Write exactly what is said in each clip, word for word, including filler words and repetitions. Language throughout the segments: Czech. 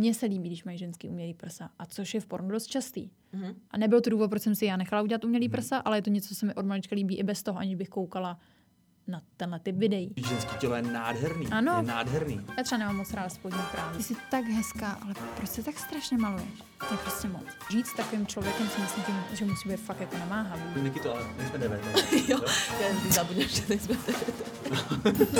mně se líbí, když mají ženský umělý prsa. A což je v pornu dost častý. Mm-hmm. A nebyl to důvod, proč jsem si já nechala udělat umělý mm-hmm. prsa, ale je to něco, co se mi od malička líbí i bez toho, aniž bych koukala na tenhle typ videí. Ženský tělo je nádherný. Ano. Je nádherný. Já třeba nemám moc ráda spodní právo. Ty jsi tak hezká, ale proč se tak strašně maluješ? To je prostě moc. Žít s takovým člověkem si myslím, že, že musí být fakt jako namáhavý. Niky to, ale nejsme devět. Jo, já vždy zabudnem, že nejsme devět.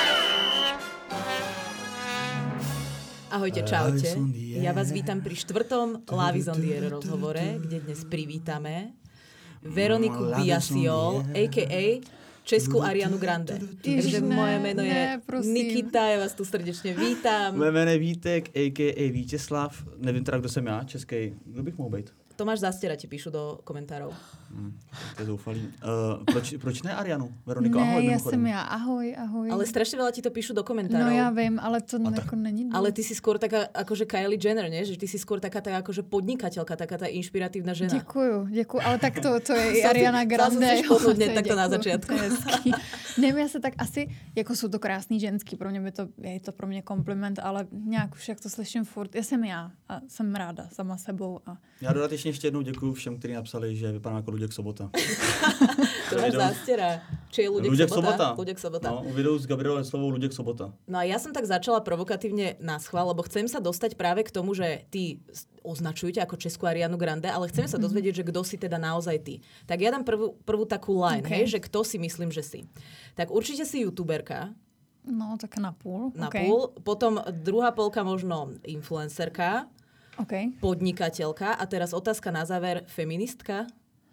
Ahojte, čaute. Ja vás vítam pri štvrtom Love is on the Air rozhovore, kde dnes privítame Veroniku Biasiol, a ká a. Českú Arianu Grande. Takže moje meno je Nikita, já vás tu srdečně vítám. Moje jméno je Vítek, a ká a. Vítězslav. Nevím teda, kdo jsem já, český. Kdo bych mohl být? Tomáš Zastera ti píšu do komentárov. Hmm, to je zoufalý. Uh, proč, proč ne Arianu? Veroniko, ne, ahoj. Ne, já mimochodem. jsem já. Ahoj, ahoj. Ale strašně veľa ti to píšu do komentárov. No já vím, ale to no, jako není. Ale ty si skôr taká akože Kylie Jenner, nie? Že ty si skôr taká tá akože podnikateľka, taká tá inšpiratívna žena. Děkuju, děkuju. Ale tak to, to je i Ariana Grande. Zase chceš takto na začátku. Nevím, já se tak asi, jako jsou to krásný ženský, pro mě by to, je to pro mě kompliment, ale nějak už jak to slyším furt, já jsem já a jsem ráda sama sebou. A... Já dodatečně ještě jednou děkuju všem, kteří napsali, že vypadám jako Luděk Sobota. To máš Zastera. Či je Luděk, Luděk Sobota? Sobota. Luděk Sobota. No, videu s Gabrielou Slovou Luděk Sobota. No a ja som tak začala provokatívne na schvál, lebo chcem sa dostať práve k tomu, že ty označujete ako Českú Arianu Grande, ale chcem sa dozvedieť, že kto si teda naozaj ty. Tak ja dám prvú, prvú takú line, okay. hej, že kto si myslím, že si. Tak určite si youtuberka. No, tak na půl. Na okay. půl. Potom druhá polka možno influencerka, okay. podnikateľka a teraz otázka na záver, feministka.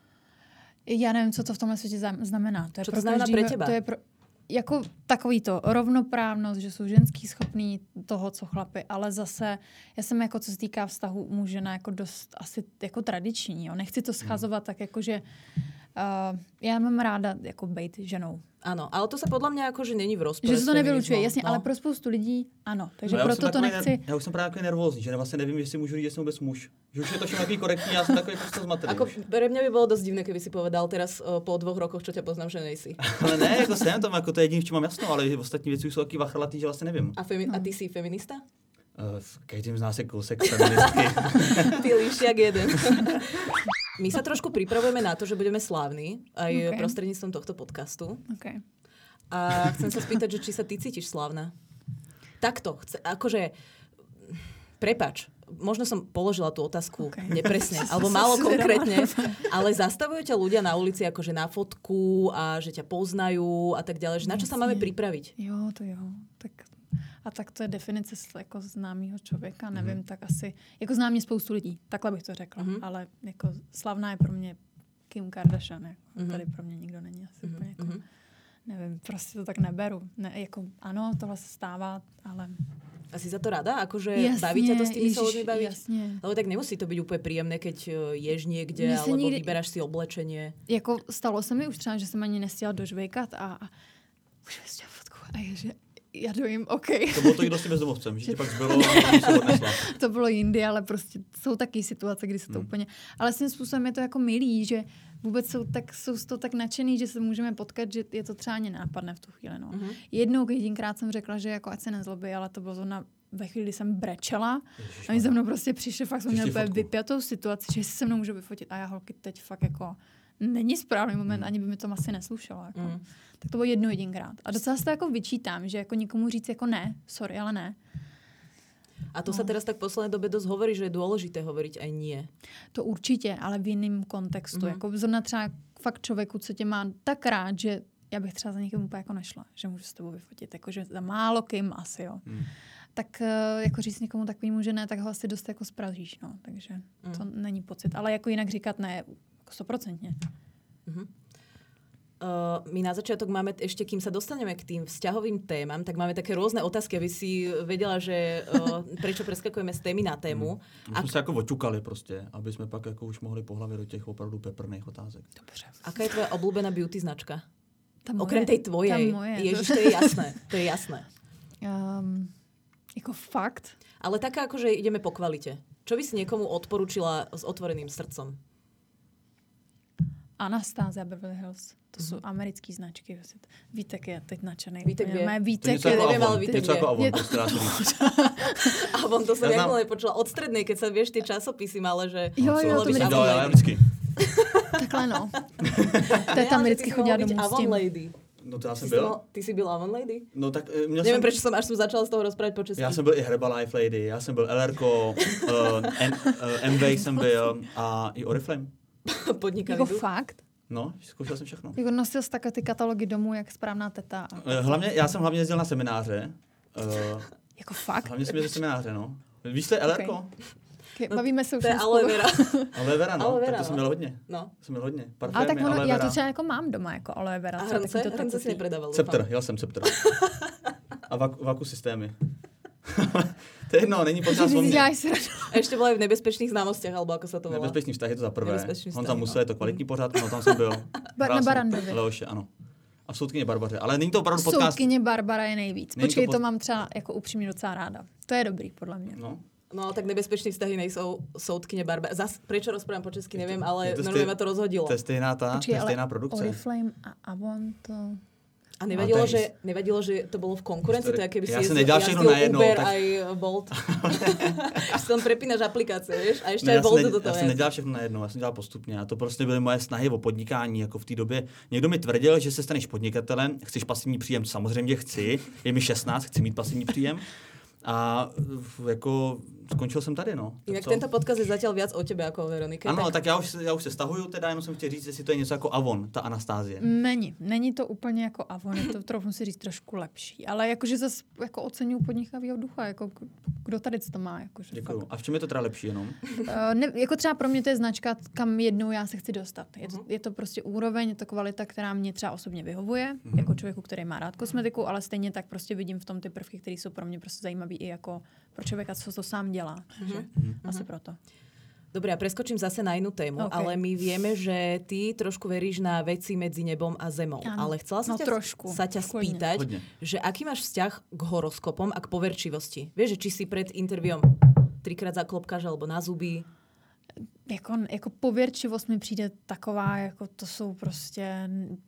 Já nevím, co to v tomhle světě znamená. To je Co to pro znamená každýho, pre teba? To je pro, jako takový to rovnoprávnost, že jsou ženský schopný toho, co chlapy, ale zase já jsem jako, co se týká vztahu muž žena, jako dost asi jako tradiční. Jo. Nechci to schazovat tak jako, že uh, já mám ráda jako bejt ženou. Ano, ale to se podle mě jako, že není v rozporu. Že se to nevylučuje, jasně, no. ale pro spoustu lidí ano. Takže no, proto to nechci... Ne, já už jsem právě takový nervózní, že vlastně nevím, jestli můžu říct, že jsem vůbec muž. Že už je to všechno takový korektní, já jsem takový prostě zmatený. Ako, pre mňa by bolo dosť divné, keby si povedal teraz uh, po dvoch rokoch, čo ťa poznám, že nejsi. Ale ne, jako jsem tam, jako to je jediný, v čem mám jasno, ale ostatní věci jsou taky vachrlatý, že vlastně nevím. A, femi- a ty si feminista? Uh, každým z nás je kousek feministky. Ty líšiak jeden. My sa trošku pripravujeme na to, že budeme slávni aj okay. prostredníctvom tohto podcastu. Okay. A chcem sa spýtať, že či sa ty cítiš slávna? Takto. Chce, akože, prepáč, možno som položila tú otázku okay. nepresne, alebo málo konkrétne, ale zastavujú ťa ľudia na ulici akože na fotku a že ťa poznajú a tak ďalej. Že na čo sa máme pripraviť? Jo, to jo. Tak, a tak to je definice jako známého člověka, nevím, mm. tak asi, jako znám mě spoustu lidí, takhle bych to řekla, mm-hmm. ale jako slavná je pro mě Kim Kardashian, jako, mm-hmm. tady pro mě nikdo není asi mm-hmm. úplně jako... Mm-hmm. Nevím, prostě to tak neberu. Ne, jako, ano, tohle se stává, ale... A si za to rada? Akože baví ťa to s tými sa ľuďmi baviť? Jasne. Lebo tak nemusí to byť úplne príjemné, keď ješ niekde, alebo nikdy... vyberáš si oblečenie. Jako stalo se mi už třeba, že jsem ani nestihla dožvejkat a... a už mi stěla fotku a je, že já dojím, OK. To bylo to i dosti bezdomovcem, že ti pak zbylo, když se odnesla. To bylo jindy, ale prostě jsou taky situace, kdy se to hmm. úplně... Ale svým způsobem je to jako milý, že vůbec jsou, tak, jsou z toho tak nadšený, že se můžeme potkat, že je to třeba nenápadné v tu chvíli. No. Mm-hmm. Jednou, jedinkrát jsem řekla, že jako ať se nezlobí, ale to bylo zrovna ve chvíli, kdy jsem brečela. Ježiš, a mi za mnou prostě přišli, fakt jsem měla úplně vypjatou situaci, že si se mnou můžu vyfotit. A já holky teď fakt jako není správný moment, mm. ani by mi to asi neslušelo. Jako. Mm. Tak to bylo jednou jedinkrát. A docela se to jako vyčítám, že jako nikomu říct jako ne, sorry, ale ne. A to no. sa teraz tak v poslednej dobe dosť hovorí, že je dôležité hovoriť aj nie. To určitě, ale v jiném kontextu. Mm-hmm. Jako zrovna třeba fakt člověku, co tě má tak rád, že já bych třeba za někým úplně jako nešla, že můžu s tebou vyfotit. Jakože za málo kým asi, jo. Mm. Tak jako říct někomu takovýmu, že ne, tak ho asi dost jako spražíš, no. Takže mm. to není pocit. Ale jako jinak říkat ne, jako stoprocentně. Mm-hmm. Uh, my na začiatok máme, ešte kým sa dostaneme k tým vzťahovým témam, tak máme také rôzne otázky, aby si vedela, že uh, prečo preskakujeme z témy na tému. Mm. My jsme Ak... se jako oťukali prostě, aby jsme pak jako už mohli po hlavě do těch opravdu peprných otázek. Dobře. Aká je tvoja obľúbená beauty značka? Ta moje. Okrem tej tvojej. Ježiš, to je jasné. To je jasné. Um, jako fakt? Ale taká ako, že ideme po kvalite. Čo by si niekomu odporučila s otvoreným srdcom? Anastasia Beverly Hills. To jsou americké značky. Vítek je teď nadšený. Vítek vie. Vítek to je, jako neviem, ale Avon. Vítek To je vie. ako Avon. Je- prostě dá se říct. Avon, to som Ja ja znam- nepočula od strednej, keď sa vieš tie časopisy malé, že... Jo, jo, Mohlo to byť mi Avon Jo, já Lady. vždycky. takhle no. To Ne, je tam ale že vždycky ty si chodila mohol byť domů s Avon tím. Lady. No to já Ty jsem si, byl. mal, ty si byl Avon Lady? No tak eh, měl Neviem, jsem... prečo som až som začala z toho rozprávať po česky. Já jsem byl i Herbalife Lady, já jsem byl el erko, uh, uh, M-Way jsem byl a i Oriflame. Podnikavý Jako duch. fakt? No, zkoušel jsem všechno. Jako nosil jsi takhle ty katalogy domů, jak správná teta. A... Eh, Hlavně, já jsem hlavně jezdil na semináře. Uh, Jako fakt? hlavně jsem jezdil semináře, no. Víš, to je el erko? Okay. Okay, bavíme se už To je o aloe spolu. vera. Aloe vera, no. Aloe vera, tak to jsem no. měl hodně. No. To jsem měl hodně. Ale Parfémy, tak ono, aloe já vera. to třeba jako mám doma, jako aloe vera. A třeba hrnce? takový to Hrnce si tekutý. nepredával. Scepter, jel jsem Scepter. A vaku, vaku systémy. To je jedno, není potřeba Takže si zvonit. děláš srandu. A ešte bol aj v nebezpečných známostiach, alebo ako sa to volá. Nebezpečný vztah je to za prvé. Nebezpečný Honza vztahy, Musa no. je to kvalitní pořád, no tam jsem byl. Ba- Hrál na jsem Barandově. Leoše, ano. A v Soudkyně Barbaře. Ale není to opravdu podcast. Soudkyně Barbara je nejvíc. Není to Počkej, to, pod- mám třeba jako upřímně docela ráda. To je dobrý, podle mě. No. No ale tak nebezpečné vztahy nejsou soudkyně Barbara. Zas, prečo rozprávam po česky, neviem, ale je to normálne stej- ma to rozhodilo. To je stejná ta, to Počkej, je ale stejná produkce. Oriflame a Avon to... A nevadilo, No, to je- že, nevadilo, že to bolo v konkurencii, to je, keby si Ja som jezdil- nedělal všechno jazdil najednou, Uber tak- aj Bolt. Že tam prepínaš aplikácie, vieš? A ešte Ne, aj já, jsem Bolt ne, do toho já jsem je. nedělal všechno najednou, já jsem dělal postupně. A to prostě byly moje snahy o podnikání jako v té době. Někdo mi tvrdil, že se staneš podnikatelem, chceš pasivní příjem, samozřejmě chci, je mi šestnáct, chci mít pasivní příjem. A f- jako skončil jsem tady, no. Tak Inak co? tento podcast je zatiaľ viac o tebe ako o Veronike. Ano, tak tak já už, já už se stahuju, teda jenom jsem chtěl říct, jestli to je něco jako Avon, ta Anastázie. Není. Není to úplně jako Avon, je to trochu si říct trošku lepší. Ale jakože zase jako oceňuju podnikavýho ducha, jako k- kdo tady to má. Jakože Děkuju. fakt. A v čem je to teda lepší jenom? Uh, ne, jako třeba pro mě to je značka, kam jednou já se chci dostat. Je to, je to prostě úroveň, je to kvalita, která mě třeba osobně vyhovuje, Mhm. jako člověku, který má rád kosmetiku, ale stejně tak prostě vidím v tom ty prvky, které jsou pro mě prostě zajímavé i jako pro člověka, co to sám dělá. Takže asi proto. Dobre, a preskočím zase na inú tému, OK. ale my vieme, že ty trošku veríš na veci medzi nebom a zemou. Áno. Ale chcela som No ťa, trošku. sa ťa Kľudne. spýtať, Hodne. že aký máš vzťah k horoskopom a k poverčivosti? Vieš, že či si pred interviom trikrát zaklopkáš alebo na zuby? Jako, jako pověrčivost mi přijde taková, jako to jsou prostě...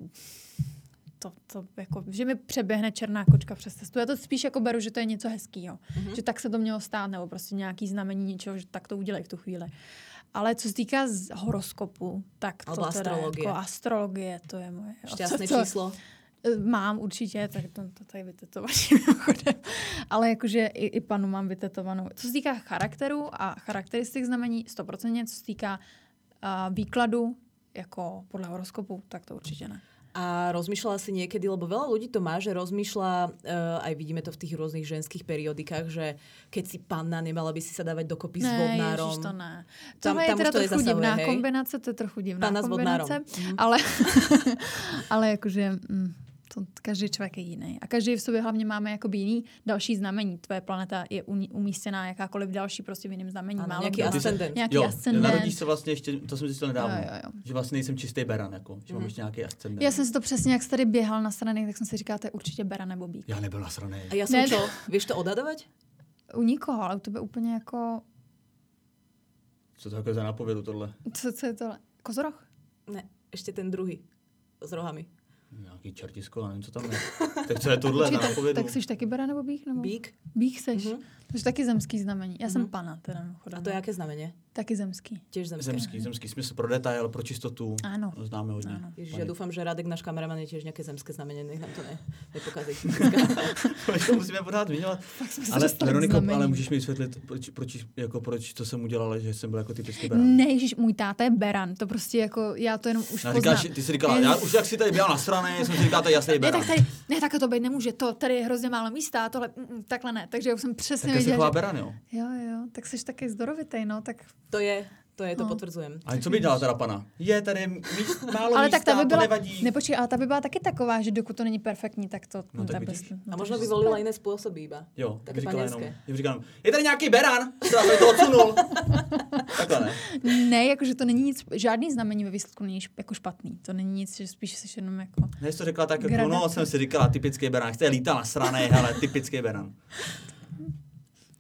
To, to jako, že mi přeběhne černá kočka přes cestu. Já to spíš jako beru, že to je něco hezkýho. Mm-hmm. Že tak se to mělo stát, nebo prostě nějaký znamení něčeho, že tak to udělej v tu chvíli. Ale co se týká z horoskopu, tak to Alebo teda astrologie. jako astrologie, to je moje. jo. Šťastné Co- co- číslo? Mám určitě, tak to, to tady vytetovaný mimochodem. Ale jakože i, i panu mám vytetovanou. Co se týká charakteru a charakteristik znamení, sto procent. Co se týká uh, výkladu, jako podle horoskopu, tak to určitě ne. A rozmýšľala si niekedy, lebo veľa ľudí to má, že rozmýšľa, uh, aj vidíme to v tých rôznych ženských periodikách, že keď si panna, nemala by si sa dávať dokopy s Ne, vodnárom. ježiš, to ne. Tam- Tohle je tam teda už to trochu nezasahuje, divná hej? kombinace, to je trochu divná Panna s vodnárom. kombinace, Mhm. ale, ale jakože mm, to, každý člověk je jiný. A každý v sobě hlavně máme jakoby jiný další znamení. Tvoje planeta je uní- umístěná jakákoliv další prostě v jiném znamení. Ano, Málo nějaký kdo má ascendent. Nějaký Jo, ascendent. narodíš se vlastně ještě, to jsem zjistil nedávno, Jo, jo, jo. že vlastně nejsem čistý beran, jako, že mám ještě nějaký ascendent. Já jsem si to přesně, jak jsi tady běhal na straně, tak jsem si říkala, to je určitě bera nebo bík. Já nebyl nasranej. A ja som Ne. čo? Vieš to odhadovať? U nikoho, ale u tebe úplně jako... Co to jako za nápovědu tohle? Co, co je tohle? Kozoroch? Ne, ešte ten druhý. S rohami. Nějaký čertisko, nevím, co tam je. Tak co je tohle za Počkej, tak, nápovědu? tak jsi taky bera nebo bík? Nebo? Bík. Bík seš. Mhm. To je taky zemský znamení. Já jsem Mhm. pana, teda mimochodem. A to je aké znamenie? Taky zemský. Tiež zemské. Zemský, zemský smysl pro detail, pro čistotu. Ano. Známe hodně. Ano. Ježiš, ja dúfam, že Radek, náš kameraman, je tiež nejaké zemské znamenie, nech nám to ne, nepokazí. to musíme pořád vyňovat. jsme se Ale dostali k Veroniko, znamení. ale můžeš mi vysvětlit, proč, proč, jako proč to jsem udělal, že jsem byl jako typický beran. Ne, ježiš, můj táta je beran. To prostě jako, já to jenom už Já poznám. říkáš, ty jsi říkala, Ne, já už jak si tady byla na straně, jsem si říkala, to je jasný Ne, beran. tak tady, ne, tak to být nemůže. To, tady je hrozně málo místa, a tohle, mm, mm, takhle ne. Takže já už jsem přesně Tak se věděla, chová že... beran, jo. Jo, jo, tak jsi taky zdorovitej, no, tak... To je, to je, to No. potvrdzujem. A co by dělala teda pana? Je tady míst, málo Ale místa, tak ta by to byla, nevadí. nepočkej, ale ta by byla taky taková, že dokud to není perfektní, tak to... No, tak ta vidíš. bez- A možno by takže volila super. iné spôsoby iba. Jo, Také tak říkala jenom, panenské. já říkám, je tady nějaký beran, se tady to odsunul. Takhle ne. Ne, jakože to není nic, žádný znamení ve výsledku není šp- jako špatný. To není nic, že spíš jsi jenom jako... Ne, jsi to řekla tak, jako, Gradace. no, jsem si říkala, typický beran, chce lítal na straně, hele, typický beran.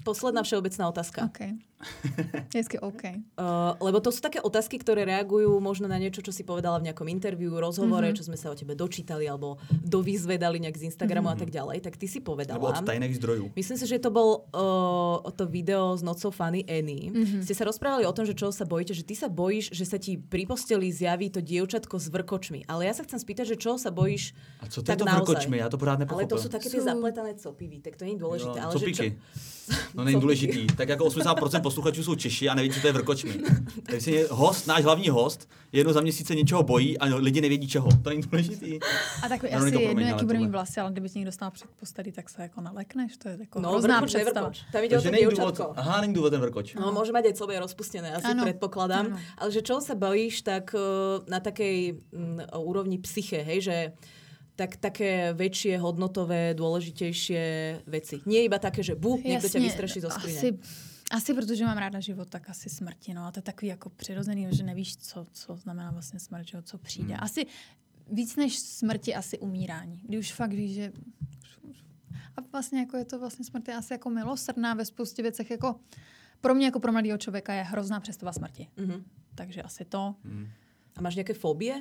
Posledná všeobecná otázka. OK. Vždycky OK. Uh, lebo to sú také otázky, ktoré reagujú možno na niečo, čo si povedala v nejakom interviu, rozhovore, mm-hmm. čo sme sa o tebe dočítali alebo dovyzvedali nejak z Instagramu mm-hmm. a tak ďalej. Tak ty si povedala. Alebo od tajných zdrojov. Myslím si, že to bol uh, to video s Not So Funny Annie. Mm-hmm. Ste sa rozprávali o tom, že čo sa bojíte, že ty sa bojíš, že sa ti pri posteli zjaví to dievčatko s vrkočmi. Ale ja sa chcem spýtať, že čo sa bojíš a co to tak je to naozaj? Vrkočmi? Ja to pořád nepochopil. Ale to sú také tie zapletané copy, tak to nie je dôležité. Jo, ale copíky. Že čo... No není důležitý. Tak jako osmdesát procent posluchačů jsou Češi a neví, co to je vrkočmi. Takže si host, náš hlavní host, jednou za měsíc se něčeho bojí a lidi nevědí čeho. To není důležitý. A tak asi jedno, proměň, jaký bude mít vlasy, ale kdyby ti někdo stál před postelí, tak se jako nalekneš. To je jako no, hrozná vrkoč, představa. Tam ide o to dievčatko. Aha, není důvod ten vrkoč. No, môže mať aj celé rozpustené, asi ano. predpokladám. Ano. Ale že čo sa bojíš, tak uh, na takej um, úrovni psyche, hej, že tak také väčšie, hodnotové, dôležitejšie veci. Nie iba také, že bu, niekto ťa vystraší zo skrine. Asi, asi protože mám ráda život, tak asi smrti. No a to je takový jako přirozený, že nevíš, co, co znamená vlastně smrt, že, co přijde. Hmm. Asi víc než smrti, asi umírání. Když už fakt víš, že... A vlastně jako je to vlastně smrt je asi jako milosrdná ve spoustě věcech. Jako pro mě jako pro mladého člověka je hrozná představa smrti. Mm-hmm. Takže asi to. Hmm. A máš nejaké fóbie?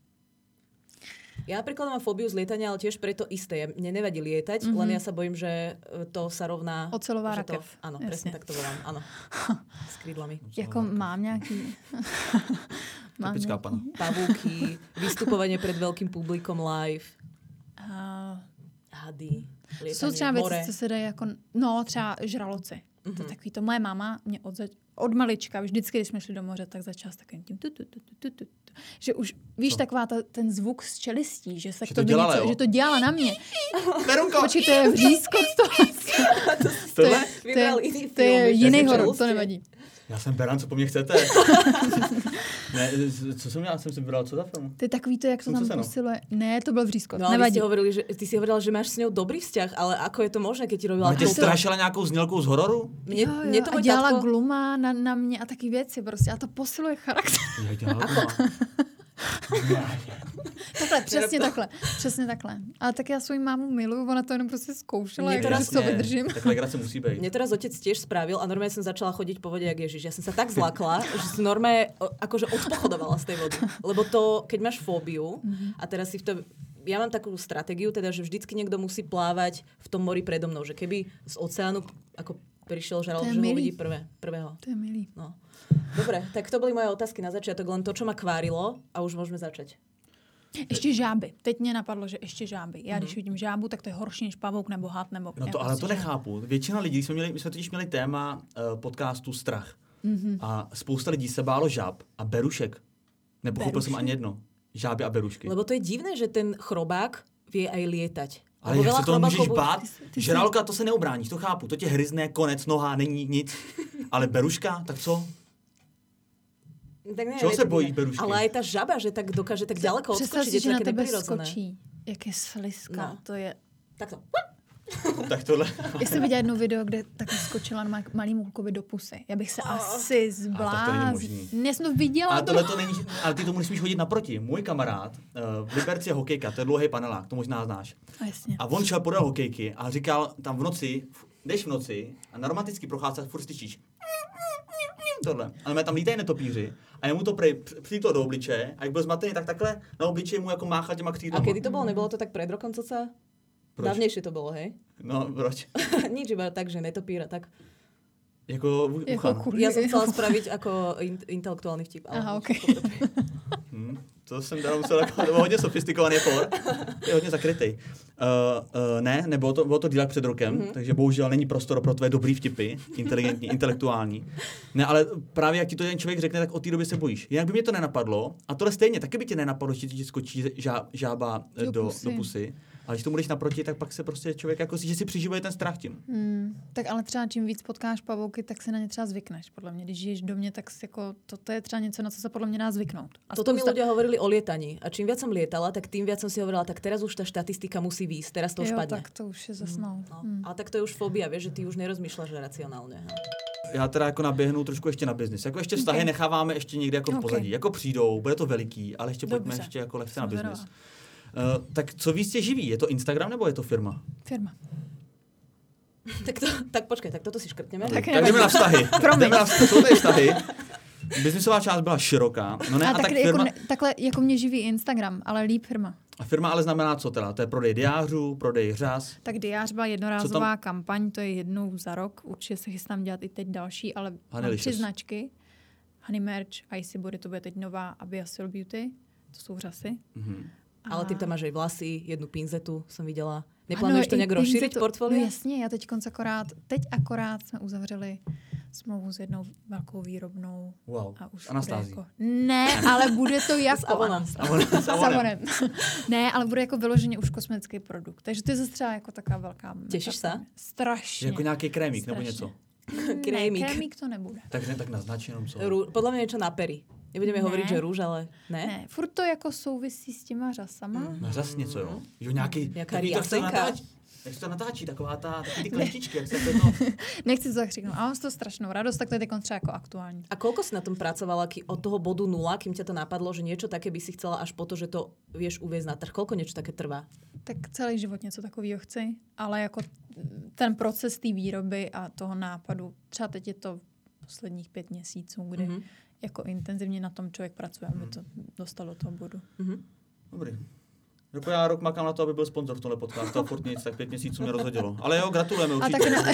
Ja napríklad mám fóbiu z lietania, ale tiež preto isté. Mne nevadí lietať, mm-hmm. len ja sa bojím, že to sa rovná... Ocelová rakev. To, áno, jasne. Presne tak to volám. Áno. S krídlami. Jako mám nejaký... mám Typická nejaký... pana. Pavúky, vystupovanie pred veľkým publikom live. Uh... Hady, lietanie, jsou třeba more. věci, co se dají jako... No, třeba žraloci. Mm-hmm. To je takový to. Moje máma mě od, zač- od malička, vždycky, když jsme šli do moře, tak začala s takovým tím tu, tu, tu, tu, tu, tu. Že už, víš, co? Taková ta, ten zvuk z čelistí, že se že to, to dělala, něco, že to dělala na mě. Verunko! Počkej, to je vřízko z toho. to, je, to, je, to je jiný horor, to nevadí. Já jsem Beran, co po mně chcete? Ne, co jsem já jsem si vybral, co za film? To je takový to, jak to tam posiluje. Ne, to byl vřízko, no, nevadí. No, hovorili, že, ty si hovorila, že máš s ňou dobrý vzťah, ale ako je to možné, keď ti robila... Ale ty strašila nějakou znělkou z hororu? Mně, jo, jo, mě to a dělala tatko... gluma na, na mě a taky věci prostě. A to posiluje charakter. Já dělala gluma. Takhle, přesně takhle, přesně takhle. Ale tak já svoji mámu miluju, ona to jenom prostě zkoušela, jak to vydržím. Takhle grace musí být. Mne teraz otec tiež spravil a normálne som začala chodiť po vode jak Ježiš. Ja som sa tak zlakla, že som normálne akože odpochodovala z tej vody. Lebo to, keď máš fóbiu a teraz si v tom... Ja mám takú stratégiu, teda, že vždycky niekto musí plávať v tom mori predo mnou. Že keby z oceánu ako prišiel žralok, že ho uvidí prvé, prvého. To je milý. No. Dobre, tak to boli moje otázky na začiatok, len to, čo ma kvárilo a už môžeme začať. Ještě žáby. Teď mě napadlo, že ještě žáby. Já když vidím žábu, tak to je horší než pavouk nebo had nebo... No to, ale to nechápu. Většina lidí, jsme, měli, my jsme totiž měli téma uh, podcastu Strach. Mm-hmm. A spousta lidí se bálo žáb a berušek. Nepochopil jsem ani jedno. Žáby a berušky. Lebo to je divné, že ten chrobák vie aj lietať. Ale jak se toho můžeš bát? Žraloka, to se neobráníš, to chápu. To tě hryzne, konec, noha, není nic. Ale beruška, tak co? Tak ne, čeho se bojíš berušky? Ale aj tá žaba, že tak dokáže tak ďaleko odskočiť, je to také neprirodzené. Skočí, jak je slizka, no. To je... Takto. Tak tohle. Já jsem viděla jedno video, kde taky skočila na malýmu klukovi do pusy. Já bych se oh. asi zbláznila. Já jsem to viděla. Ale tohle to není, ale ty tomu nesmíš hodit naproti. Můj kamarád, uh, v Liberci je hokejka, to je dlouhý panelák, to možná znáš. A, jasně. A on šel podél hokejky a říkal tam v noci, jdeš v noci a na romantický procházce furt slyšíš tohle. Ale tam lítají netopíři a jemu to prej přijítlo do obličeje a jak byl zmatený, tak takhle na obličeji mu jako máchal těma křídlama. A kedy to bylo? Nebylo to tak pred rokom coca? Proč? Dávnejšie to bolo, hej? No, proč? Nič, iba tak, že netopíra, tak... Jako ucha. Jako ja som chcela spraviť ako in- intelektuálny vtip. Ale aha, okej. Okay. hmm, to jsem teda musel jako, to byl hodně sofistikovaný for. Je hodně zakrytej. Uh, uh, ne, nebylo to, bylo to dílak před rokem, mm-hmm. takže bohužel není prostor pro tvé dobrý vtipy, inteligentní, intelektuální. Ne, ale právě jak ti to ten člověk řekne, tak od té doby se bojíš. Jinak by mě to nenapadlo, a tohle stejně, taky by tě nenapadlo, že ti skočí žá, žába do, do, pusy. do pusy. Ale když tomu jdeš naproti, tak pak se prostě člověk jako že si přiživuje ten strach tím. Hmm, tak ale třeba čím víc potkáš pavouky, tak si na ně třeba zvykneš. Podle mě, když žiješ do mě, tak jako, to, to je třeba něco, na co se podle mě dá zvyknout. A toto spousta... mi ľudia hovorili o lietaní. A čím viac som lietala, tak tým viac som si hovorila, tak teraz už tá štatistika musí výjsť, teraz to už jo, padne. tak to už je zasnou. No. Hmm. A tak to je už fóbia, vieš, že ty už nerozmýšľaš racionálne. Já teda jako naběhnu trošku ještě na biznis. Jako ještě vztahy okay. necháváme ještě někde jako v okay. pozadí. Jako přijdou, bude to veliký, ale ještě pojďme ještě jako lehce na biznis. Uh, tak co víc tě živí? Je to Instagram nebo je to firma? Firma. tak, to, tak počkej, tak toto si škrtneme. Tak, tak jdeme na vztahy. jdeme na vztahy. Jsou tady vztahy. Biznisová část byla široká. No ne, a, a tak tak jako firma... ne, takhle jako mě živí Instagram, ale líp firma. A firma ale znamená co teda? To je prodej diářů, prodej řas? Tak diář byla jednorázová tam... kampaň, to je jednou za rok. Určitě se chystám dělat i teď další, ale mám tři značky. Honey Merch, Icy Body, to bude teď nová, a Biasil Beauty, to jsou řasy. Mm-hmm. A... Ale ty tam máš aj vlasy, jednu pinzetu jsem viděla. Neplánuješ to nějak rozšířit portfolio? No jasně, já teď konc akorát, teď akorát jsme uzavřeli smlouvu s jednou velkou výrobnou. Wow. A už Anastází. Jako, ne, ale bude to jako... S Avonem. S Avonem. Ne, ale bude jako vyloženě už kosmetický produkt. Takže to je zase třeba jako taková velká... Těšíš se? Strašně. Jako nějaký krémík Strašně. nebo něco? Krémík. Ne, krémík to nebude. Tak ne, tak naznač jenom co. Rú, podľa mňa niečo na pery. Nebudeme Ne. hovoriť, že rúž, ale ne? Ne, furt to jako souvisí s těma řasama. Mm. No zas něco, jo? Jo, nějaký... Jaká takový to, chce riasenka. natáčí. Jak se to natáčí, taková ta, taky ty kletičky, jak se to... Nechci to tak říknout, ale mám z toho strašnou radost, tak to je teď třeba jako aktuální. A koľko si na tom pracovala ký, od toho bodu nula, kým ťa to napadlo, že niečo také by si chcela až po to, že to vieš uviezť na trh? Koľko niečo také trvá? Tak celý život něco takového chci, ale jako ten proces té výroby a toho nápadu, třeba teď je to posledních pět měsíců, kdy mm-hmm. jako intenzivně na tom člověk pracuje, aby to dostal do toho bodu. Mm-hmm. Dobrý. Jako já rok makám na to, aby byl sponzor v tomhle podcastu a furt nic, tak pět měsíců mě rozhodilo. Ale jo, gratulujeme určitě. A tak, ne,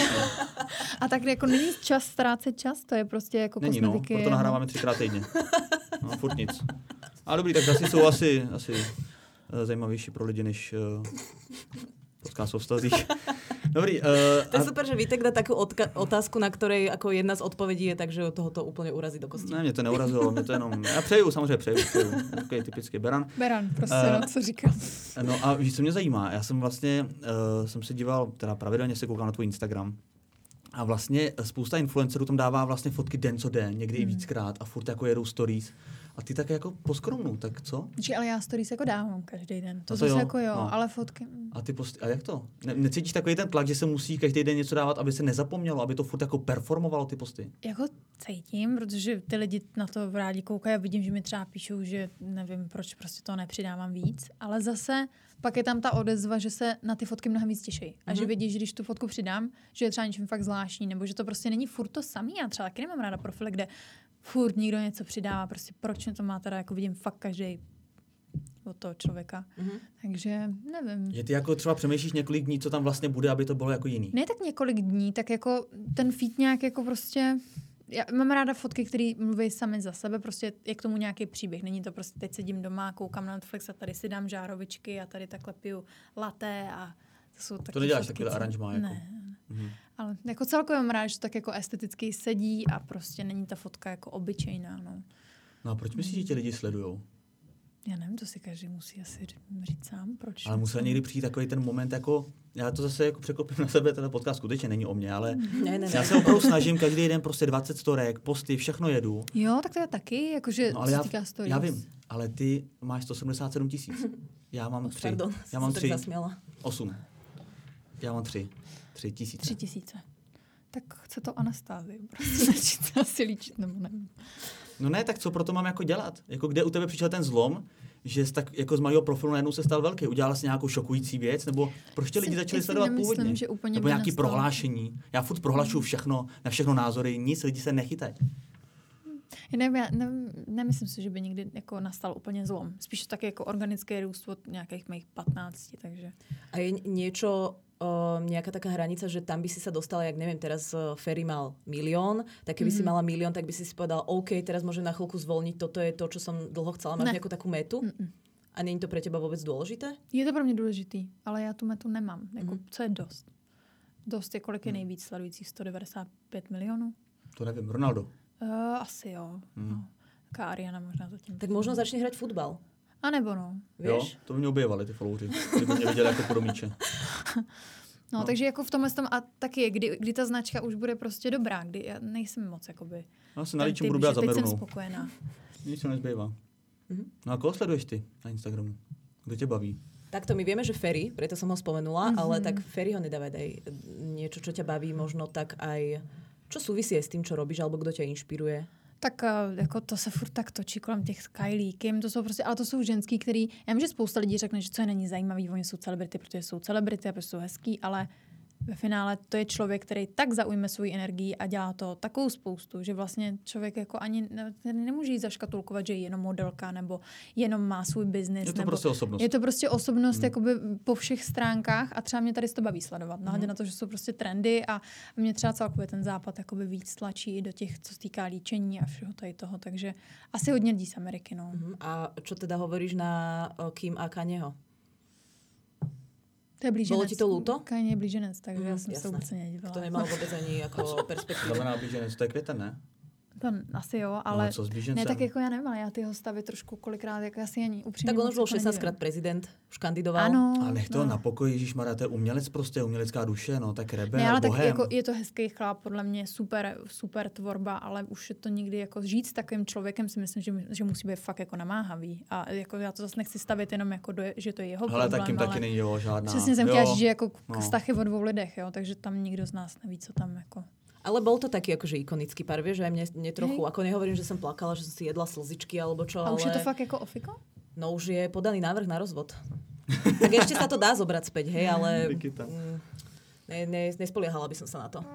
a tak jako není čas ztrácet čas, to je prostě jako není, kosmetiky. No, proto nahráváme třikrát týdně. No, furt nic. Ale dobrý, tak asi jsou asi, asi uh, zajímavější pro lidi, než uh, podcast o vztazích. Dobrý. Uh, to je a... super, že Vítek dá takú odka- otázku, na ktorej ako jedna z odpovedí je tak, že toho to úplně urazí do kosti. Ne, mě to neurazilo, mě to jenom... Já přeju, samozřejmě přeju, přeju. Takový typický beran. Beran, prostě, uh, no, co říkám. No a víš, co mě zajímá? Já jsem vlastně, uh, jsem se díval, teda pravidelně se koukám na tvůj Instagram a vlastně spousta influencerů tam dává vlastně fotky den co den, někdy hmm. i víckrát a furt jako jedou stories. A ty tak jako poskromnou, tak co? Že, ale já stories jako dávám každý den. To, to zase jo, jako jo, no. ale fotky... A ty post... A jak to? Ne, necítíš takový ten tlak, že se musí každý den něco dávat, aby se nezapomnělo, aby to furt jako performovalo ty posty? Jako cítím, protože ty lidi na to rádi koukají a vidím, že mi třeba píšou, že nevím, proč prostě to nepřidávám víc, ale zase pak je tam ta odezva, že se na ty fotky mnohem víc těší. A mm-hmm. že vidíš, že když tu fotku přidám, že je třeba něčím fakt zvláštní, nebo že to prostě není furt to samý. Já třeba taky nemám ráda profily, kde furt někdo něco přidává, prostě proč mě to má teda, jako vidím fakt každý od toho člověka. Mm-hmm. Takže nevím. Že ty jako třeba přemýšlíš několik dní, co tam vlastně bude, aby to bylo jako jiný. Ne tak několik dní, tak jako ten feed nějak jako prostě... Já mám ráda fotky, které mluví sami za sebe, prostě je k tomu nějaký příběh. Není to prostě teď sedím doma, koukám na Netflix a tady si dám žárovičky a tady takhle piju latte a to jsou taky to neděláš fotky, takové aranžmá jako? Ne. Mhm. Ale jako celkově mám rád, že to tak jako esteticky sedí a prostě není ta fotka jako obyčejná. No, no a proč myslíš, že tě lidi sledujou? Já nevím, to si každý musí asi říct sám, proč. Ale musel někdy přijít takový ten moment, jako, já to zase jako překopím na sebe, ten podcast skutečně není o mě, ale ne, ne, ne. já se opravdu snažím každý den prostě dvacet storek, posty, všechno jedu. Jo, tak to je taky, jakože no, ale co já, týká stories. já vím, ale ty máš sto sedmdesát sedm tisíc. Já mám tři. Pardon, já mám tři. Osm. Já mám tři. Tři tisíce. Tři tisíce. Tak chce to Anastázii. Prostě začít se asi líčit, nebo nevím. No ne, tak co proto mám jako dělat? Jako kde u tebe přišel ten zlom, že jsi tak jako z malého profilu najednou se stal velký? Udělala jsi nějakou šokující věc? Nebo proč tě lidi začali sledovat nemyslím, původně? Že úplně nebo nějaký nastalo. prohlášení? Já furt prohlašuju všechno, na všechno názory, nic, lidi se nechytají. Ne, já ne, nemyslím si, že by někdy jako nastal úplně zlom. Spíš taky jako organický růst od nějakých mých patnácti, takže. A je niečo, uh, nejaká taká hranica, že tam by si sa dostala, jak neviem, teraz uh, Ferry mal milión, tak keby mm. si mala milión, tak by si si povedala, OK, teraz môžem na chvíľku zvolniť, toto je to, čo som dlho chcela. Máš ne. nejakú takú metu? Mm-mm. A není to pre teba vôbec dôležité? Je to pro mě důležitý, ale já tu metu nemám. Jako, mm. Co je dost? Dost je, kolik je nejvíc sledujících? sto devadesát pět milionů? To nevím, Ronaldo. Uh, asi jo. Hmm. No. Taká Ariana možná zatím. Tak možno začni hrať futbal. A nebo no. Víš? Jo, to by mě objevali ty followři. Kdyby mě viděli jako podomíče. No, no, takže jako v tomhle tom a taky je, kdy, kdy ta značka už bude prostě dobrá, kdy já nejsem moc jakoby. Já se nalíčím, budu brát za Merunou. Teď jsem spokojená. Nic se nezbývá. Mm-hmm. No a koho sleduješ ty na Instagramu? Kdo tě baví? Takto my vieme, že Ferry, preto som ho spomenula, mm-hmm. ale tak Ferryho nedávaj daj niečo, čo ťa baví, možno tak aj, čo súvisí s tým, čo robíš, alebo kdo ťa inšpiruje? Tak jako to se furt tak točí kolem těch Kylie, Kim, to jsou prostě, ale to jsou ženský, který, já vím, že spousta lidí řekne, že co je není zajímavý, oni jsou celebrity, protože jsou celebrity a protože jsou hezký, ale ve finále to je člověk, který tak zaujme svou energii a dělá to takovou spoustu, že vlastně člověk jako ani ne, nemůže jít zaškatulkovat, že je jenom modelka nebo jenom má svůj biznis. Je to nebo prostě osobnost. Je to prostě osobnost hmm. jakoby po všech stránkách a třeba mě tady to baví sledovat. Nahledě hmm. na to, že jsou prostě trendy a mě třeba celkově ten západ jakoby víc tlačí i do těch, co se týká líčení a všeho tady toho. Takže asi hodně lidí z Ameriky. No. Hmm. A čo teda hovoríš na uh, Kim a Kanyeho? To je blíženec. Bolo ti to ľúto? Kanye je blíženec, takže mm, já jsem jasné. se vůbec nedívala. To nemal vůbec ani jako perspektivu. Znamená blíženec, to je květen, ne? To asi jo, ale no, co s ne, tak jako já nevím, ale já ty ho stavy trošku kolikrát, jako asi ani upřímně. Tak on už byl šestnáctkrát prezident, už kandidoval. Ano. Ale nech to no. na pokoji, ježišmarja, to je umělec prostě, umělecká duše, no, tak rebel, ne, ale bohem. tak jako je to hezký chlap, podle mě super, super tvorba, ale už je to nikdy jako žít s takovým člověkem si myslím, že, že musí být fakt jako namáhavý. A jako já to zase nechci stavit jenom jako, do, že to je jeho hele, problém, takým ale taky není jo, žádná. přesně jsem chtěla říct, že jako no. vztah je o dvou lidech, jo, takže tam nikdo z nás neví, co tam jako... Ale bol to taký akože ikonický pár, vieš, že aj mne, mne trochu, Hej. ako nehovorím, že som plakala, že som si jedla slzičky alebo čo, A ale... už je to fakt jako ofiko? No už je podaný návrh na rozvod. Tak ešte sa to dá zobrať späť, hej, ale... Mm, ne, ne, nespoliehala by som sa na to.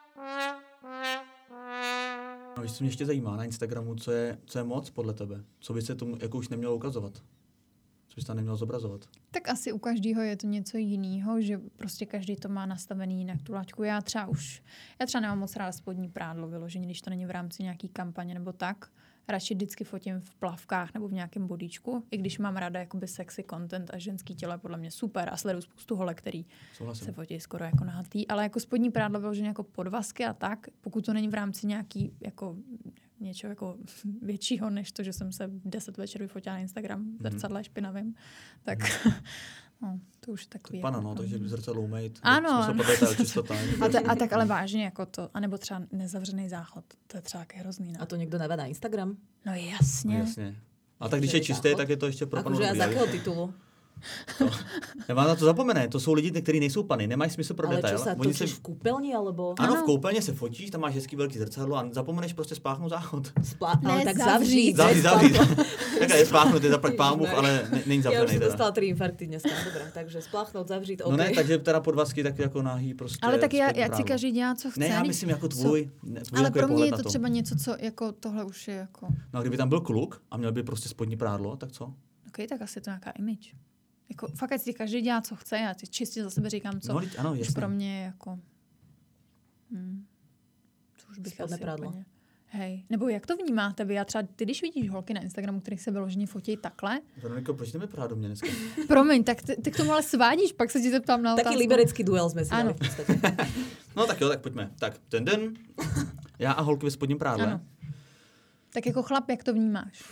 No, víš, co mě ještě zajímá na Instagramu, co je, co je moc podle tebe? Co by se tomu jako už nemělo ukazovat? Co bys tam neměl zobrazovat? Tak asi u každého je to něco jiného, že prostě každý to má nastavený jinak tu laťku. Já třeba už, já třeba nemám moc ráda spodní prádlo vyloženě, když to není v rámci nějaký kampaně nebo tak. Radši vždycky fotím v plavkách nebo v nějakém bodíčku, i když mám ráda jakoby sexy content a ženský tělo je podle mě super a sleduju spoustu holek, který Souhlasím. Se fotí skoro jako nahatý, ale jako spodní prádlo vyloženě jako podvazky a tak, pokud to není v rámci nějaký jako něčeho jako většího, než to, že jsem se v deset večer vyfotila na Instagram v zrcadle špinavým, tak no, to už takový. Pana, no, takže zrcadlo umejt. Ano. ano. A, te, a tak ale vážně jako to, anebo třeba nezavřený záchod, to je třeba hrozný. No. A to někdo dává na Instagram? No jasně. No, jasně. A tak když je čistý, tak je to ještě pro panu. Akože a z jakého titulu? To, nemá na to zapomene, to jsou lidi, kteří nejsou pany, nemají smysl pro ale detail. Ale čo sa, točíš se... v kúpeľni, alebo? Ano, v koupelně se fotíš, tam máš hezký velký zrcadlo a zapomeneš prostě spláchnout záchod. Splá... Ne, ale tak zavřít. Zavřít, zavřít. Tak je spláchnout, je zaplať pámu, ale ne, není zavřený. Já už jsem dostala tři infarkty dneska, dobré, takže spláchnout, zavřít, OK. No ne, takže teda podvazky tak jako nahý prostě. Ale tak já, já si každý dělá, co chce. Ne, já myslím jako tvůj. Ne, tvůj ale jako pro mě je to to třeba něco, co jako tohle už je jako... No a kdyby tam byl kluk a měl by prostě spodní prádlo, tak co? OK, tak asi to nějaká image. Jako, fakt, si každý dělá, co chce, já si čistě za sebe říkám, co no, ano, už pro mě je jako... Hmm, to už bych Spodné asi prádlo. úplně... Hej, nebo jak to vnímáte vy? Já třeba, ty když vidíš holky na Instagramu, kterých se vyloženě fotí takhle... Veroniko, proč jdeme prát do mě dneska? Promiň, tak ty, ty k tomu ale svádíš, pak se ti zeptám na otázku. Taký liberecký duel jsme si ano. dali v podstatě. No tak jo, tak pojďme. Tak, ten den, já a holky ve spodním prádle. Ano. Tak jako chlap, jak to vnímáš?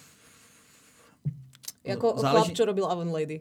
Jako Záleží... chlap, čo robil Avon Lady.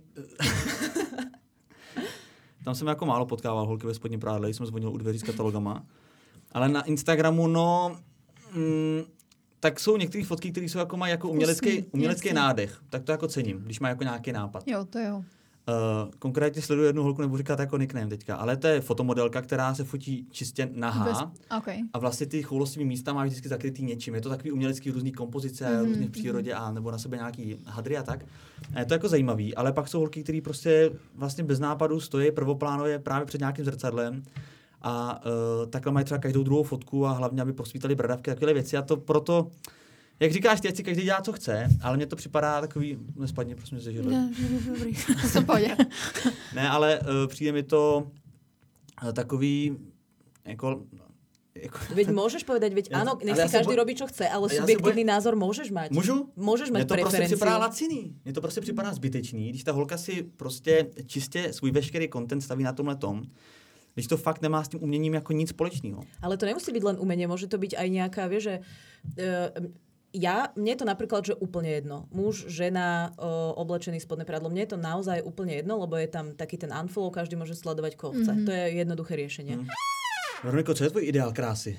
Tam jsem jako málo potkával holky ve spodním prádle, jsem zvonil u dveří s katalogama. Ale na Instagramu, no, mm, tak jsou některé fotky, které jsou jako mají jako umělecký, umělecký nádech. Tak to jako cením, když má jako nějaký nápad. Jo, to jo. Uh, konkrétně sleduju jednu holku, nebudu říkat jako nickname teďka, ale to je fotomodelka, která se fotí čistě nahá. Bez... Okay. A vlastně ty choulostivý místa máš vždycky zakrytý něčím. Je to takový umělecký různý kompozice, mm-hmm. různě v přírodě a nebo na sebe nějaký hadry a tak. A je to jako zajímavý, ale pak jsou holky, které prostě vlastně bez nápadu stojí prvoplánově právě před nějakým zrcadlem a uh, takhle mají třeba každou druhou fotku a hlavně, aby prosvítali bradavky, takové věci a to proto, jak říkáš, ty, si každý dělá, co chce, ale mně to připadá takový, nespadně, prosím, že žili. Ne, dobrý, to jsem pohodě. Ne, ale uh, přijde mi to uh, takový, jako... Jako... Veď môžeš povedať, veď ja, áno, nech si každý bo... robí, čo chce, ale ja subjektívny boj... názor môžeš mať. Můžu? Môžeš mať preferenciu. Mně to preferenciu. prostě připadá laciný. Mně to prostě připadá zbytečný, když ta holka si prostě čistě svůj veškerý content staví na tomhle tom, když to fakt nemá s tím uměním jako nic společného. Ale to nemusí byť len umenie, môže to byť aj nejaká, vieš, že... Uh, ja, mne je to napríklad, že úplne jedno. Muž, žena, uh, oblečený spodné prádlo, mne je to naozaj úplne jedno, lebo je tam taký ten unfollow, každý môže sledovať, koho chce. Mm-hmm. To je jednoduché riešenie. Mm. Veroniko, co je tvůj ideál krásy?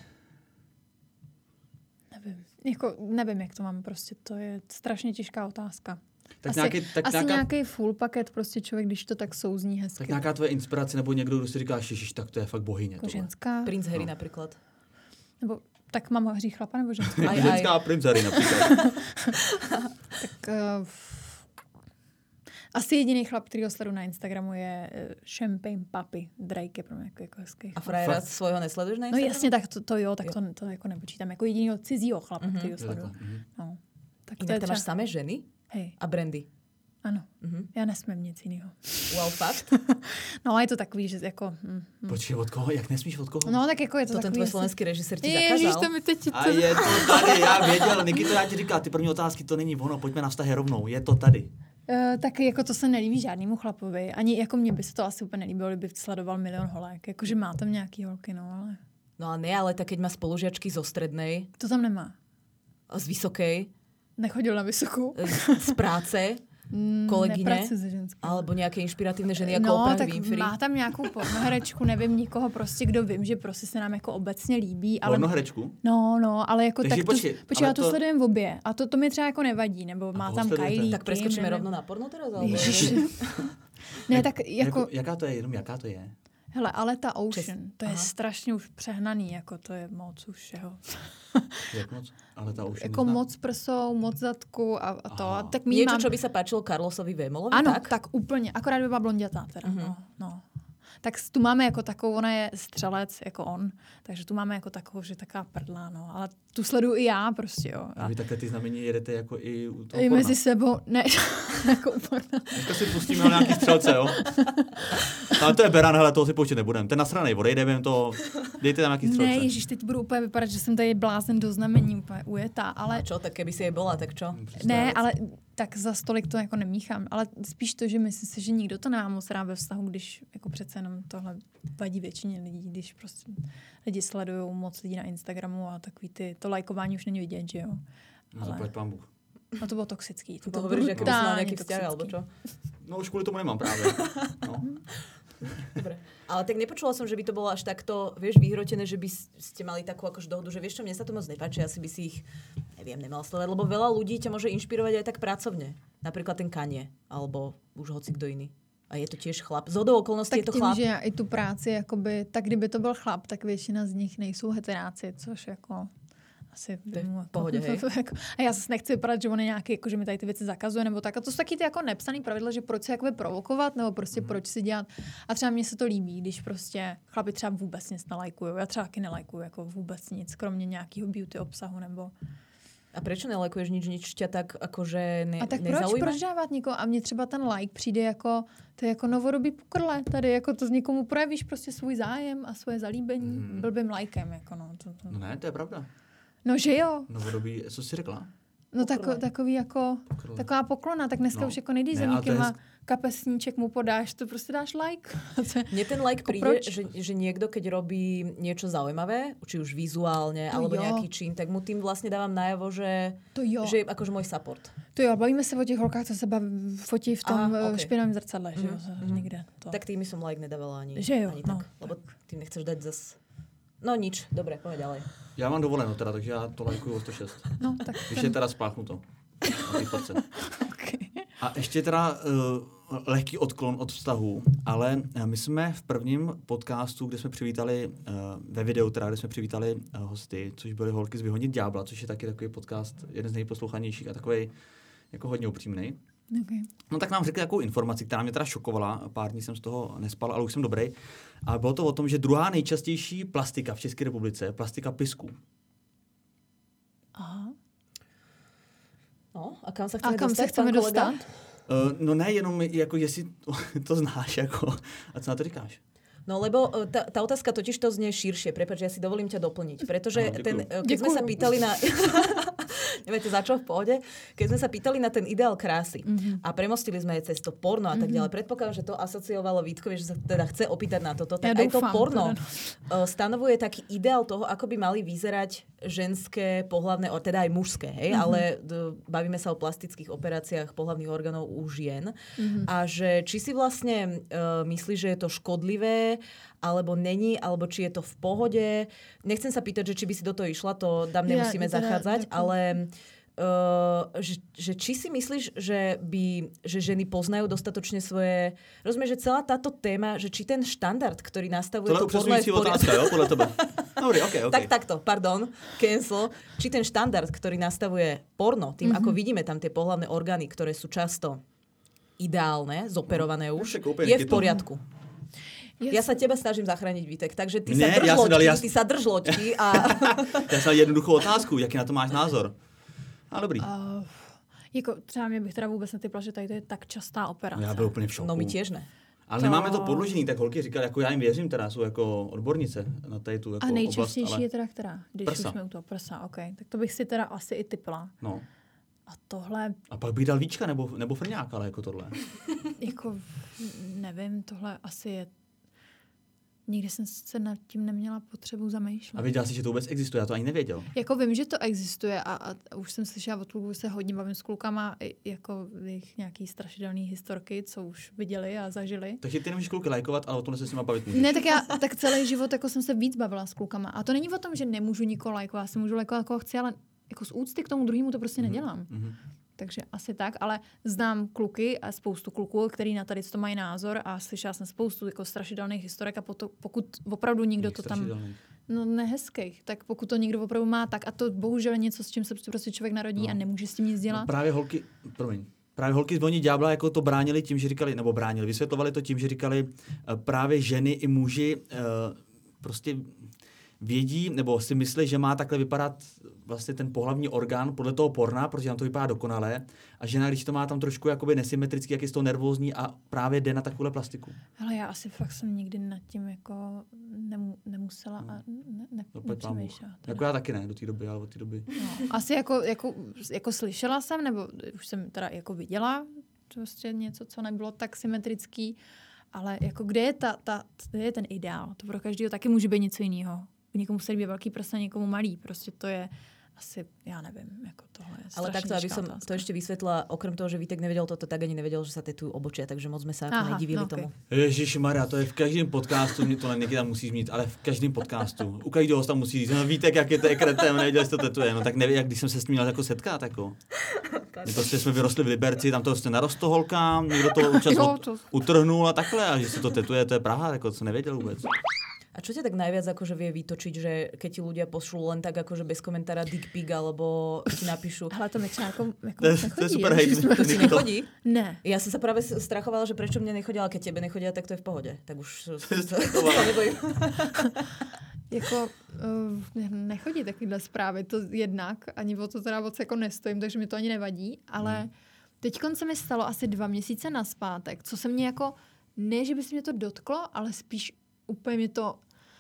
Nevím. Jako, nevím, jak to mám prostě. To je strašně těžká otázka. Tak asi nějaký, tak asi nějaká... nějaký full paket, prostě člověk, když to tak souzní hezky. Tak nějaká tvoje inspirace, nebo někdo, kdo si říká, ježiš, tak to je fakt bohyně. Jako ženská. Prince Harry no. například. Nebo tak mám hří chlapa, nebo ženská? Aj, ženská aj. Prince Harry například. Tak... Uh, Asi jediný chlap, který ho sleduju na Instagramu, je Champagne Papi. Drake je pro mě jako, jako hezký. A frajera svojho nesleduješ na Instagramu? No jasně, tak to, to jo, tak jo. To, to jako nepočítám. Jako jedinýho cizího chlapa, mm-hmm. který ho sleduju. Mm-hmm. No. Tak Inak tam máš samé ženy? Hej. A brandy? Ano, mm-hmm. já nesmím nic jiného. Wow, fakt? No, je to takový, že jako... Mm, mm. Počkej, od koho? Jak nesmíš od koho? No, tak jako je to, to takový... ten tvoj slovenský režisér ti zakázal. zakázal? Ježiš, to mi teď... To... A je to tady, já věděl. Niky, to já ti říkal, ty první otázky, to není ono, pojďme na vztahy rovnou, je to tady. Uh, tak jako to se nelíbí žádnému chlapovi. Ani jako mně by se to asi úplně nelíbilo, kdyby sledoval milion holek. Jakože má tam nějaký holky, no ale... No ale ne, ale tak keď má spolužiačky zo strednej... To tam nemá. Z vysokej... Nechodil na vysokou. Z práce... kolegyne, alebo nějaké inšpiratívne ženy jako no, Oprah tak Winfrey. Má tam nějakou pornoherečku, nevím nikoho prostě, kdo vím, že prostě se nám jako obecně líbí. Ale... Pornoherečku? No, no, ale jako Takže tak počkej, tu, počkej, já to to sledujem v obě a to, to mi třeba jako nevadí, nebo má tam Kylie. Tak preskočíme rovno na porno teraz? Ne, tak jako... jako... Jaká to je, jenom jaká to je? Hele, ale ta Ocean, Čes... to je Aha. strašně už přehnaný, jako to je moc už všeho. Jak moc? Ale ta Ocean jako moc prsou, moc zadku a, a to. A tak Niečo, mám... čo by sa páčilo Carlosovi Vémolovi, ano, tak? tak úplně, akorát by byla blondětá teda, uh-huh. no, no. Tak tu máme jako takovou, ona je střelec jako on, takže tu máme jako takovou, že taká prdla, no, ale tu sleduju i já prostě, jo. A vy takhle ty znamení jedete jako i u toho I porna. mezi sebou, ne, jako porna. Dneska si pustíme na nějaký střelce, jo. Ale to je Beran, hele, toho si pouštět nebudem. Ten nasranej, odejdeme to, dejte tam nějaký střelce. Ne, ježiš, teď budu úplně vypadat, že jsem tady blázen do znamení, úplně ujetá, ale... A čo, tak keby si jej bola, tak čo? Ne, ale tak za stolik to jako nemíchám, ale spíš to, že myslím si, že nikdo to nemá moc rád ve vztahu, když jako přece jenom tohle vadí většině lidí, když prostě lidi sledují moc lidí na Instagramu a takový ty, to lajkování už není vidět, že jo. No, zaplať pán Bůh. No to bylo toxický. To, to hovoríš, že keby si mal nejaký vzťah, alebo čo? No už kvôli tomu nemám práve. No. Dobre. Ale tak nepočula som, že by to bolo až takto, vieš, vyhrotené, že by ste mali takú akož dohodu, že vieš čo, mne sa to moc nepáči, asi by si ich, neviem, nemal sledovať, lebo veľa ľudí ťa môže inšpirovať aj tak pracovne. Napríklad ten Kanye, alebo už hoci kto iný. A je to tiež chlap. Z hodou okolností je to tím, chlap. že i tu práci, jakoby, tak kdyby to byl chlap, tak většina z nich nejsou heteráci, což jako... Asi to je v jako, pohodě, hej. A já zase nechci vypadat, že on je nějaký, jako, že mi tady ty věci zakazuje, nebo tak. A to jsou taky ty jako nepsaný pravidla, že proč se jakoby provokovat, nebo prostě mm. proč si dělat. A třeba mně se to líbí, když prostě chlapi třeba vůbec nic nelajkují. Já třeba taky nelajkuju jako vůbec nic, kromě nějakého beauty obsahu, nebo... A prečo nelajkuješ nič, nič ťa tak akože ne, A tak nezaujíma? proč, proč dávat někoho? A mně třeba ten like přijde jako, to je jako novodobý pukrle. Tady jako to z někomu projevíš prostě svůj zájem a svoje zalíbení mm. blbým lajkem. Jako no, to, to... no ne, to je pravda. No že jo. Novodobí, co jsi řekla? No tako, takový jako, Pokrle. taková poklona, tak dneska no. už jako nejdeš za někým a kapesníček mu podáš, to prostě dáš like. Mne ten like príde, že, že niekto, keď robí niečo zaujímavé, či už vizuálne, to alebo jo. nejaký čin, tak mu tým vlastne dávam najavo, že, to jo. že je akože môj support. To jo, bavíme se o těch holkách, co se baví, fotí v tom Aha, okay. špinavém zrcadle, mm-hmm. že jo, mm-hmm. někde. To. Tak tým som like nedávala ani, že jo, ani no, tak, lebo tým nechceš dať zas... No nič, dobre, poďme ďalej. Já mám dovoleno teda, takže já to lajkuju o sto šest. No, tak Když ten... je teda spláchnuto. Okay. A ještě teda uh, lehký odklon od vztahu, ale my jsme v prvním podcastu, kde jsme přivítali, uh, ve videu teda, kde jsme přivítali uh, hosty, což byly holky z Vyhonit ďábla, což je taky takový podcast, jeden z nejposlouchanějších a takový jako hodně upřímnej. Okay. No tak nám řekli takovou informaci, která mě teda šokovala, pár dní jsem z toho nespal, ale už jsem dobrý. A bylo to o tom, že druhá nejčastější plastika v České republice je plastika pisku. Aha. No, a kam se chceme a kam dostat, se chceme dostat? Uh, no ne, jenom jako jestli to, to znáš, jako, a co na to říkáš? No lebo tá, tá otázka totiž to znie širšie. Prepáč, ja si dovolím ťa doplniť. Pretože Aha, ten, keď Ďakujem. sme sa pýtali na... Neviete, za čo v pohode? Keď sme sa pýtali na ten ideál krásy mm-hmm. a premostili sme aj cez to porno a tak ďalej. Predpokladám, že to asociovalo Vítkovi, že sa teda chce opýtať na toto. Tak ja aj dúfam, to porno teda. stanovuje taký ideál toho, ako by mali vyzerať ženské pohlavné, teda aj mužské, hej? Mm-hmm. Ale d- bavíme sa o plastických operáciách pohlavných orgánov u žien. Mm-hmm. A že či si vlastne uh, myslíš, že je to škodlivé, alebo není, alebo či je to v pohode. Nechcem sa pýtať, že či by si do toho išla, to tam nemusíme ja, teda, zachádzať, teda, ale uh, že, že či si myslíš, že by, že ženy poznajú dostatočne svoje... Rozumieš, že celá táto téma, že či ten štandard, ktorý nastavuje to porno je v poriadku. Otázka, jo, podľa teba. Dobre, okay, okay. Tak takto, pardon, cancel. Či ten štandard, ktorý nastavuje porno, tým mm-hmm. ako vidíme tam tie pohlavné orgány, ktoré sú často ideálne, zoperované už, no, je v poriadku. Yes. Ja sa teba snažím zachrániť, Vítek, takže ty ne, sa drž ja loďky, ja... ty sa drž loďky a... Já jsem dal jednoduchou otázku, jaký na to máš názor? A dobrý. Uh, jako třeba mě bych teda vůbec netypla, že tady to je tak častá operace. No, já byl úplně v šoku. No my tiež ne. Ale to... nemáme to podložený, tak holky říkali, jako já jim věřím, teda jsou jako odbornice na tady tu jako a nejčastější oblast, ale... je teda která? Když prsa. už jsme u toho prsa, ok. Tak to bych si teda asi i typla. No. A tohle... A pak bych dal víčka nebo, nebo frňák, ale jako tohle. jako, nevím, tohle asi je... Nikdy jsem se nad tím neměla potřebu zamýšlet. A věděla jsi, že to vůbec existuje? Já to ani nevěděl. Jako vím, že to existuje a, a, a už jsem slyšela od kluků, se hodně bavím s klukama, i, jako jejich nějaký strašidelný historky, co už viděli a zažili. Takže ty nemůžeš kluky lajkovat, ale o tomhle se s nima bavit můžeš. Ne, tak já tak celý život jako jsem se víc bavila s klukama. A to není o tom, že nemůžu nikoho lajkovat, já si můžu lajkovat, koho chci, ale jako z úcty k tomu druhému to prostě mm-hmm. nedělám. Mm-hmm. Takže asi tak, ale znám kluky a spoustu kluků, který na tady to mají názor a slyšela jsem spoustu jako strašidelných historek a poto, pokud opravdu někdo to tam... No nehezkých, tak pokud to někdo opravdu má, tak a to bohužel je něco, s čím se prostě člověk narodí no. a nemůže s tím nic dělat. No právě holky, promiň, právě holky z Voní ďábla jako to bránili tím, že říkali, nebo bránili, vysvětlovali to tím, že říkali právě ženy i muži prostě vědí, nebo si myslí, že má takhle vypadat vlastně ten pohlavní orgán podle toho porna, protože tam to vypadá dokonale. A žena, když to má tam trošku jakoby nesymetrický, jak je to nervózní a právě jde na takovou plastiku. Ale já asi fakt jsem nikdy nad tím jako nemu, nemusela a ne, ne, no, nepřemýšlela. Jako já taky ne do té doby, ale od té doby. No, asi jako, jako, jako slyšela jsem, nebo už jsem teda jako viděla prostě něco, co nebylo tak symetrický, ale jako kde je, ta, ta, kde je ten ideál? To pro každého taky může být něco jiného. Někomu se líbí velký prsa, někomu malý. Prostě to je asi, já nevím, jako tohle je ale takto, aby som otázka. to ešte vysvetlila, okrem toho, že Vítek nevedel toto, tak ani nevedel, že sa tetujú obočia, takže moc sme sa ako Aha, nedivili no, tomu. okay. Ježišmarja, to je v každém podcastu, mě to někdy tam musíš mít, ale v každém podcastu. U každého hosta musí říct, no Vítek, jak je to kretem, nevěděl, že to tetuje. No tak nevím, jak když jsem se s tím měl jako setkat, jako. My prostě jsme vyrostli v Liberci, tam to prostě narostlo holkám, někdo to občas od, utrhnul a takhle, a že se to tetuje, to je Praha, jako to jsem nevěděl vůbec. A čo ťa tak najviac akože vie vytočiť, že keď ti ľudia pošlú len tak akože bez komentára dick pic, alebo ti napíšu... Ale to mi třeba jako, jako to, nechodí. To je super hejt. To ti nechodí? Ne. Ja som sa práve strachovala, že prečo mne nechodí, ale keď tebe nechodia, tak to je v pohode. Tak už to nebojím. Jako uh, nechodí takovýhle zprávy, to jednak, ani o to teda moc jako nestojím, takže mi to ani nevadí, ale hmm. teďkon se mi stalo asi dva měsíce nazpátek, co se mě jako, ne, že by se mě to dotklo, ale spíš úplně mě to...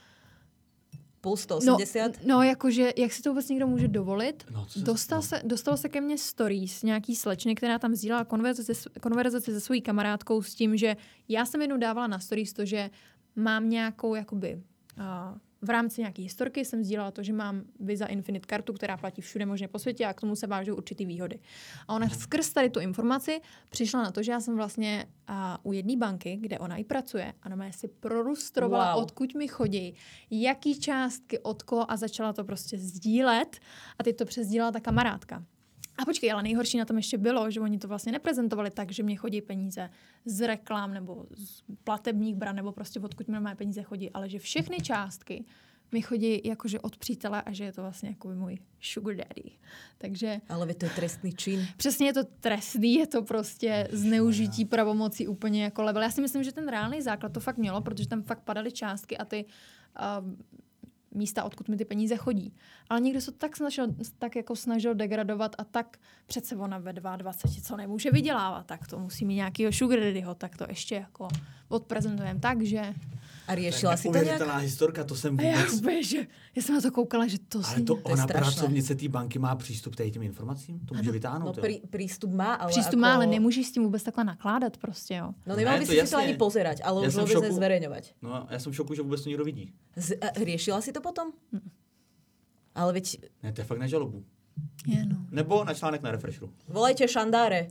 Půl sto osmdesát? No, no jakože, jak si to vůbec někdo může dovolit? No, Dostal se, dostalo se ke mně stories nějaký slečny, která tam sdílela konverzaci, konverzaci se svojí kamarádkou s tím, že já jsem jednou dávala na stories to, že mám nějakou jakoby... Uh, v rámci nějaké historky jsem sdílela to, že mám Visa Infinite kartu, která platí všude možně po světě a k tomu se vážou určitý výhody. A ona skrz tady tu informaci přišla na to, že já jsem vlastně a, u jedné banky, kde ona i pracuje, a ona si prorustrovala, wow. odkud mi chodí, jaký částky, od koho a začala to prostě sdílet a teď to přesdílela ta kamarádka. A počkej, ale nejhorší na tom ještě bylo, že oni to vlastně neprezentovali tak, že mě chodí peníze z reklam nebo z platebních bran, nebo prostě odkud mi moje peníze chodí, ale že všechny částky mi chodí jakože od přítele a že je to vlastně jako můj sugar daddy. Takže... Ale to je trestný čin. Přesně je to trestný, je to prostě zneužití pravomocí úplně jako level. Já si myslím, že ten reálný základ to fakt mělo, protože tam fakt padaly částky a ty... Uh, místa, odkud mi ty peníze chodí. Ale někdo se tak snažil, tak jako snažil degradovat a tak přece ona ve dvaceti dvou, co nemůže vydělávat, tak to musí mít nějakýho sugar daddyho, tak to ještě jako odprezentujeme tak, že... A riešila si to nějak? Neuvěřitelná historka, to jsem vůbec... A já vůbec, že já jsem na to koukala, že to... Ale to, to ona pracovnice té banky má přístup k těm informacím? To může vytáhnout, no, prí, prístup má, ale Přístup ako... má, ale nemůžeš s tím vůbec takhle nakládat prostě, jo. No nemal by si si to ani pozerať, ale už vůbec nezverejňovať. No, já jsem v šoku, že vůbec to někdo vidí. Z, a, riešila si to potom? Mm. Ale veď... Ne, to je fakt na žalobu. Je, no. Nebo na článek na Refresheru. Volajte Šandáre.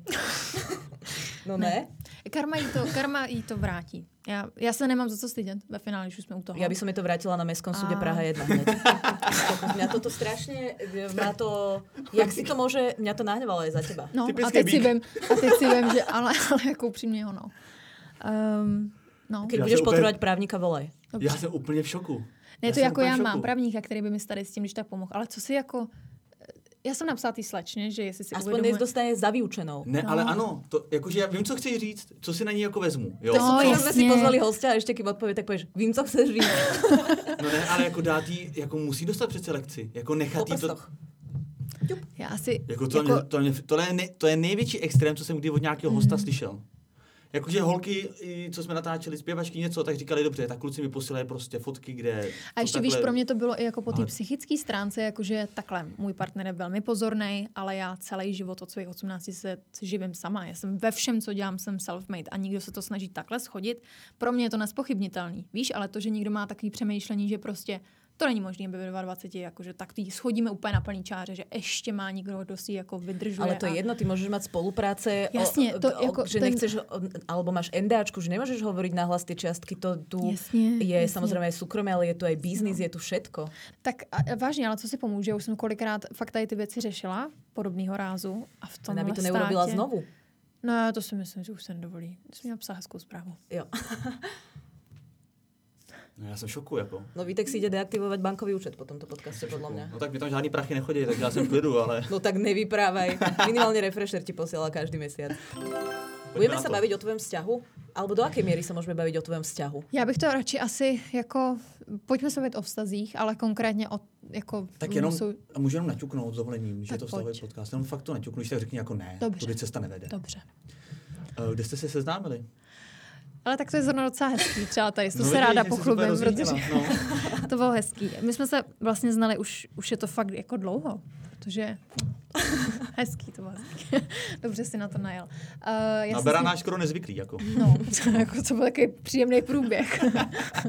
No ne? ne? Karma jí to, karma jí to vrátí. Já, já se nemám za co stydět ve finále, když už jsme u toho. Ja by som je to vrátila na Mestskom súde Praha jedna hneď. Mňa toto strašne, mňa to, jak si to môže, mňa to nahnevalo aj za teba. No a teď, si vím, a teď si vím, že ale, ale jako upřímně ono. Um, no. Keď já budeš potrebovať úplně... právníka, volaj. Dobře. Já jsem úplně v šoku. Ne, to jako já mám právníka, který by mi tady s tím, když tak pomohl. Ale co si jako... já jsem napsala tý slečně, že jestli si aspoň uvědomuje... Aspoň dostane za vyučenou. Ne, no. ale ano, to, jakože já vím, co chceš říct, co si na ní jako vezmu. Jo? To no, super, že jsme si pozvali hostia a ještě kým odpověď, tak pověš, vím, co chceš říct. No ne, ale jako dát jí, jako musí dostat přece lekci, jako nechat jí to... Já asi... Jako to, jako... Mě, to, mě, to, je ne, to je největší extrém, co jsem kdy od nějakého hosta mm. slyšel. Jakože holky, co jsme natáčeli, zpěvačky něco, tak říkali, dobře, tak kluci mi posílají prostě fotky, kde... A ještě takhle... víš, pro mě to bylo i jako po té ale... psychické stránce, jakože takhle, můj partner je velmi pozorný, ale já celý život od svých osmnácti se živím sama. Já jsem ve všem, co dělám, jsem self-made a nikdo se to snaží takhle schodit. Pro mě je to nespochybnitelný. Víš, ale to, že někdo má takový přemýšlení, že prostě to není možné, aby ve dvaceti dva, jakože tak tý schodíme úplně na plný čáře, že ještě má někdo, kdo si jako vydržuje. Ale to je a... jedno, ty môžeš mať spolupráce, jasně, to, o, jako, že ten... nechceš, alebo máš endáčku, že nemôžeš hovoriť nahlas tie čiastky, to tu jasně, je jasně. Samozrejme aj súkromie, ale je tu aj biznis, no. Je tu všetko. Tak a, vážně, ale co si pomůže, už jsem kolikrát fakt tady ty věci řešila, podobného rázu a v tom aby to neurobila znovu. No to si myslím, že už se nedovolí. Jsi měla psát hezkou zprávu. Jo. No já jsem v šoku, jako. No Vítek si ide deaktivovať bankový účet po tomto podcaste, podľa mňa. No tak mi tam žádný prachy nechodí, tak já jsem v klidu, ale... No tak nevyprávaj. Minimálne refresher ti posiela každý mesiac. Budeme sa baviť o tvojom vzťahu? Alebo do akej miery sa môžeme baviť o tvojom vzťahu? Já bych to radši asi jako... Pojďme se bavit o vztazích, ale konkrétně o jako... Tak jenom, jsou... a můžu jenom naťuknout s dovolením, že je to vztahový pojď. podcast. Jenom fakt to naťuknu, když tak řekni jako ne. Dobře. Tudy cesta nevede. Dobře. Uh, kde jste se seznámili? Ale tak to je zrovna docela hezký, třeba tady, to no, se vidíš, ráda pochlubím, protože no. to bylo hezký. My jsme se vlastně znali, už, už je to fakt jako dlouho, protože hezký to bylo hezký. Dobře si na to najel. Uh, na Beránáš skoro nezvyklý, jako. No, jako to byl takový příjemný průběh. uh,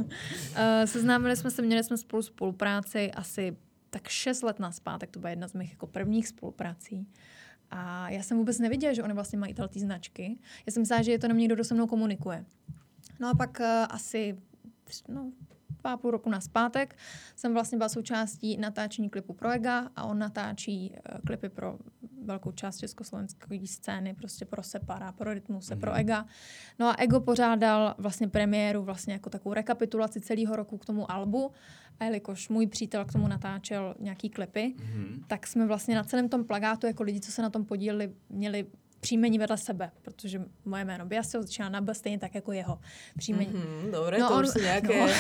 seznámili jsme se, měli jsme spolu spolupráci asi tak šest let nazpátek, to byla jedna z mých jako prvních spoluprací. A já jsem vůbec nevěděla, že oni vlastně mají ty značky. Já jsem myslela, že je to jenom někdo, kdo se mnou komunikuje. No a pak uh, asi no, dva půl roku nazpátek jsem vlastně byla součástí natáčení klipu pro Ega a on natáčí uh, klipy pro velkou část československé scény, prostě pro Separa, pro Rytmuse, mm-hmm. pro Ega. No a Ego pořádal vlastně premiéru, vlastně jako takovou rekapitulaci celého roku k tomu albu. A jelikož můj přítel k tomu natáčel nějaký klipy, mm-hmm. tak jsme vlastně na celém tom plakátu jako lidi, co se na tom podíleli, měli příjmení vedle sebe, protože moje jméno Biasil začíná na B, stejně tak jako jeho příjmení. Mm-hmm, dobré, no to on, už jsou nějaké... No.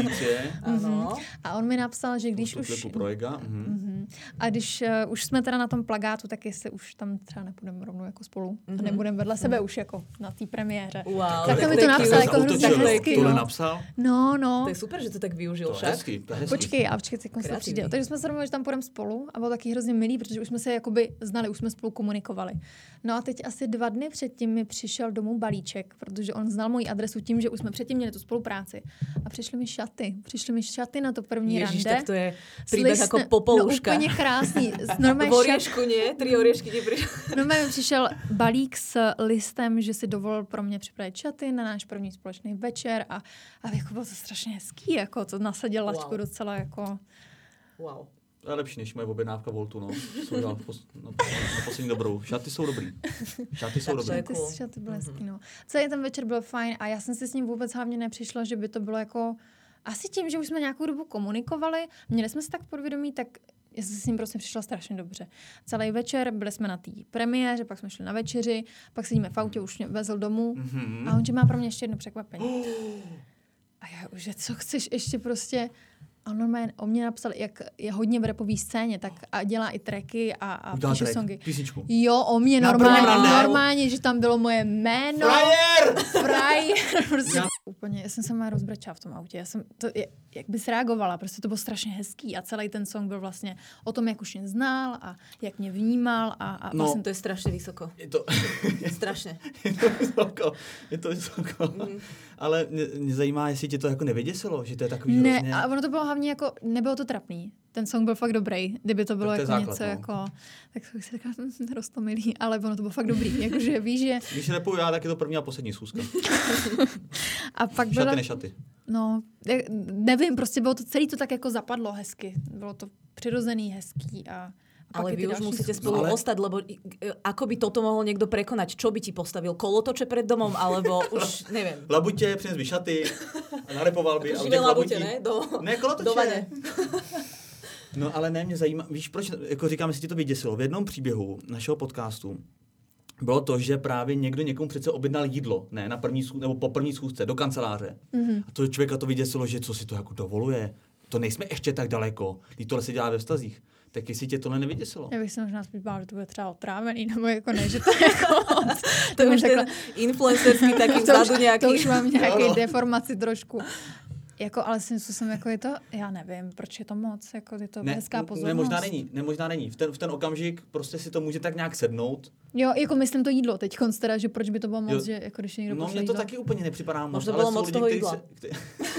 Ano. A on mi napsal, že když už... Pro Ega. Mm-hmm. Mm-hmm. A když uh, už jsme teda na tom plakátu, tak jestli už tam třeba nepůjdeme rovnou jako spolu mm-hmm. a nebudeme vedle sebe mm-hmm. už jako na té premiéře. Wow. Tak to mi to napsal jako hrozně hezky. Tohle napsal? No, no. To je super, že to tak využil to však. Hezký, to hezký. Počkej, a počkej, jak se přijde. Takže jsme se domluvili, že tam půjdeme spolu a bylo taky hrozně milý, protože už jsme se jakoby znali, už jsme spolu komunikovali. No a teď asi dva dny předtím mi přišel domů balíček, protože on znal moji adresu tím, že už jsme předtím měli tu spolupráci. A přišly mi šaty. Přišly mi šaty na to první Ježiš, rande. Tak to je příběh jako Popoluška. No úplně krásný. V oriešku, nie? Tři oriešky ti přišel. Normálně mi přišel balík s listem, že si dovolil pro mě připravit šaty na náš první společný večer a, a jako bylo to strašně hezký, jako to nasadil laťku wow. docela jako... Wow. To je lepší než moje objednávka Voltu, no. Jsou na, pos, na, na poslední dobrou. Šaty jsou dobrý. Šaty jsou dobrý. Šaty, šaty byly hezký, mm-hmm. no. Celý ten večer byl fajn a já jsem si s ním vůbec hlavně nepřišla, že by to bylo jako... Asi tím, že už jsme nějakou dobu komunikovali, měli jsme se tak podvědomí, tak já jsem s ním prostě přišla strašně dobře. Celý večer byli jsme na té premiéře, pak jsme šli na večeři, pak sedíme v autě, už mě vezl domů mm-hmm. a on že má pro mě ještě jedno překvapení. Oh. A já už, že co chceš ještě prostě... A normálně o mě napsal, jak je hodně v rapové scéně, tak a dělá i tracky a, a píše track, songy. Písničku. Jo, o mě normálně, normálně, že tam bylo moje jméno. Frajer! Frajer! Prostě já. Úplně, já jsem se má rozbrečela v tom autě. Já jsem to, jak bys reagovala, prostě to bylo strašně hezký a celý ten song byl vlastně o tom, jak už mě znal a jak mě vnímal a, a no, vlastně to je strašně vysoko. Je to... strašně. Je to vysoko. Je to vysoko. Mm. Ale mě, mě zajímá, jestli tě to jako nevyděsilo, že to je takový ne, hrozně... a ono to bylo hlavně jako, nebylo to trapný. Ten song byl fakt dobrý. Kdyby to bylo to jako základ, něco no. jako, tak bych si říkala, roztomilý, ale ono to bylo fakt dobrý. Jakože víš, že... Když repuju já, tak je to první a poslední schůzka. A pak šaty byla... nešaty. No, nevím, prostě bylo to, celý to tak jako zapadlo hezky. Bylo to přirozený, hezký a... Ale vy už musíte spolu ale... ostať, lebo ako by toto mohol niekto prekonať? Čo by ti postavil? Kolotoče pred domom? Alebo už, neviem. Labutě, přines by šaty a narepoval by. Živé labutě, ne? Do, ne, kolotoče. Do vane. No ale ne, mě zajímá, víš proč, jako říkám, jestli ti to vyděsilo. V jednom příběhu našeho podcastu bylo to, že právě někdo někomu přece objednal jídlo, ne, na první schůzce, nebo po první schůzce, do kanceláře. Mm-hmm. A to člověka to vyděsilo, že co si to jako dovoluje. To nejsme ještě tak daleko, když tohle se dělá ve vztazích. Tak jestli tě tohle nevyděsilo. Já bych se možná spíš bála, že to bude třeba otrávený, nebo jako ne, že to je jako... to už ten influencerský taký vzadu nějaký. To už mám nějaký no. deformaci trošku. Jako, ale si jsem jako je to, já nevím, proč je to moc, jako je to ne, hezká pozornost. Ne, možná není, ne, možná není. V ten, v ten okamžik prostě si to může tak nějak sednout. Jo, jako myslím to jídlo teď teda, že proč by to bylo moc, jo. že jako když někdo no, pošle mně to jídlo. taky úplně nepřipadá moc. Možná bylo moc toho jídla. Se, který...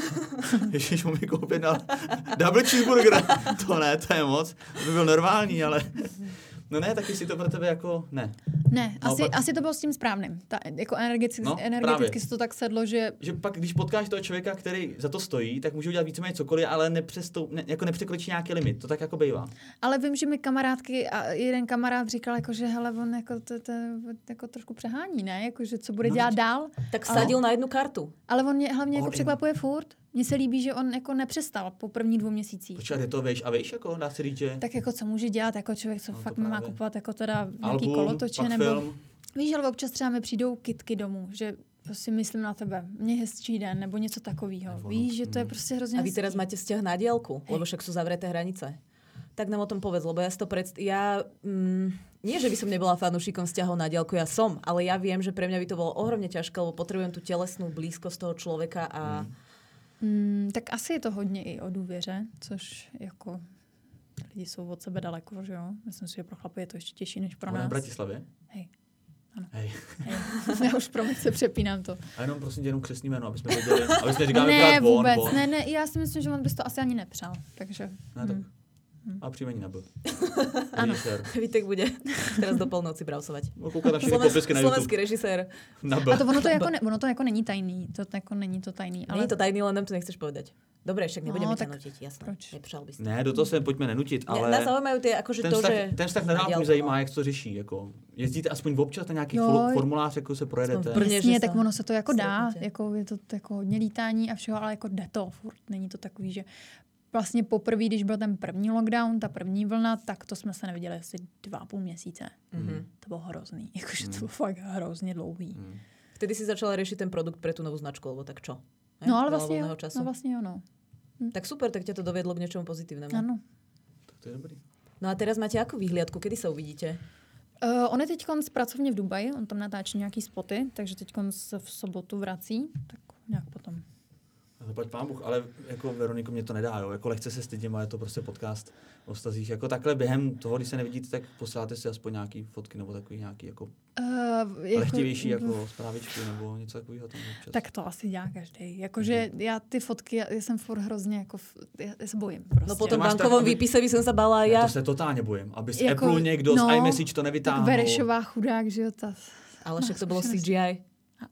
Ježiš, mu mi koupit na double cheeseburger. To ne, to je moc. To by byl normální, ale... No ne, taky si to pro tebe jako ne. Ne, no, asi, pak... asi to bylo s tím správným. Ta, jako energeticky, no, energeticky se to tak sedlo, že... Že pak, když potkáš toho člověka, který za to stojí, tak může udělat víceméně cokoliv, ale nepřestou, ne, jako nepřekročí nějaký limit. To tak jako bývá. Ale vím, že mi kamarádky a jeden kamarád říkal, jako, že hele, on jako, to, to, jako trošku přehání, ne? Jako, že co bude no, dělat dál. Tak vsadil na jednu kartu. Ale on mě hlavně jako překvapuje furt. Mně se líbí, že on jako nepřestal po první dvou měsících. Počkat, je to vejš a vejš, jako dá se říct, že... Tak jako co může dělat jako člověk, co no, fakt má kupovat jako teda nějaký album, kolotoče nebo... Film. Víš, ale občas třeba mi přijdou kitky domů, že prostě myslím na tebe, mě hezčí den, nebo něco takového. Víš, že to je prostě hrozně. A vy teraz máte vzťah na diaľku, lebo však sú zavreté hranice. Tak nám o tom povedz, lebo ja si to predst... Ja, mm, nie, že by som nebola fanúšikom vzťahov na diaľku, ja som, ale ja viem, že pre mňa by to bolo ohromne ťažké, lebo potrebujem tú telesnú blízkosť toho človeka a... Mm. Mm, tak asi je to hodně i o důvěře, což jako lidi jsou od sebe daleko, že jo? Myslím si, že pro chlapy je to ještě těžší než pro nás. V Bratislavě? Hej. Ano. Hej. Hej. Já už pro mě se přepínám to. A jenom prosím tě jenom křestní jméno, aby jsme věděli, aby jsme říkali ne, von, vůbec, von. ne, ne, já si myslím, že on bys to asi ani nepřál, takže... Ne, tak. Hmm. A příjmení nebyl. Ano. Vítek bude teraz do polnoci brausovať. Koukat na všechny popisky na YouTube. Slovenský režisér. Nabil. A to ono to, jako ne, ono to jako není tajný. To jako není to tajný. Ale... Není to tajný, len nám to nechceš povedať. Dobre, však nebudeme no, ťa nutiť, jasné. Proč? Nepřál bys to. Ne, do toho se pojďme nenutit, ale... Nás zaujímajú tie, akože ten to, vztah, že... ten vztah na dálku mě zajímá, jak to řeší. Jako. Jezdíte aspoň občas na nějaký jo, formulář, jako se projedete. Jasně, tak ono se to jako dá. Jako je to jako hodně lítání a všeho, ale jako jde to furt. Není to takový, že... Vlastně poprvé, když byl ten první lockdown, ta první vlna, tak to jsme se neviděli asi dva a půl měsíce. Mm-hmm. To bylo hrozný. Jakože to bylo fakt hrozně dlouhý. Mm. Vtedy si začala riešiť ten produkt pre tú novú značku, alebo tak čo? Ne? No ale vlastně jo, no vlastně jo, no. Hm. Tak super, tak ťa to doviedlo k niečomu pozitívnemu. Ano. Tak to je dobrý. No a teraz máte akú výhliadku? Kedy sa uvidíte? Uh, on je teď pracovně v Dubaji, on tam natáčí nějaký spoty, takže teď v sobotu vrací, tak nějak potom. Zaplať pán Bůh, ale jako Veroniko mě to nedá, jo. Jako lehce se stydím, ale je to prostě podcast o vztazích. Jako takhle během toho, když se nevidíte, tak posíláte si aspoň nějaký fotky nebo takový nějaký jako, uh, jako lehtivější jako zprávičky nebo něco takového tam občas. Tak to asi dělá každý. Jakože mm. já ty fotky, já, já jsem furt hrozně jako, já, já se bojím prostě. No po tom bankovom výpise by jsem se bála já. To se totálně bojím, aby z jako, Apple někdo no, z iMessage to nevytáhnul. Tak Verešová chudák, že jo, ta... Ale však to bylo C G I.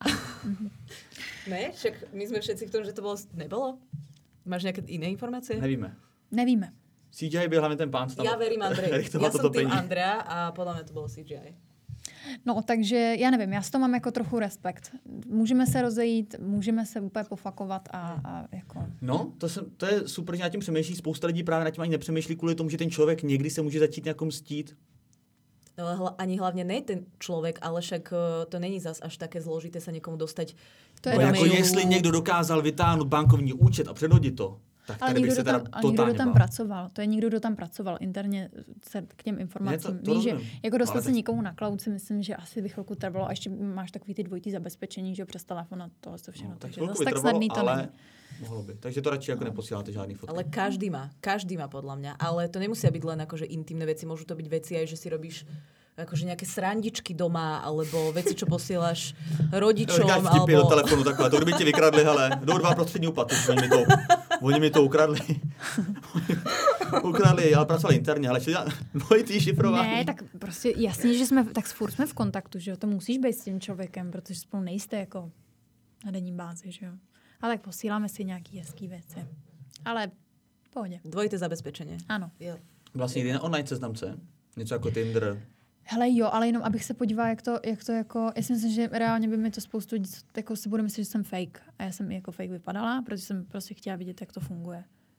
Ne? Však my sme všetci v tom, že to bolo... Nebolo? Máš nejaké iné informácie? Nevíme. Nevíme. C G I byl hlavně ten pán, co tam... Já verím Andrej. Já jsem tým Andrea a podle mě to bylo C G I. No, takže já nevím, já s tom mám jako trochu respekt. Můžeme se rozejít, můžeme se úplně pofakovat a, a jako... No, to, jsem, to je super, že na tím přemýšlí. Spousta lidí právě na tím ani nepřemýšlí kvůli tomu, že ten člověk někdy se může začít nějakou mstít. No, ani hlavne ne ten človek, ale však to není zas až také zložité sa niekomu dostať. To je jako jestli někdo dokázal vytáhnout bankovní účet a předhodit to, tak ale tady bych se teda tam, totálně někdo, kdo tam pracoval. To je někdo, kdo tam pracoval interně se k těm informacím. Ne, to, to Víš, že jako dostat se teď... nikomu na cloud si myslím, že asi by chvilku trvalo. A ještě máš takový ty dvojitý zabezpečení, že přes telefon a tohle to všechno. No, tak takže zase tak snadný to ale... není. Mohlo by. Takže to radši jako no. neposíláte žádný fotky. Ale každý má, každý má podľa mňa. Ale to nemusia byť len akože intimné veci, môžu to byť veci aj, že si robíš akože nejaké srandičky doma, alebo veci, čo posielaš rodičom, no, alebo... do telefonu takhle, to kdyby ti vykradli, hele, jdou dva prostřední úplaty, oni mi to, oni mi to ukradli. ukradli, ale pracovali interně, ale ještě dvojitý šifrování. Ne, tak prostě jasně, že jsme, tak furt jsme v kontaktu, že jo, to musíš být s tím člověkem, protože spolu nejste jako na denní bázi, že jo. Ale tak posíláme si nějaký hezký věci. Ale v pohodě. Dvojité zabezpečenie. Ano. Jo. Vlastně jde na online seznamce, něco jako Tinder. Hele jo, ale jenom abych se podívala, jak to, jak to jako, já si myslím, že reálně by mi to spoustu lidí jako si bude myslet, že jsem fake. A já jsem i jako fake vypadala, protože jsem prostě chtěla vidět, jak to funguje.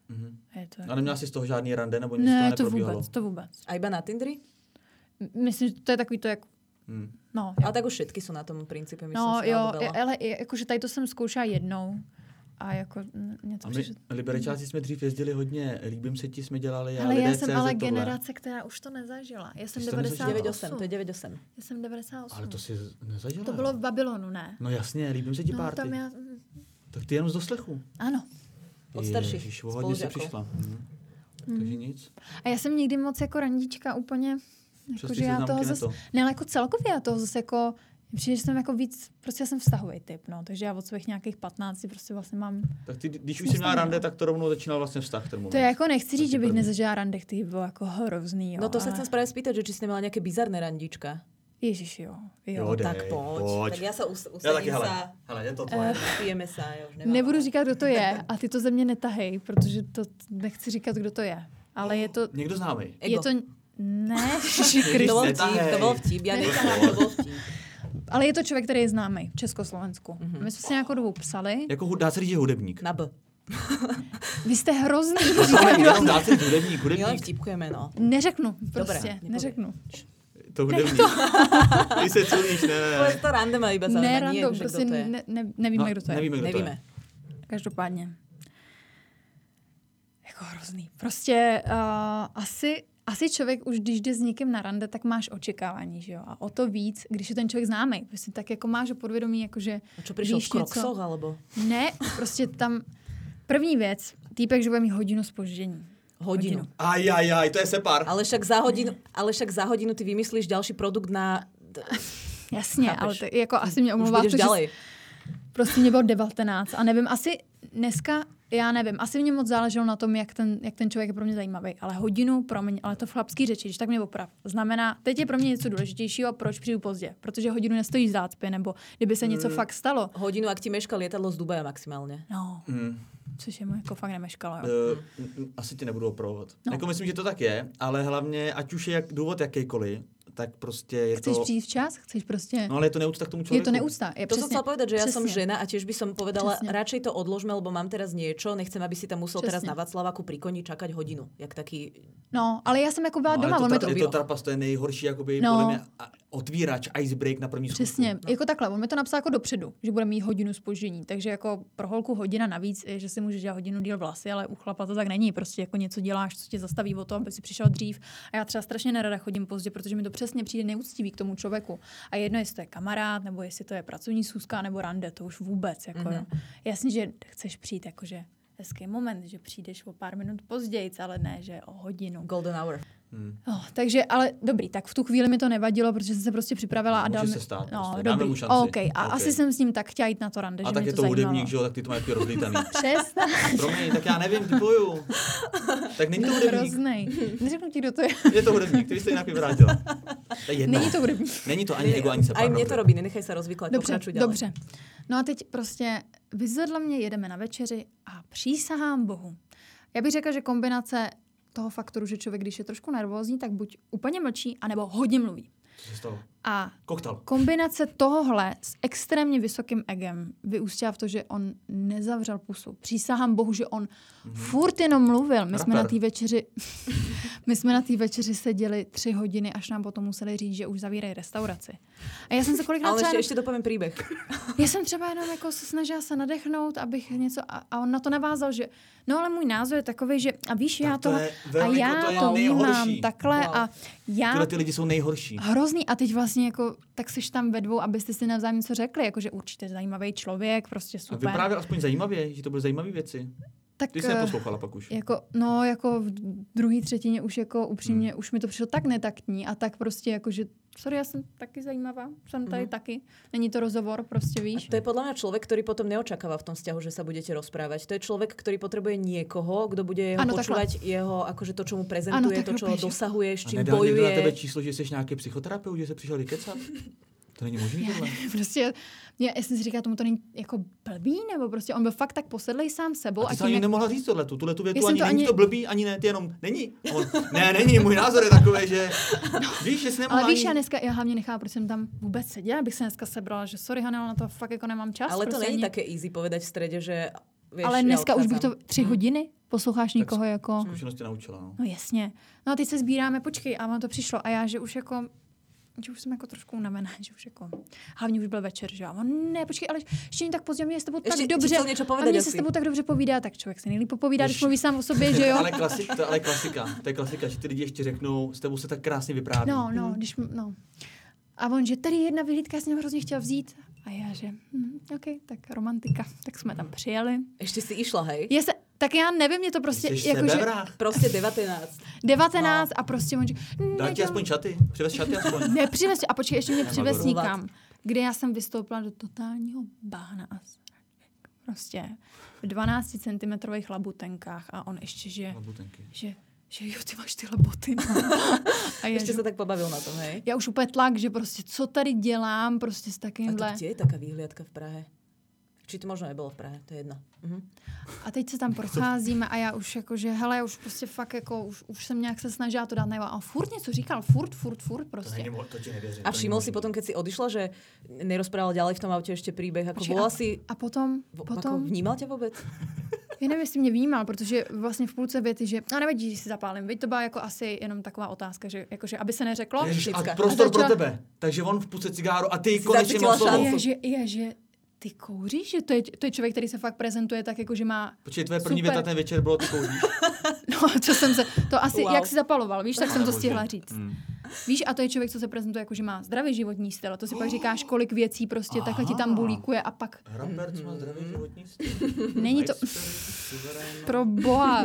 Mm-hmm. Je to A neměla jsi z toho žádný rande, nebo nic ne, to to neprobíhalo? vůbec, to vůbec. A iba na Tinderi? Myslím, že to je takový to, jak Hmm. no. Ale tak už všetky sú na tom princípe, myslím No si, jo, alebo veľa. ale jakože tady to jsem zkoušela jednou a jako něco A my, přišlo. liberečáci jsme dřív jezdili hodně, líbím se ti, jsme dělali. Ale já jsem ale tohle. generace, která už to nezažila. Já jsem Jsi to devadesát deväť osm. osem, to je deväť osem. Já jsem devadesát osm. Ale to si nezažila. To bylo v Babylonu, ne? No jasně, líbím se ti No, párty. tam já... Tak ty jenom z doslechu. Ano. Od starších Ježiš, o hodně si spolužiakov. přišla. Mhm. Takže nic. A já jsem nikdy moc jako randička úplně... Přes Jako, ty že já seznamky toho ne zase, to. ne, ale jako celkově já toho zase jako, přijde, že jsem jako víc, prostě já jsem vztahový typ, no, takže já od svých nějakých patnácti prostě vlastně mám... Tak ty, když už jsi měla rande, tak to rovnou začínal vlastně vztah ten moment. To je jako, nechci říct, Asi že bych první. nezažila rande, který byl jako hrozný, jo. No to sa ale- chcem správne spýtať, že či si nemala nejaké bizarné randíčka. Ježiš, jo. jo. Jo, dej, Tak poď. pojď. Tak ja sa us- Já taky, usadím hele, sa, hele, je to tvoje. pijeme sa, ja už nemám. Nebudu říkat, kdo to je a ty to ze mě netahej, protože to nechci říkat, kdo to je. Ale je to, Někdo známý. je Ego. to, ne, Ježiši To Kriste. bol Netahej. vtip, to bol vtip, ja netahám, to bol vtip. Ale je to člověk, který je známý v Československu. Mhm. My jsme si nějakou dobu psali. Jako hu- dá se říct, že hudebník. Na B. Vy jste hrozný. To nevím, jenom dá se říct hudebník, My len hudebník. vtipkujeme, no. Neřeknu, Dobre, prostě, nepověď. neřeknu. To hudebník. Ty se culíš, ne, ne, To je ne. to random, iba Ne, zaujíma, nie, random, že prostě kto to je. ne, ne, nevíme, No, kdo to je. nevíme, kdo to je. Nevíme. Každopádně. Jako hrozný. Prostě uh, asi, asi člověk už, když jde s někým na rande, tak máš očekávání, že jo? A o to víc, když je ten člověk známý. Prostě tak jako máš podvědomí, jakože A čo, prišiel v víš něco. Kroksoch, alebo? Ne, prostě tam první věc, týpek, že bude mít hodinu zpoždění. Hodinu. Aj, aj, aj, to je separ. Ale však za hodinu, ale však za hodinu ty vymyslíš ďalší produkt na... Jasně, Chápeš? ale to, jako asi mě Už omlouvá budeš to, ďalej. že prostě mě bylo devatenáct a nevím, asi dneska, já nevím, asi mě moc záleželo na tom, jak ten, jak ten člověk je pro mě zajímavý, ale hodinu pro mě, ale to v chlapský řeči, když tak mě oprav. Znamená, teď je pro mě něco důležitějšího, proč přijdu pozdě, protože hodinu nestojí v zácpě, nebo kdyby se něco Mm. fakt stalo. Hodinu, ak ti meška lietadlo z Dubaja maximálně. No, Hmm. což je mu jako fakt nemeškalo, jo. Uh, asi ti nebudu opravovat. No. No. Jako myslím, že to tak je, ale hlavně, ať už je jak, důvod jakýkoliv, tak prostě je Chceš to... přijít včas? Chceš prostě... No ale je to neúcta k tomu je člověku. to neúcta. Je To som přesně, chcela povedať, že ja som přesně. žena a tiež by som povedala, Přesně. radšej to odložme, lebo mám teraz niečo, nechcem, aby si tam musel teraz Přesně. na Václaváku pri koni čakať hodinu. Jak taký... No, ale já jsem jako byla No, doma, ale on to, mi to, to... je to trapas, to je nejhorší, jakoby, No. podle mě, a- otvírač, icebreak na první schůzku. Přesně, no. Jako takhle, on mi to napsal jako dopředu, že bude mít hodinu zpoždění, takže jako pro holku hodina navíc je, že si můžeš dělat hodinu díl vlasy, ale u chlapa to tak není, prostě jako něco děláš, co tě zastaví o to, aby si přišel dřív. A já třeba strašně nerada chodím pozdě, protože mi to přesně přijde neúctivý k tomu člověku. A jedno, jestli to je kamarád, nebo jestli to je pracovní schůzka, nebo rande, to už vůbec. Jako, Mhm. mm-hmm. Jasně, že chceš přijít jakože hezký moment, že přijdeš o pár minut později, ale ne, že o hodinu. Golden hour. Hmm. No, takže, ale dobrý, tak v tu chvíli mi to nevadilo, protože jsem se prostě připravila a Může dal mi... se stát, No, prostě, dáme dobrý, mu šanci. OK. A OK. asi jsem s ním tak chtěla jít na to rande, A že tak mě je to to hudebník, zajímalo. že jo, tak ty to máš takový rozlítaný. Přesně. Promiň, tak já nevím, typuju. Tak není to hudebník. Hroznej. Neřeknu ti, kdo to je. Je to hudebník, který jste jinak vyvrátila. To je jedno. Není to hudebník. Není to ani ego, ani separ. Aj mne to dobře. robí, nenechaj sa rozvyklať, Dobře, pokračuj ďalej. dobře. No a teď prostě vyzvedla mě, jedeme na večeři a přísahám Bohu. Já bych řekla, že kombinace toho faktoru, že člověk, když je trošku nervózní, tak buď úplně mlčí, anebo hodně mluví. Co se stalo? A Koktel. kombinace tohohle s extrémně vysokým egem vyústila v to, že on nezavřel pusu. Přísahám Bohu, že on mm-hmm. furt jenom mluvil. My jsme na té večeři, my jsme na té večeři seděli tři hodiny, až nám potom museli říct, že už zavírají restauraci. A já jsem se kolikrát Ale třeba... ešte, ešte dopoviem príbeh. Já jsem třeba jenom jako se snažila se nadechnout, abych něco... A, a on na to navázal, že no ale můj názor je takový, že a víš, Tak já to toho... je, A Veroniko, já to je to vnímám nejhorší. takhle Wow. a já... Tyhle ty lidi jsou nejhorší. Hrozný a teď vlastně jako, tak seš tam ve dvou, abyste si navzájem něco řekli, jakože určitě zajímavý člověk, prostě A super. vyprávěl aspoň zajímavě, že to byly zajímavé věci. Tak, Ty jsi eh, neposlouchala pak už. Jako, no, jako v druhé třetině už jako upřímně, hmm. už mi to přišlo tak netaktní a tak prostě jako, že sorry, já jsem taky zajímavá, jsem tady Mhm. taky. Není to rozhovor, prostě A víš. to je podľa mňa človek, ktorý potom neočakáva v tom vzťahu, že sa budete rozprávať. To je človek, ktorý potrebuje niekoho, kto bude jeho Ano, počúvať jeho, akože to, čo mu Ano, prezentuje, tak to, čo úplně, že- dosahuje, s A čím nedá někdo na tebe bojuje. číslo, že jsi nějaký psychoterapeut, že se přišel vykecat? To není možný tohle. Prostě, já, já jsem si říkala, tomu to není jako blbý, nebo prostě on byl fakt tak posedlej sám sebou. A ty jsi tím, ani jak- nemohla říct tohletu, tuhle tu větu, Já jsem ani to není ani- to blbý, ani ne, ty jenom není. A on, ne, není, můj názor je takový, že víš, že jsi nemohla Ale víš, ani... já dneska, já hlavně nechápu, proč jsem tam vůbec seděla, abych se dneska sebrala, že sorry, Hana, ale na to fakt jako nemám čas. Ale to prostě není ani- také easy povedať v strede, že vieš, ale dneska ja už bych to tři hmm. hodiny posloucháš někoho tak jako... Zkušenosti naučila, no. No jasně. No a teď se sbíráme, počkej, a vám to přišlo. A já, že už jako... že už jsem jako trošku unavená, že už jako... Hlavně už byl večer, že jo. Ne, počkej, ale ještě tak pozdě, mě s tebou tak dobře... A mě se s tebou tak dobře povídá, tak člověk se nejlíp popovídá, když mluví sám o sobě, že jo. ale, klasik, to, ale klasika, to je klasika, že ty lidi ještě řeknou, s tebou se tak krásně vypráví. No, no, hmm. když... No. A on, že tady jedna vyhlídka, já jsem hrozně chtěla vzít. A já, že, hm, OK, tak romantika. Tak jsme tam přijeli. Ještě si išla, hej? Je se, tak já nevím, mě to prostě... Jsi jako, že, prostě devatenáct. devatenáct no. A prostě on, že... Dá ti aspoň šaty, přivez šaty aspoň. Nepřivez, a počkej, ještě mě přivez nikam. Kde já jsem vystoupila do totálního bahna a prostě v dvanácti centimetrových labutenkách a on ještě, že... Labutenky. Že, že jo, ty máš tyhle boty. No. A já, ještě že... se tak pobavil na tom, hej? Já už úplně tlak, že prostě co tady dělám prostě s takýmhle... A to kde je taká výhliadka v Prahe? Či to možno nebylo v Prahe, to je jedno. Mhm. A teď se tam procházíme a já už jako, že hele, já už prostě fakt jako, už, už jsem nějak se snažila to dát najevo. A furt něco říkal, furt, furt, furt prostě. To, není, to ti nevěřím. A všimol si potom, keď si odišla, že nerozprával ďalej v tom aute ešte príbeh, ako volal si... A potom, v, potom... Ako vnímal ťa vôbec? Já nevím, jestli mě vnímal, protože vlastně v půlce věty, že no nevadí, že si zapálím. Veď to byla jako asi jenom taková otázka, že jakože aby se neřeklo. Ježiš, a prostor a začala... pro tebe. Takže on v půlce cigáru a ty konečně máš slovo. Je, že, je, že ty kouříš, že to je, to je člověk, který se fakt prezentuje tak, jako že má Počkej, tvoje první věta ten večer bylo, ty kouříš. No, co jsem se, to asi, wow. jak si zapaloval, víš, tak jsem to stihla říct. Mm. Víš, a to je člověk, co se prezentuje jako, že má zdravý životní styl. To si pak říkáš, kolik věcí prostě Aha. takhle ti tam bulíkuje a pak... Rapper, co má zdravý životní styl. Není to... Pro boha.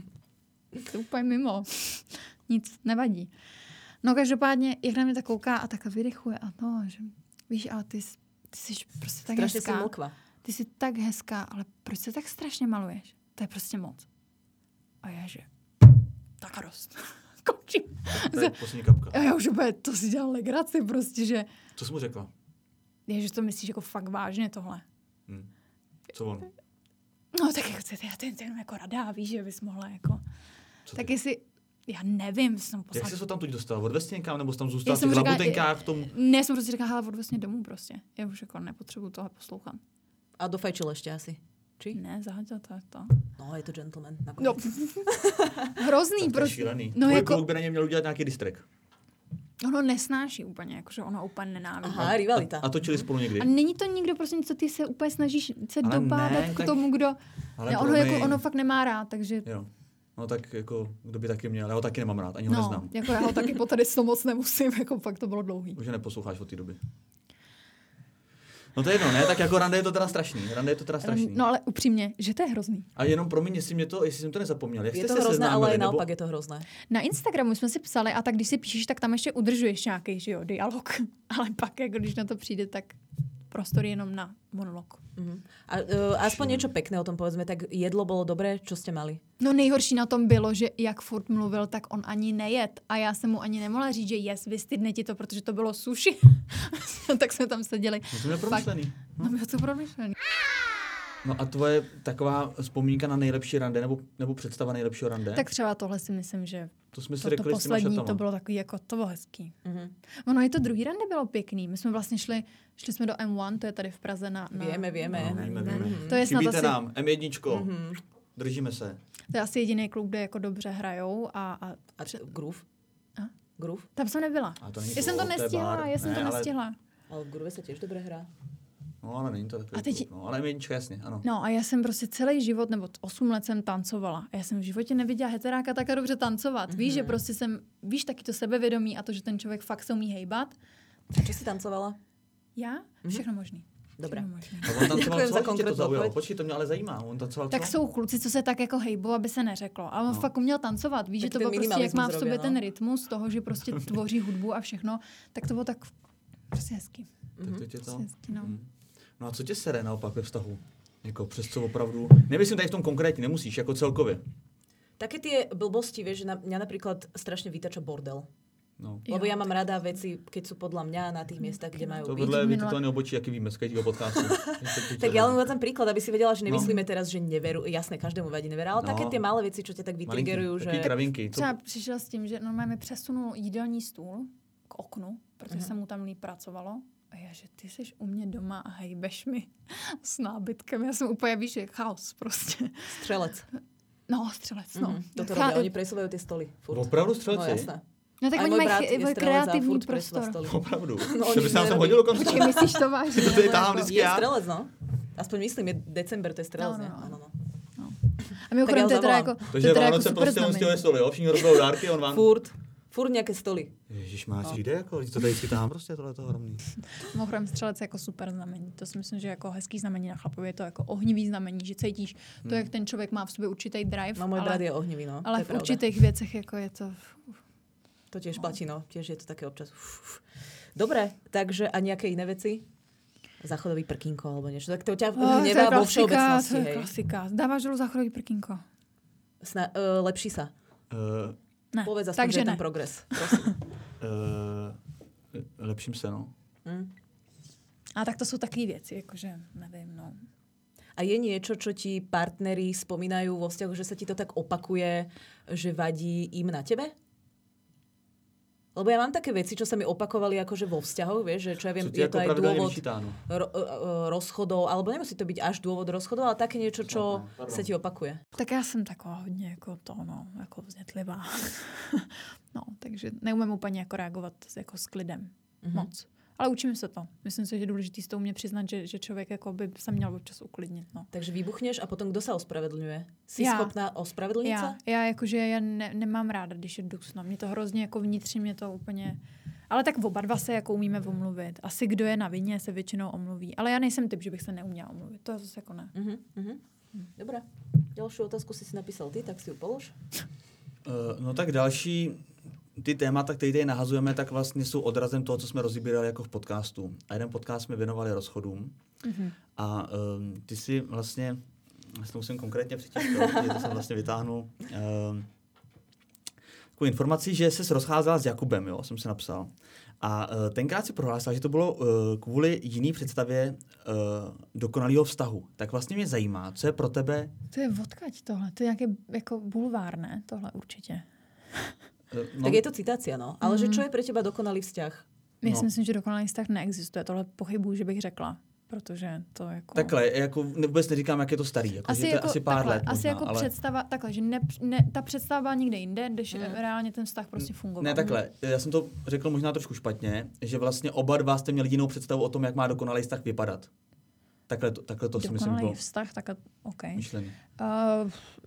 To je úplně mimo. Nic, nevadí. No každopádně, jak na mě tak kouká a takhle vydechuje a to, že... Víš, ale ty, ty jsi prostě tak strašně hezká. Strašně Ty jsi tak hezká, ale proč se tak strašně maluješ? To je prostě moc. A já, že... Tak rost. Končím. To je poslední kapka. A já už úplně, to si dělal legraci prostě, že... Co jsi mu řekla? Je, že to myslíš jako fakt vážně tohle. Hmm. Co on? No tak jako, já to jenom jako rada, víš, že bys mohla jako... Co tak ty? jestli... Já nevím, jsem poslala... Jak jsi to tam tuď dostala? Odvez někam, nebo jsi tam zůstala v labutenkách v tom... Ne, jsem prostě říkala, hele, odvez mě domů prostě. Já už jako nepotřebuji tohle poslouchat. A dofajčil ještě asi? Či? Ne, zahodil to je to. No, je to gentleman. No. Hrozný, prostě. Šílený. No, Tvoj jako... kluk by na něm měl udělat nějaký distrek. Ono nesnáší úplně, jakože ono úplně nenávidí. Aha, rivalita. A, a točili spolu někdy. A není to nikdo, prostě co ty se úplně snažíš se ale dobádat ne, k tak... tomu, kdo... Ale ne, ono, jako, ono fakt nemá rád, takže... Jo. No tak jako, kdo by taky měl, já ho taky nemám rád, ani ho no, neznám. Jako já ho taky po tady to moc nemusím, jako fakt to bylo dlouhý. Už je neposloucháš od té doby. No to je jedno, ne? Tak jako rande je to teda strašný. Rande je to teda strašný. No ale upřímně, že to je hrozný. A jenom promiň, jestli mě to, jestli jsem to nezapomněl. Jak je jste to se hrozné, seznámili, ale nebo... naopak je to hrozné. Na Instagramu jsme si psali a tak když si píšeš, tak tam ještě udržuješ nějaký, že jo, dialog. Ale pak, jako když na to přijde, tak prostor jenom na monolog. Uh-huh. A uh, aspoň niečo pekné o tom povedzme, tak jedlo bolo dobré, čo ste mali? No nejhorší na tom bylo, že jak furt mluvil, tak on ani nejet. A já jsem mu ani nemohla říct, že jes, vystydne ti to, protože to bylo sushi. No, tak jsme tam seděli. No to bylo promyšlený. No, bylo to promyšlený. No a tvoje taková vzpomínka na nejlepší rande, nebo, nebo představa nejlepšího rande? Tak třeba tohle si myslím, že to jsme si to, řekli to poslední, to bylo takový, jako to bylo hezký. Uh-huh. Ono i to druhý rande bylo pěkný. My jsme vlastně šli, šli jsme do M jedna, to je tady v Praze na... na vieme, vieme. No, víme, víme. To je snad asi... nám, M jedna, uh-huh. Držíme se. To je asi jediný klub, kde jako dobře hrajou a... A, a t- Groove? A? Groove? Tam jsem nebyla. A to já jsem to nestihla, já jsem ne, to nestihla. Ale... ale v Groove se těž dobře hrá. No, ale není to takový a teď... klub, no, ale M jedna, jasně, ano. No a já jsem prostě celý život, nebo osm let jsem tancovala. A já jsem v životě neviděla heteráka tak dobře tancovat. Mm-hmm. Víš, že prostě jsem, víš, taky to sebevědomí a to, že ten člověk fakt se umí hejbat. A čo si tancovala? Já? Všechno možný. Dobré. A on tancoval co? Za tě to zaujalo. Počkej, to mě ale zajímá. On tancoval co? Tak jsou kluci, co se tak jako hejbou, aby se neřeklo. A on no. fakt uměl tancovat. Víš, tak že to bylo prostě, jak má v sobě no? ten rytmus toho, že prostě tvoří hudbu a všechno. Tak to bylo tak prostě hezký. Mm-hmm. Tak to tě to... Hezký, no. Mm. No a co tě sere naopak ve vztahu? Jako přes co opravdu... Nemyslím tady v tom konkrétně, nemusíš, jako celkově. Také tie blbosti, vieš, že na, mňa napríklad strašne vytača bordel. No. Lebo ja mám rada veci, keď sú podľa mňa na tých miestach, kde majú to byť. To vedľa vytetované obočí, aký víme z každého podcastu. Tak ja len uvádzam príklad, aby si vedela, že nemyslíme no. teraz, že neveru, jasné, každému vadí nevera, ale no. také tie malé veci, čo ťa tak vytriggerujú, že... Taký kravinky. Třeba přišel s tím, že normálně mi přesunul jídelní stůl k oknu, protože uh-huh. se mu tam líp pracovalo. A já, že ty jsi u mě doma a hejbeš mi s nábytkem. Já jsem úplně, víš, je chaos prostě. Střelec. No, střelec, no. Mm-hmm. Toto robia, oni presúvajú tie stoly. Furt. Opravdu střelci? No jasné. No tak aj oni môj mají brat ch- je kreativní furt presúva prostor. stoly. Opravdu? No, To by se nám sem hodilo konce. Počkej, myslíš to vážně? To tady tahám vždycky Je já. strelec, no. Aspoň myslím, je december, to je strelec, No, ne? no, no. Áno, no. A mimochodem, to je teda jako, to Takže je teda Vánoce jako super prostě on stěhuje znamení. stoly, jo? Všichni rozbalou dárky, on vám... Furt. Furt nějaké stoly. Ježišmáš, no. Jde jako, to tady vždycky tahám prostě, tohle je to hromný. Mimochodem, střelec je jako super znamení. To si myslím, že jako hezký znamení na chlapovi. Je to jako ohnivý znamení, že cítíš to, Hmm. jak ten člověk má v sobě určitý drive. No, můj ale, brat je ohnivý, no. ale to je v pravda. určitých věcech jako je to... To tiež platí, no. Tiež je to také občas. Dobre, takže a nejaké iné veci? Záchodový prkínko alebo niečo. Tak to ťa Oh, hnevá vo to je klasika, všeobecnosti, to je hej. klasika. Dáváš dolů záchodový prkínko? Sna- uh, lepší sa. Uh, Ne, Povedz aspoň, takže že je ne. ten progres. Prosím. uh, lepším se, no. Hm? A tak to jsou takové věci, jakože nevím, no. A je niečo, čo ti partneri spomínajú vo vzťahu, že sa ti to tak opakuje, že vadí im na tebe? Lebo ja mám také veci, čo sa mi opakovali akože vo vzťahoch, vieš, že čo ja viem, Co ti je jako to aj pravidelně dôvod vyčítáno? ro, uh, rozchodov, alebo nemusí to byť až dôvod rozchodov, ale také niečo, čo Pardon. sa ti opakuje. Tak já jsem taková hodně jako to, no, jako vznětlivá. No, takže neumím úplně jako reagovat jako s klidem Mhm. moc. Ale učím se to. Myslím si, že je důležité s tou mě přiznat, že, že člověk jako by se měl občas uklidnit. No. Takže vybuchneš a potom kdo sa ospravedlňuje? Si Já. schopná ospravedlniť sa? Já, já jakože já ne, nemám ráda, když je dusno. Mě to hrozně jako vnitřně, mě to úplně... Ale tak oba dva se jako umíme omluvit. Asi kdo je na vině, se většinou omluví. Ale já nejsem typ, že bych se neuměla omluvit. To zase jako ne. Uh-huh, uh-huh. Dobre. Ďalšiu otázku si si napísal ty, tak si ju polož. Uh, no tak další, ty témata, které tady nahazujeme, tak vlastně jsou odrazem toho, co jsme rozbírali jako v podcastu. A jeden podcast jsme věnovali rozchodům. Mm-hmm. A um, ty si vlastně, já si to musím konkrétně přečíst, protože to jsem vlastně vytáhnul, um, takovou informaci, že jsi se rozcházela s Jakubem, jo, jsem si napsal. A uh, tenkrát si prohlásila, že to bylo uh, kvůli jiný představě uh, dokonalého vztahu. Tak vlastně mě zajímá, co je pro tebe... To je odkaď tohle? To je nějaký jako bulvár, ne? Tohle určitě. Uh, no, Tak je to citácia, no. Ale Mm. že čo je pre teba dokonalý vzťah? Já No. si myslím, že dokonalý vztah neexistuje. Tohle pochybuju, že bych řekla. Protože to jako... Takhle, jako ne- vůbec neříkám, jak je to starý. Jako, Asi, že to je jako, asi pár takhle, let asi možná, jako ale... představa, takhle, že ne, ne, ta představa byla někde jinde, když Mm. reálně ten vztah prostě fungoval. Ne, takhle. Já jsem to řekl možná trošku špatně, že vlastně oba dva jste měli jinou představu o tom, jak má dokonalý vztah vypadat. Takhle to, takhle to si myslím Dokonalý bylo vztah, tak OK. myšlený. Uh,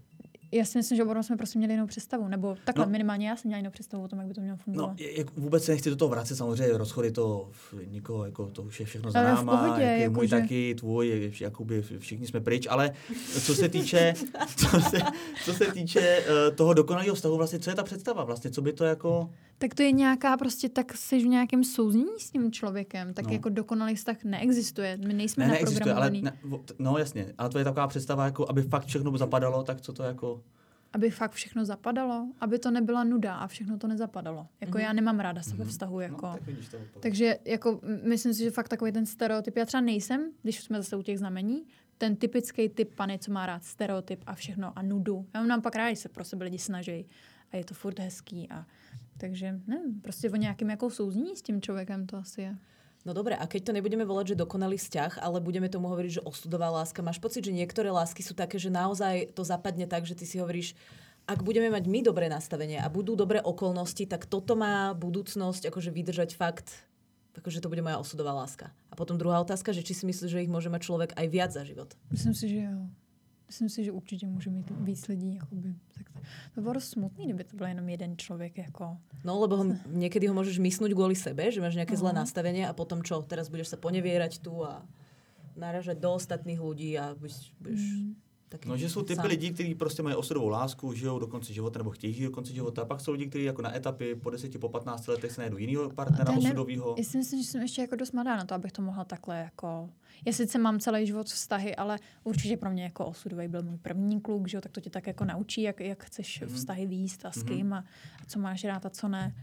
já si myslím, že oba dva jsme prostě měli jinou představu. Nebo takhle, No. minimálně já jsem měla jinou představu o tom, jak by to mělo fungovat. No, je- jak vůbec se nechci do toho vracet, samozřejmě rozchody to v- nikoho, jako to už je všechno za Ale v náma, pohodě, jak je jako můj že- taky, tvůj, je- jakoby všichni jsme pryč, ale co se týče, co se, co se týče uh, toho dokonalého vztahu, vlastně, co je ta představa vlastně, co by to jako... Tak to je nějaká prostě, tak jsi v nějakém souznění s tím člověkem, tak No. jako dokonalý vztah neexistuje. My nejsme Ne, neexistuje, ale, naprogramovaný, ne, vo- no jasně, ale to je taková představa, jako aby fakt všechno zapadalo, tak co to jako... aby fakt všechno zapadalo, aby to nebyla nuda a všechno to nezapadalo. Jako Mhm. já nemám ráda se ve Mhm. vztahu jako... No, tak vidíš to opravdu. Takže jako m- myslím si, že fakt takový ten stereotyp, já třeba nejsem, když jsme zase u těch znamení, ten typický typ pany, co má rád stereotyp a všechno a nudu. Já mám pak rád, když se pro sebe lidi snaží a je to furt hezký a takže nevím, prostě o nějakým jako souznění s tím člověkem to asi je. No dobre, a keď to nebudeme volať, že dokonalý vzťah, ale budeme tomu hovoriť, že osudová láska, máš pocit, že niektoré lásky sú také, že naozaj to zapadne tak, že ty si hovoríš, ak budeme mať my dobré nastavenie a budú dobré okolnosti, tak toto má budúcnosť akože vydržať fakt, akože to bude moja osudová láska. A potom druhá otázka, že či si myslíš, že ich môže mať človek aj viac za život. Myslím si, že jo. Myslím si, že určitě může mít víc lidí. Jakoby. Tak to, to bylo dost smutný, kdyby to byl jenom jeden člověk. Jako. No, lebo ho, niekedy ho môžeš mysnúť kvôli sebe, že máš nejaké zlé Aha. nastavenie a potom čo? Teraz budeš sa ponevierať tu a naražať do ostatných ľudí a budeš, budeš Mm. taký No, že jsou typy sám. lidí, kteří prostě mají osudovou lásku, žijou do konce života nebo chtějí žít do konce života. A pak jsou lidi, kteří jako na etapy po deseti, po patnácti letech se najdou jinýho partnera To ne- osudového. Já si myslím, že jsem ještě jako dost mladá na to, abych to mohla takhle jako... Já sice mám celý život vztahy, ale určitě pro mě jako osudový byl můj první kluk, že jo, tak to tě tak jako naučí, jak, jak chceš Mhm. vztahy vést a s Mhm. kým a, a co máš rád a co ne.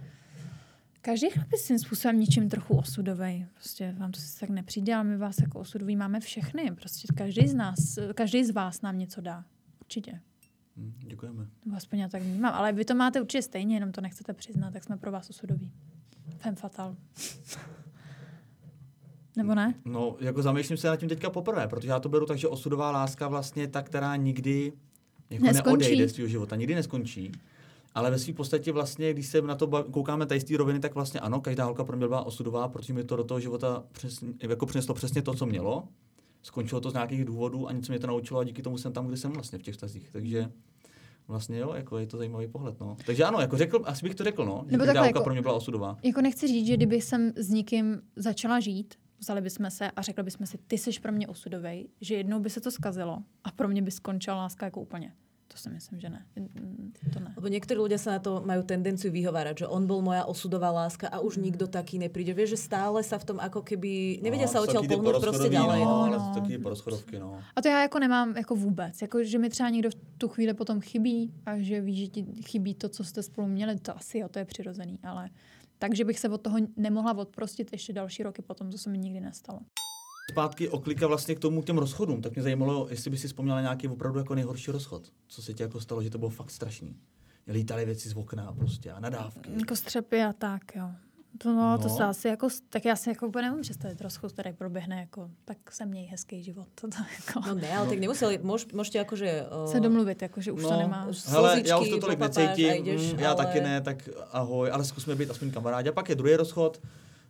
Každý chlap je svým způsobem něčím trochu osudový. Prostě vám to si tak nepřijde, ale my vás jako osudový máme všechny. Prostě každý z nás, každý z vás nám něco dá. Určitě. Hm, děkujeme. Nebo aspoň já tak vnímám. Ale vy to máte určitě stejně, jenom to nechcete přiznat, tak jsme pro vás osudoví. Femme fatale. Nebo ne? No, jako zamýšlím se nad tím teďka poprvé, protože já to beru tak, že osudová láska vlastně ta, která nikdy jako neodejde z tvýho života, nikdy neskončí. Ale ve své podstatě vlastně, když se na to bav, koukáme tady z té roviny, tak vlastně ano, každá holka pro mě byla osudová, protože mi to do toho života přesně, jako přineslo přesně to, co mělo. Skončilo to z nějakých důvodů a něco mě to naučilo a díky tomu jsem tam, kde jsem vlastně v těch vztazích. Takže vlastně jo, jako je to zajímavý pohled, no. Takže ano, jako řekl, asi bych to řekl, no, že každá holka jako, pro mě byla osudová. Jako nechci říct, že kdyby jsem s někým začala žít, vzali bychom se a řekli bychom si, ty jsi pro mě osudovej, že jednou by se to zkazilo a pro mě by skončila láska jako úplně. To si myslím, že ne. To ne. Lebo niektorí ľudia sa na to majú tendenciu vyhovárať, že on bol moja osudová láska a už nikto taký nepríde. Vieš, že stále sa v tom ako keby nevedia no, sa odtiaľ pohnúť proste ďalej. No, no. no. Taky porozchodovky, no. A to já jako nemám jako vůbec. Jako, že mi třeba někdo v tu chvíli potom chybí a že ví, že ti chybí to, co jste spolu měli, to asi jo, to je přirozený, ale takže bych se od toho nemohla odprostit ještě další roky potom, to se mi nikdy nestalo. Zpátky oklika vlastně k tomu k těm rozchodům, tak mě zajímalo, jestli by si vzpomněla nějaký opravdu jako nejhorší rozchod. Co se ti jako stalo, že to bylo fakt strašný. Lítaly věci z okna prostě a nadávky. Jako střepy a tak, jo. To, no, no. to se asi jako, tak já si jako úplně nemůžu představit rozchod, který proběhne jako, tak se měj hezký život. To, to jako. No ne, ale tak nemuseli, môž, môžete akože... Uh, se domluvit, jako, že už no, to nemá. Hele, já už to tolik necítím, jdeš, mm, já ale... taky ne, tak ahoj, ale zkusme být aspoň kamarádi. A pak je druhý rozchod.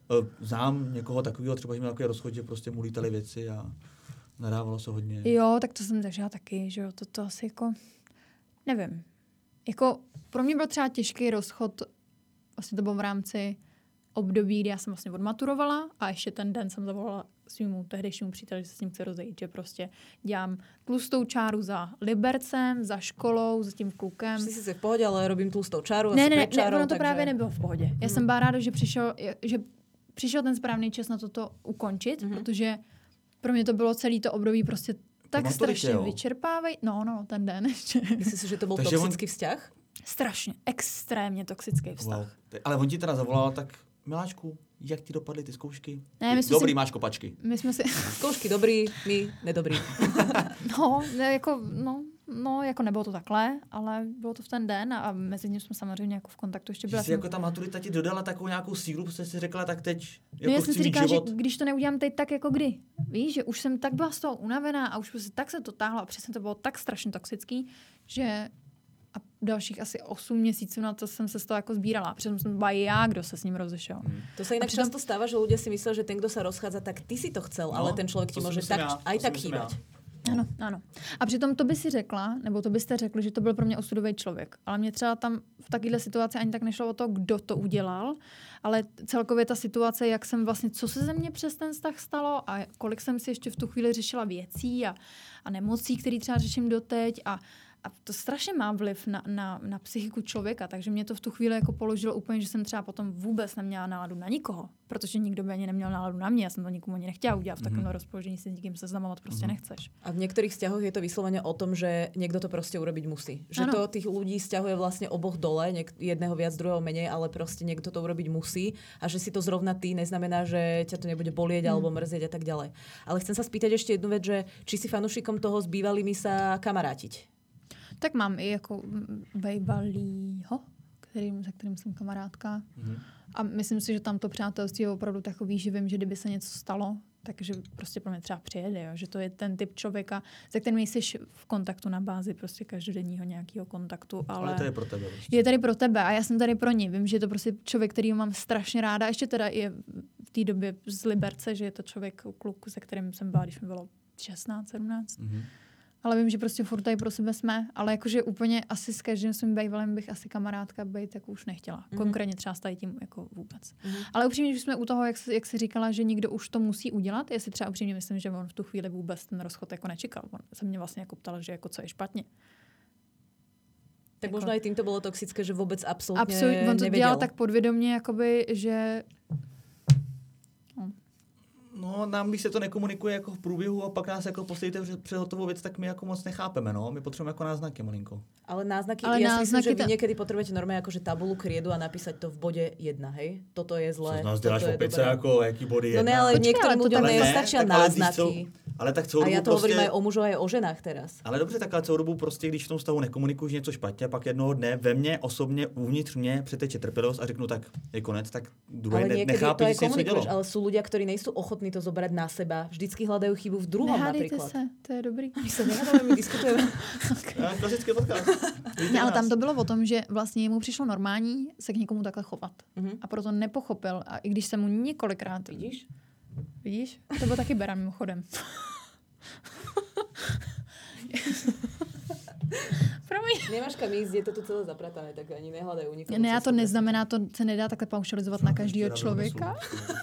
Znám někoho takového, třeba, že měl takový rozchod, že prostě mu lítaly věci a nadávalo se hodně. Jo, tak to jsem zažila taky, že jo, to, to asi jako, nevím. Jako pro mě byl třeba těžký rozchod, vlastně to bylo v rámci období, kdy já jsem vlastně odmaturovala a ještě ten den jsem zavolala svýmu tehdejšímu příteli, že se s ním chce rozejít, že prostě dělám tlustou čáru za Libercem, za školou, za tím klukem. Jsi si v pohodě, ale robím tlustou čáru. Ne, ne, ne, čárou, ono to takže... právě nebylo v pohodě. Já hmm. jsem byla ráda, že přišel, že přišel ten správný čas na toto ukončit, mm-hmm. protože pro mě to bylo celý to období prostě tak to strašně vyčerpávají. No, no, ten den ještě. Myslíš si, že to byl takže toxický on... vzťah? Strašně, extrémně toxický vztah. Wow. Ale on ti teda zavolal, tak miláčku, jak ti dopadly ty zkoušky? Ne, my dobrý, si... máš kopačky. My jsme si... Zkoušky dobrý, my nedobrý. no, jako, no, no, jako nebylo to takhle, ale bylo to v ten den a mezi ním jsme samozřejmě jako v kontaktu ještě byla. Že jsi jako ta maturita ti dodala takovou nějakou sílu, protože jsi řekla, tak teď jako no, já chci jsem si mít říkala, život. že když to neudělám teď, tak jako kdy. Víš, že už jsem tak byla z toho unavená a už prostě tak se to táhlo a přesně to bylo tak strašně toxický, že a dalších asi osm měsíců na to jsem se z toho jako sbírala. Přitom jsem byla já, kdo se s ním rozešel. Hmm. To sa inak přitom... často stáva, že ľudia si myslí, že ten, kdo sa rozchádza, tak ty si to chcel, no, ale ten člověk ti může tak, já, aj tak chýbať. No. Ano, ano. A přitom to by si řekla, nebo to byste řekli, že to byl pro mě osudový člověk. Ale mě třeba tam v takovéhle situaci ani tak nešlo o to, kdo to udělal, ale celkově ta situace, jak jsem vlastně, co se ze mě přes ten vztah stalo a kolik jsem si ještě v tu chvíli řešila věcí a, a nemocí, které třeba řeším doteď a A to strašně má vliv na, na, na psychiku člověka, takže mě to v tu chvíli jako položilo úplně, že jsem třeba potom vůbec neměla náladu na nikoho, protože nikdo by ani neměl náladu na mě, já jsem to nikomu ani nechtěla udělat v takovém mm-hmm. rozpoložení, si s nikým seznamovat prostě mm-hmm. nechceš. A v některých vzťahoch je to vyslovene o tom, že niekto to prostě urobiť musí. Že ano. To tých ľudí sťahuje vlastne oboch dole, niek- jedného viac, druhého menej, ale prostě niekto to urobiť musí a že si to zrovna ty neznamená, že ťa to nebude bolieť mm. alebo mrzieť a tak ďalej. Ale chcem sa spýtať ešte jednu vec, že či si fanúšikom toho s bývalými sa kamarátiť? Tak mám i jako bývalýho, kterým, se kterým jsem kamarádka. Mm. A myslím si, že tam to přátelství je opravdu takový, že vím, že kdyby se něco stalo, takže prostě pro mě třeba přijede, jo? Že to je ten typ člověka, se kterým jsi v kontaktu na bázi prostě každodenního nějakého kontaktu. Ale, ale to je pro tebe. Prostě. Je tady pro tebe a já jsem tady pro ní. Vím, že je to prostě člověk, který mám strašně ráda. Ještě teda je v té době z Liberce, že je to člověk, kluk, se kterým jsem byla, když mi bylo šestnáct, sedmnáct. Mm-hmm. Ale vím, že prostě furt tady pro sebe jsme, ale jakože úplně asi s každým svým bývalým bych asi kamarádka být jako už nechtěla. Mm-hmm. Konkrétně třeba s tady tím jako vůbec. Mm-hmm. Ale upřímně, že jsme u toho, jak, jak jsi říkala, že někdo už to musí udělat, já si třeba upřímně myslím, že on v tu chvíli vůbec ten rozchod jako nečekal. On se mě vlastně jako ptal, že jako co je špatně. Tak jako, možno aj tým to bylo toxické, že vůbec absolutně absolut, on to nevěděl. dělal tak podvědomě, jakoby, že... No, nám, když se to nekomunikuje jako v průběhu a pak nás jako poslíte před hotovou věc, tak my jako moc nechápeme, no. My potřebujeme jako náznaky malinko. Ale náznaky, Ale ja náznaky si myslím, že ta... vy niekedy potrebujete normálne akože tabulu kriedu a napísať to v bode jedna, hej? Toto je zlé, co z nás toto děláš je opice, dobré. jako jaký body jedna. No ne, ale Počkej, niektorým ale ľuďom ne, nestačia náznaky. Ale tak celou a dobu ja to prostě... hovorím aj o mužoch, aj o ženách teraz. Ale dobře, takhle celou dobu prostě, když v tom vztahu nekomunikuji něco špatně, pak jednoho dne ve mně osobně, uvnitř mě přeteče trpělivost a řeknu tak, je konec, tak druhý ne, nechápu, že si něco dělo. Ale sú ľudia, ktorí nejsou ochotní to zobrať na seba, vždycky hľadajú chybu v druhom Nehádejte napríklad. se, to je dobrý. My sa nehádame, my diskutujeme. Okay. Klasický podcast. Ne, ale tam to bylo o tom, že vlastně mu přišlo normální se k někomu takhle chovat. Mm-hmm. A proto nepochopil. A i když se mu několikrát... Vidíš? Vidíš? To byl taky Beran mimochodem. Promiň. Nemáš kam ísť, je to tu celé zapratané, tak ani nehľadajú nikoho. Ne, já to neznamená, to se nedá takhle paušalizovat na každého člověka.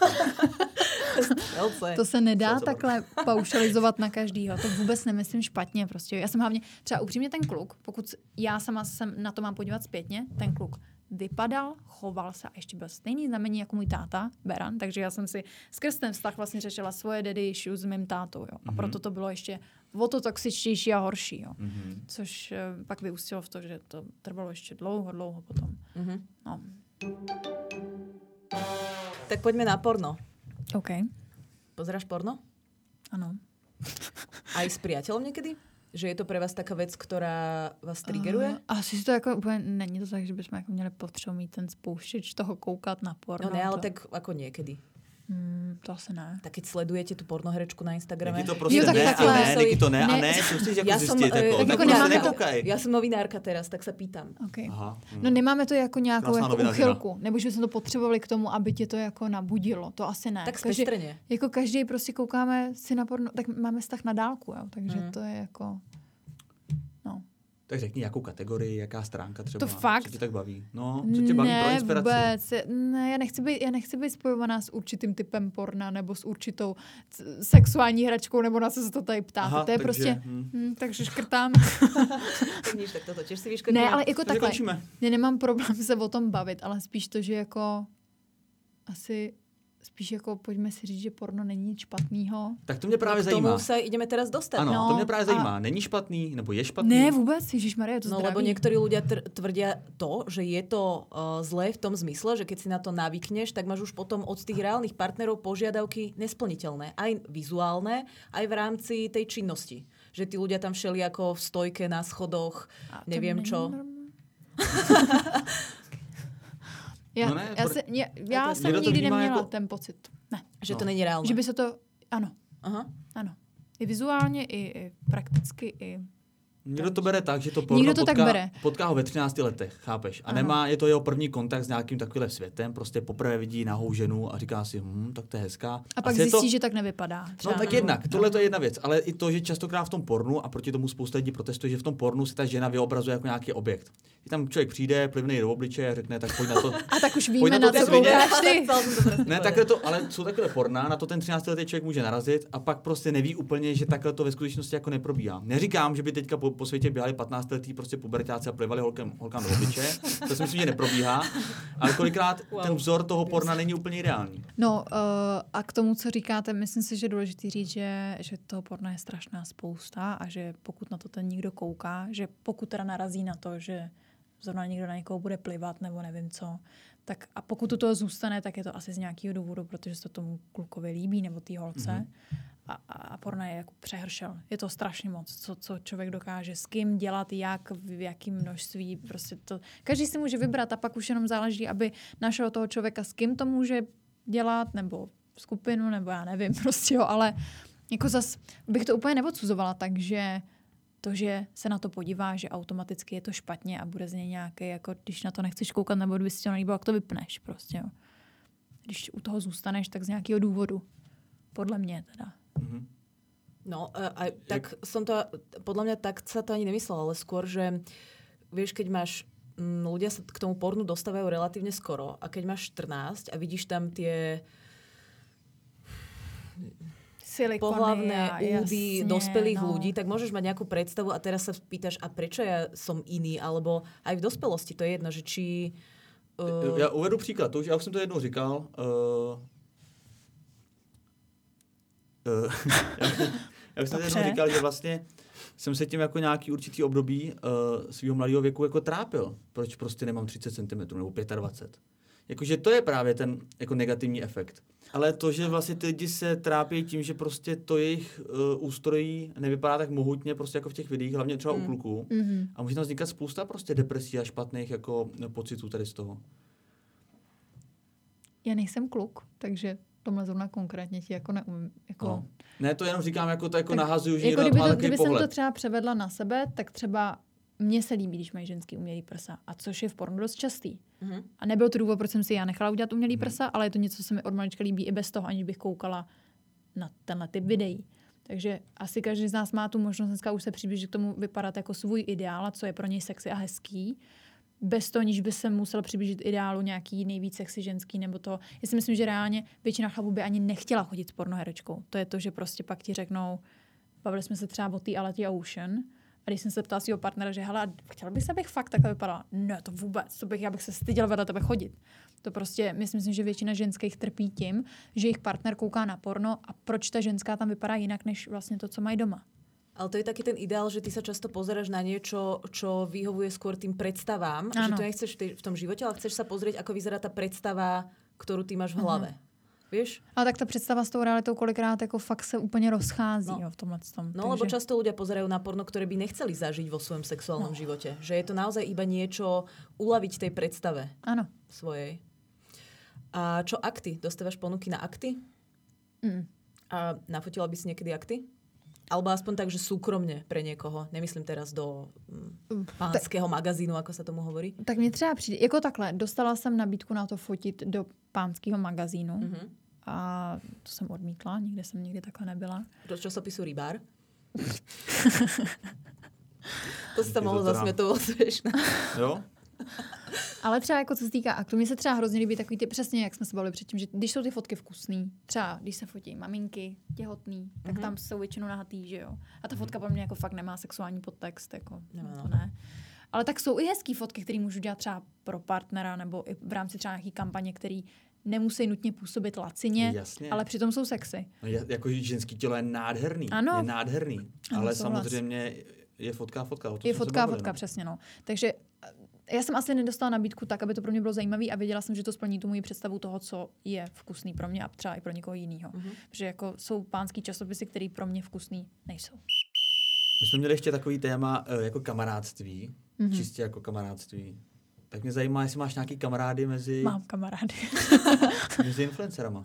To se nedá takhle paušalizovat na každýho. To vůbec nemyslím špatně. Prostě. Já jsem hlavně, třeba upřímně ten kluk, pokud já sama jsem na to mám podívat zpětně, ten kluk vypadal, choval se a ještě byl stejný znamení jako můj táta, Beran, takže já jsem si skrz ten vztah vlastně řešila svoje daddy issues s mým tátou. Jo. A proto to bylo ještě o to toxičtější a horší. Jo. Mm-hmm. Což uh, pak vyústilo v to, že to trvalo ještě dlouho, dlouho potom. Mm-hmm. No. Tak poďme na porno. OK. Pozeráš porno? Ano. Aj s priateľom niekedy? Že je to pre vás taká vec, ktorá vás triggeruje? Uh, asi to jako úplně, není to tak, že bychom jako měli potřebu mít ten spouštěč toho koukat na porno. No ne, ale to... tak ako niekedy. Hmm, to asi ne. Tak keď sledujete tú pornoherečku na Instagrame. Niky to prostě jo, tak ne, takhle. a ne, Niky to ne, ne. a ne, co chceš jako ja zjistit, som, jako, tak jako nemáme- nekoukaj. Ja som novinárka teraz, tak sa pýtam. Okay. Aha, hm. No nemáme to jako nějakou Krásná jako novinařina. uchylku, nebo že bychom to potřebovali k tomu, aby tě to jako nabudilo. To asi ne. Tak Každý, spestrenie. jako každý prostě koukáme si na porno, tak máme vztah na dálku, jo, takže Mhm. to je jako... No. Tak řekni, jakou kategorii, jaká stránka třeba. To fakt? Co tě tak baví? No, co tě baví ne, pro inspiraci? Vůbec. Ne, já nechci, být, já nechci být spojovaná s určitým typem porna nebo s určitou c- sexuální hračkou, nebo na co se to tady ptáte. Aha, to je takže, prostě... hm. Hm, takže škrtám. Vidíš, tak toto tiež si vyškrtila. Ne, ale jako Takže takhle. končíme. Já nemám problém se o tom bavit, ale spíš to, že jako asi spíš jako pojďme si říct, že porno není nic špatného. Tak to mě právě no, k tomu zajímá. sa ideme teraz dostať. Ano, No, to mě právě a- zajímá. Není špatný, nebo je špatný? Ne, vůbec, ježišmarja, je to No zdraví. lebo niektorí ľudia tr- tvrdia to, že je to uh, zlé v tom zmysle, že keď si na to navykneš, tak máš už potom od tých reálnych partnerov požiadavky nesplniteľné. Aj vizuálne, aj v rámci tej činnosti. Že tí ľudia tam všeli ako v stojke na schodoch, A to neviem není čo. normální. já, No ne, já, pro- se, já, já to- jsem někdo to nikdy vnímá neměla jako- ten pocit. Ne. Že No. to není reálne. Že by se to... Ano, Aha. ano. I vizuálně, i, i prakticky, i... Někdo to bere tak, že to porno Někdo to potká, tak bere. potká ho ve třinácti letech, chápeš? A Ano. nemá, je to jeho první kontakt s nějakým takovým světem, prostě poprvé vidí nahou ženu a říká si, hm, tak to je hezká. A pak Asi je zjistí, to... že tak nevypadá. No Třeba, tak nebo- jednak, tohle to je jedna věc, ale i to, že častokrát v tom pornu, a proti tomu spousta lidí protestuje, že v tom pornu si ta žena vyobrazuje jako nějaký objekt. Že tam člověk přijde, plivnej do obličeje a řekne, tak pojď na to. A tak už Pojď víme, na na to co si vidět. koukáš ty. Ne, takhle to, ale jsou takové porna, na to ten třináctiletý člověk může narazit a pak prostě neví úplně, že takhle to ve skutečnosti jako neprobíhá. Neříkám, že by teďka po, po světě běhali patnáctiletí prostě puberťáci a plivali holkem, holkám do obličeje. To si myslím, že neprobíhá. Ale kolikrát Wow. ten vzor toho porna není úplně ideální. No uh, a k tomu, co říkáte, myslím si, že je důležité říct, že, že toho porna je strašná spousta a že pokud na to ten někdo kouká, že pokud teda narazí na to, že zrovna někdo na někoho bude plivat nebo nevím co, tak a pokud u toho zůstane, tak je to asi z nějakého důvodu, protože se to tomu klukovi líbí nebo té holce. Mm-hmm. A, a, a porna je jako přehršel. Je to strašně moc, co, co člověk dokáže, s kým dělat, jak, v jakém množství. Prostě to, každý si může vybrat a pak už jenom záleží, aby našel toho člověka, s kým to může dělat, nebo skupinu, nebo já nevím, prostě jo, ale jako zas bych to úplně neodsuzovala, takže to, že se na to podívá, že automaticky je to špatně a bude z něj nějaký, jako když na to nechceš koukat, nebo kdyby si to nelíbilo, jak to vypneš prostě, jo. Když u toho zůstaneš, tak z nějakého důvodu. Podle mě teda. Mhm. No, a, a tak som to, podľa mňa tak sa to ani nemyslela, ale skôr, že vieš, keď máš, m, ľudia sa k tomu pornu dostávajú relatívne skoro a keď máš štrnásť a vidíš tam tie Silikony pohlavné a údy jasne, dospelých no. ľudí, tak môžeš mať nejakú predstavu a teraz sa pýtaš, a prečo ja som iný, alebo aj v dospelosti, to je jedno, že či... Uh, Já uvedu příklad, to už, já už jsem to jednou říkal. Uh, uh, já už jsem to jednou říkal, že vlastně jsem se tím jako nějaký určitý období uh, svého mladého věku jako trápil. Proč prostě nemám třicet centimetrů nebo dvacet pět. Jakože to je právě ten jako negativní efekt. Ale to, že vlastně ty lidi se trápí tím, že prostě to jejich uh, ústrojí nevypadá tak mohutně prostě jako v těch videích, hlavně třeba mm. u kluků. Mm-hmm. A může tam vznikat spousta prostě depresí a špatných jako pocitů tady z toho. Já nejsem kluk, takže tomhle zrovna konkrétně ti jako neumím. Jako... No. Ne, to jenom říkám, jako to jako nahazuju, že jako někdo má to, takový kdyby pohled. jsem to třeba převedla na sebe, tak třeba mně se líbí, když mají ženský umělý prsa. A což je v pornu dost častý. Mm-hmm. A nebyl to důvod, proč jsem si já nechala udělat umělý mm-hmm. prsa, ale je to něco, co se mi od malička líbí i bez toho, aniž bych koukala na tenhle typ videí. Takže asi každý z nás má tu možnost dneska už se přiblížit k tomu vypadat jako svůj ideál, a co je pro něj sexy a hezký. Bez toho, aniž by se musel přiblížit ideálu nějaký nejvíc sexy ženský nebo to. Já si myslím, že reálně většina chlapů by ani nechtěla chodit s pornoherečkou. To je to, že prostě pak ti řeknou, bavili jsme se třeba o té Aletě Ocean, a když jsem se ptala svého partnera, že hele, chtěla bych se, abych fakt takhle vypadala. Ne, to vůbec, to bych, já bych se styděla vedle tebe chodit. To prostě, myslím, že většina ženských trpí tím, že jejich partner kouká na porno a proč ta ženská tam vypadá jinak, než vlastně to, co mají doma. Ale to je taký ten ideál, že ty sa často pozeráš na niečo, čo vyhovuje skôr tým predstavám. Ano. Že to nechceš v, tej, v tom živote, ale chceš sa pozrieť, ako vyzerá tá predstava, ktorú ty máš v hlave. Uh-huh. Víš? Ale tak ta představa s tou realitou kolikrát jako fakt se úplně rozchází, no. jo, v tomhle tom. No, takže... lebo často ľudia pozerajú na porno, ktoré by nechceli zažiť vo svojom sexuálnom no. živote. Že je to naozaj iba niečo uľaviť tej predstave. Ano. Svojej. A čo akty? Dostávaš ponuky na akty? Mm. A nafotila by si niekedy akty? Alebo aspoň tak, že súkromne pre niekoho. Nemyslím teraz do mm, pánského tak, magazínu, ako sa tomu hovorí. Tak mě třeba přijde, jako takhle, dostala jsem nabídku na to fotit do pánského magazínu. Mm-hmm. A to jsem odmítla, nikde jsem nikdy takhle nebyla. Do časopisu Rybár? To si tam mohlo zasmětovat, víš. Jo? Ale třeba jako co se týká aktu, mně se třeba hrozně líbí takový ty, přesně jak jsme se bavili předtím, že když jsou ty fotky vkusný, třeba když se fotí maminky, těhotný, tak mm-hmm. tam jsou většinou nahatý, že jo. A ta fotka pro mě jako fakt nemá sexuální podtext, jako no, no. to ne. Ale tak jsou i hezký fotky, které můžu dělat třeba pro partnera nebo i v rámci třeba nějaký kampaně, který nemusí nutně působit lacině, Jasně. ale přitom jsou sexy. No, jako ženský tělo je nádherný, ano. je nádherný, ano, ale souhlas. samozřejmě je fotka a fotka. O to je fotka a bavili, fotka, no. přesně, no. Takže já jsem asi nedostala nabídku tak, aby to pro mě bylo zajímavé a věděla jsem, že to splní tu moji představu toho, co je vkusný pro mě a třeba i pro někoho jiného. Mm-hmm. Že jako jsou pánský časopisy, které pro mě vkusný nejsou. My jsme měli ještě takový téma jako kamarádství, mm-hmm. čistě jako kamarádství. Tak mě zajímá, jestli máš nějaký kamarády mezi... Mám kamarády. mezi influencerama.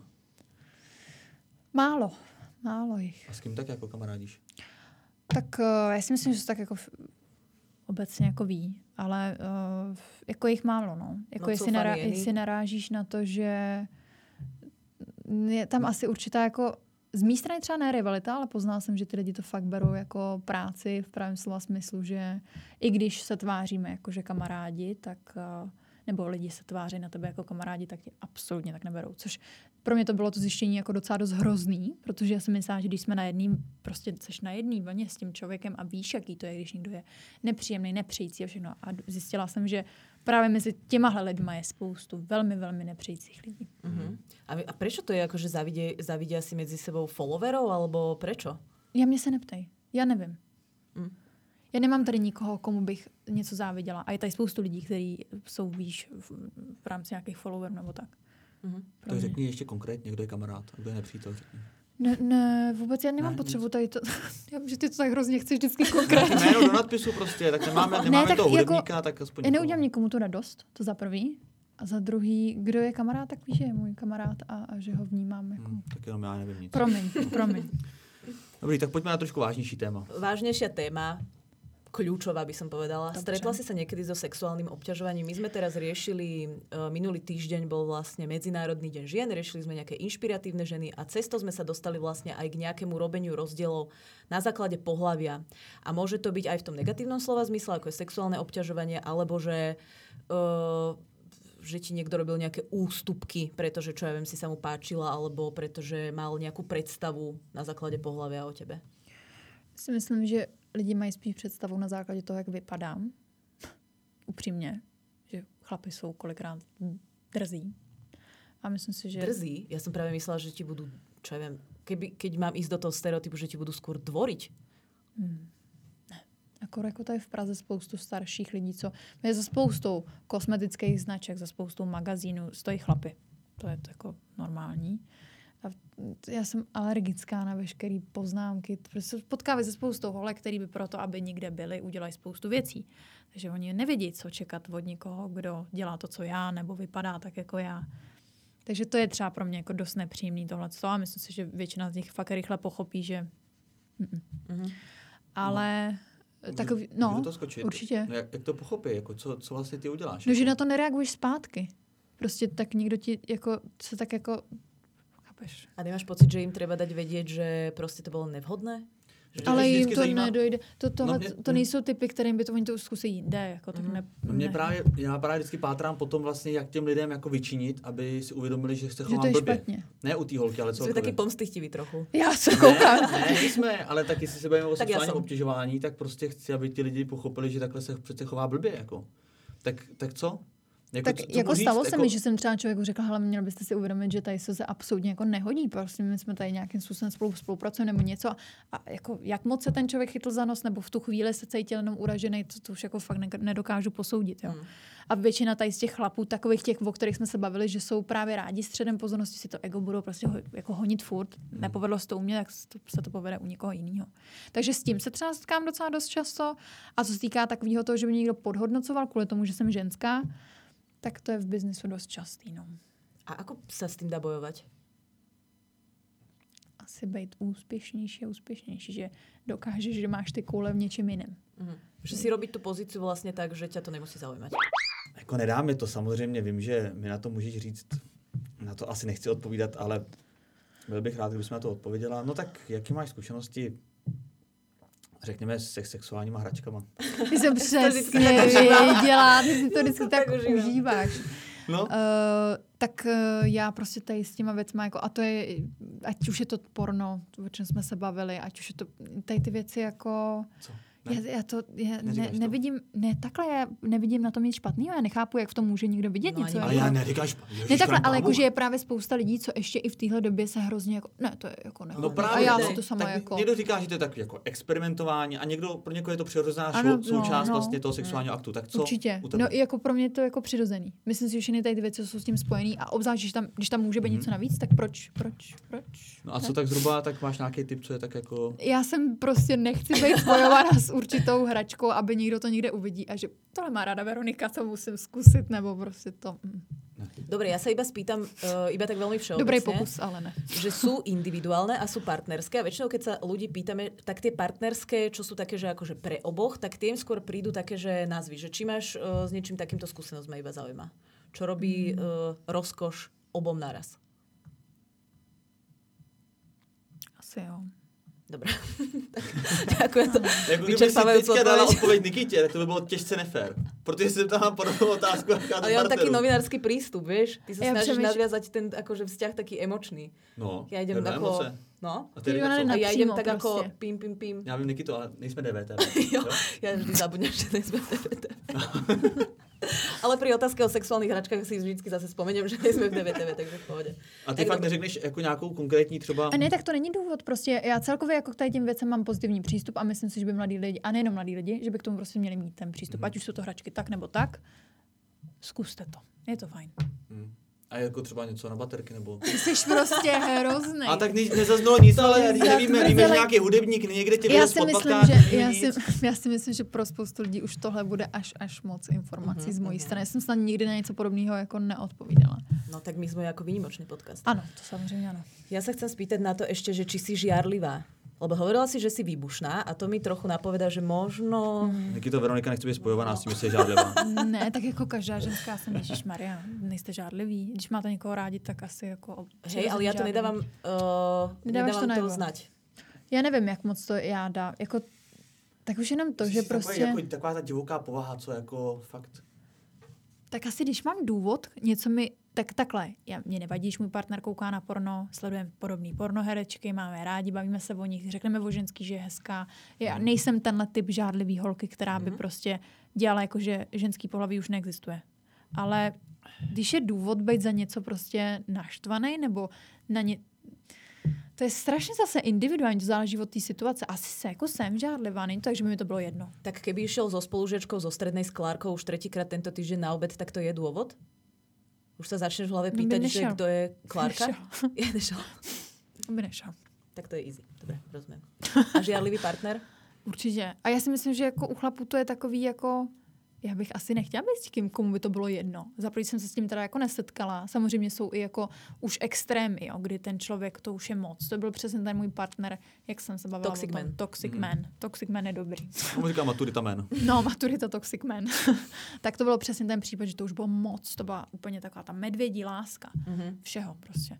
Málo. Málo jich. A s kým tak jako kamarádíš? Tak uh, já si myslím, že to tak jako obecně jako ví, ale uh, jako jich málo, no. Jako no, jestli, nará- jestli narážíš na to, že je tam asi určitá jako z mé strany třeba ne rivalita, ale poznala jsem, že ty lidi to fakt berou jako práci v pravém slova smyslu, že i když se tváříme jako, že kamarádi, tak uh, nebo lidi se tváří na tebe jako kamarádi, tak tě absolutně tak neberou. Což pro mě to bylo to zjištění jako docela dost hrozný, protože já jsem myslela, že když jsme na jedný, prostě seš na jedný vlně s tím člověkem a víš, jaký to je, když někdo je nepříjemný, nepřející a všechno. A zjistila jsem, že právě mezi těmahle lidma je spoustu velmi, velmi nepřejících lidí. Uh-huh. A, a prečo to je, jako, že zavidia, zavidia si mezi sebou followerov, alebo prečo? Já mě se neptaj. Já nevím. Mm. Já nemám tady nikoho, komu bych něco záviděla. A je tady spoustu lidí, kteří jsou výš v, v rámci nějakých followerů nebo tak. Mm-hmm. Tak řekni ještě konkrétně, kdo je kamarád a kdo je nepřítel. Řekni. Ne, ne, vůbec já nemám ne, potřebu nic. Tady to. Já vím, že ty to tak hrozně chceš vždycky konkrétně. Jméno do nadpisu prostě, tak nemáme, nemáme ne, tak toho hudebníka, jako, tak aspoň já neudělám nikomu tu radost, to za prvý. A za druhý, kdo je kamarád, tak víš, že je můj kamarád a, a že ho vnímám. Jako... Hmm, tak jenom já nevím nic. Promiň, promiň. Dobrý, tak pojďme na trošku vážnější téma. Vážnejšia téma, kľúčová by som povedala. Dobře. Stretla si sa niekedy so sexuálnym obťažovaním? My sme teraz riešili, uh, minulý týždeň bol vlastne Medzinárodný deň žien, riešili sme nejaké inšpiratívne ženy a cesto sme sa dostali vlastne aj k nejakému robeniu rozdielov na základe pohlavia. A môže to byť aj v tom negatívnom slova zmysle, ako je sexuálne obťažovanie, alebo že, uh, že ti niekto robil nejaké ústupky, pretože, čo ja viem, si sa mu páčila, alebo pretože mal nejakú predstavu na základe pohlavia o tebe. Si myslím, že lidi mají spíš představu na základě toho, jak vypadám. Upřímně. Že chlapi jsou kolikrát drzí. A myslím si, že... Drzí? Ja som práve myslela, že ti budú, čo ja viem, keby, keď mám ísť do toho stereotypu, že ti budú skôr dvoriť. Hmm. Ne. Jako, jako tady v Praze spoustu starších lidí, co je za spoustou kosmetických značek, za spoustou magazínů stojí chlapy. To je to jako normální. A já jsem alergická na veškeré poznámky. Prostě potkávají se spoustou holek, který by proto, aby nikde byli, udělají spoustu věcí. Takže oni nevědí, co čekat od někoho, kdo dělá to, co já, nebo vypadá tak, jako já. Takže to je třeba pro mě jako dost nepříjemný tohleto. A myslím si, že většina z nich fakt rychle pochopí, že... Mm-mm. Ale... Můžu, takový, no, můžu to skočit? Určitě. No jak, jak to pochopí? Jako, co, co vlastně ty uděláš? No, jako? že na to nereaguješ zpátky. Prostě tak někdo ti jako, se tak jako... Chápeš? A nemáš pocit, že jim treba dať vedieť, že prostě to bylo nevhodné? Že Ale jim to zajímá... nedojde. To, tohle, no mě, to nejsou typy, kterým by to oni to zkusí jinde. Jako, tak ne, no mě ne. právě, já právě vždycky pátrám potom vlastně, jak těm lidem jako vyčinit, aby si uvědomili, že se Že to chovám je blbě. špatně. Ne u té holky, ale Jsme celkově. taky pomstychtiví trochu. Já se koukám. Ne, ne, jsme, ale taky si se bavíme o Tak já sexuálním jsem. obtěžování, tak prostě chci, aby ti lidi pochopili, že takhle se přece chová blbě. Jako. Tak, tak co? Jako, Tak co, co jako můžu stalo říct? se jako... mi, že jsem třeba člověku řekla, hele, měl byste si uvědomit, že tady se absolutně jako nehodí, prostě my jsme tady nějakým způsobem spolu, spolupracujeme nebo něco a, a jako jak moc se ten člověk chytl za nos, nebo v tu chvíli se cítil jenom uražený, to, to už jako fakt ne, nedokážu posoudit. Jo. Hmm. A většina tady z těch chlapů, takových těch, o kterých jsme se bavili, že jsou právě rádi středem pozornosti, si to ego budou prostě ho, jako honit furt. Hmm. Nepovedlo se to u mě, tak to, se to povede u někoho jiného. Takže s tím se třeba setkám docela dost často. A co se týká takového toho, že by někdo podhodnocoval kvůli tomu, že jsem ženská, tak to je v biznisu dost častý, no. A ako sa s tým dá bojovať? Asi být úspěšnější a úspěšnější, že dokážeš, že máš ty koule v něčem jiném. Mhm. Že si robiť tú pozíciu vlastne tak, že ťa to nemusí zaujímať. Jako nedáme to, samozřejmě vím, že mi na to můžeš říct, na to asi nechci odpovídat, ale byl bych rád, kdybych na to odpověděla. No tak, jaké máš zkušenosti, řekněme, se sexuálníma hračkama? Ty jsem přesně věděla, ty si to vždycky tak užíváš. No. Uh, tak uh, já prostě tady s těma věcma, jako, a to je, ať už je to porno, o čem jsme se bavili, ať už je to, tady ty věci jako... Co? Ne? Já, já to, já ne, to? nevidím, ne takhle, já nevidím na tom nic špatného, já nechápu, jak v tom může někdo vidět No, něco. Ale jako, já neříkám špatně. ne takhle, ale jakože je právě spousta lidí, co ještě i v téhle době se hrozně jako, ne, to je jako nehodné. No právě, a já no, si to sama tak jako... někdo říká, že to je tak jako experimentování a někdo, pro někoho je to přirozená Ano, šou, součást no, no. vlastně toho sexuálního aktu. Tak co? Určitě. No i jako pro mě to je jako přirozený. Myslím si, že všechny tady ty věci jsou s tím spojený a obzvlášť, když tam, když tam může být mm-hmm. něco navíc, tak proč, proč, proč? No a co ne? tak zhruba, tak máš nějaký tip, co je tak jako... Já jsem prostě nechci být spojovaná s určitou hračkou, aby někdo to někde uvidí a že tohle má ráda Veronika, to musím zkusit, nebo prostě to... Mm. Dobre, ja sa iba spýtam, uh, iba tak veľmi všeobecne. Dobrý pokus, ale ne. Že sú individuálne a sú partnerské. A väčšinou, keď sa ľudí pýtame, tak tie partnerské, čo sú také, že akože pre oboch, tak tým skôr prídu také, že názvy. Že či máš uh, s niečím takýmto skúsenosť, ma iba zaujíma. Čo robí mm. uh, rozkoš obom naraz? Asi jo. Dobre. Ďakujem to. Jako kdyby si teďka dala odpověď Nikitě, to by bylo těžce nefér. Protože jsem tam mám podobnou otázku. Ale ja mám taký novinársky prístup, vieš? Ty sa Ja snažíš přemýšľam- nadviazať ten akože vzťah taký emočný. No, Ja idem to je ako... emoce. No. A ty Ty Rika, ona co? jde A ja idem Napřímo tak ako prostě. pím, pím, pím. Já vím Nikito, ale nejsme D V T. Jo, ja vždy zabudnem, že nejsme v D V T. Ale pri otázke o sexuálnych hračkách si vždycky zase spomeniem, že nejsme v D V T V, takže v pohodě. A ty Tak fakt dobré. neřekneš jako nějakou konkrétní třeba... A ne, tak to není důvod. Prostě já celkově jako k tady těm věcem mám pozitivní přístup a myslím si, že by mladí lidi, a nejenom mladí lidi, že by k tomu prostě měli mít ten přístup. Mhm. Ať už jsou to hračky tak nebo tak, zkuste to. Je to fajn. Hmm. A jako třeba něco na baterky nebo... Ty jsi prostě hrozný. A tak ne, nezaznělo nic, ale je nevíme, za víme, že tvrzele. nějaký hudebník někde tě já vylez si pod myslím, patkách, že, nevíme já, si, nic. já si myslím, že pro spoustu lidí už tohle bude až, až moc informací Mhm, z mojí mhm. strany. Já jsem snad nikdy na něco podobného jako neodpovídala. No tak my sme ako výnimočný podcast. Ano, to samozřejmě ano. Ja sa chcem spýtať na to ešte, že či si žiarlivá. Lebo hovorila si, že si výbušná a to mi trochu napovedá, že možno... Nikito Veronika nechce být spojovaná s tím, že jsi žádlivá. Ne, tak jako každá ženská jsem, ježišmarja, nejste žádliví. Když máte někoho rádi, tak asi jako... Hej, ale ja to žádlivý. nedávam, uh, Nedáváš nedávam to to, najevo. znať. Já nevím, jak moc to já dám. Jako, tak už jenom to, Jsi že takový, prostě... Jako, taková ta divoká povaha, co jako fakt... Tak asi když mám důvod, něco mi... Tak takhle, já, mě nevadí, když můj partner kouká na porno, sledujeme podobný pornoherečky, máme rádi, bavíme se o nich, řekneme o ženský, že je hezká. Já nejsem tenhle typ žádlivý holky, která by Mhm. prostě dělala jako, že ženský pohlaví už neexistuje. Ale když je důvod být za něco prostě naštvaný, nebo na ně... To je strašně zase individuálně, to záleží od té situace. Asi se jako jsem žádlivá, není to tak, že by mi to bylo jedno. Tak keby išiel so spolužiačkou zo strednej s Klárkou už tretíkrát tento týždeň na obed, tak to je dôvod? Už sa začneš v hlave pýtať, no že kto je Klárka? Ja nešel. By nešel. Tak to je easy. Dobre, rozumiem. A žiarlivý partner? Určitě. A já si myslím, že jako u chlapů to je takový jako... Já bych asi nechtěla být s tím, komu by to bylo jedno. Zaprvé jsem se s tím teda jako nesetkala. Samozřejmě jsou i jako už extrémy, jo, kdy ten člověk, to už je moc. To byl přesně ten můj partner, jak jsem se bavila Toxic o tom. man. Toxic Mm. man. Toxic man je dobrý. Tomu říká maturita man. No, maturita toxic man. Tak to bylo přesně ten případ, že to už bylo moc. To byla úplně taková ta medvědí láska. Mm-hmm. Všeho prostě.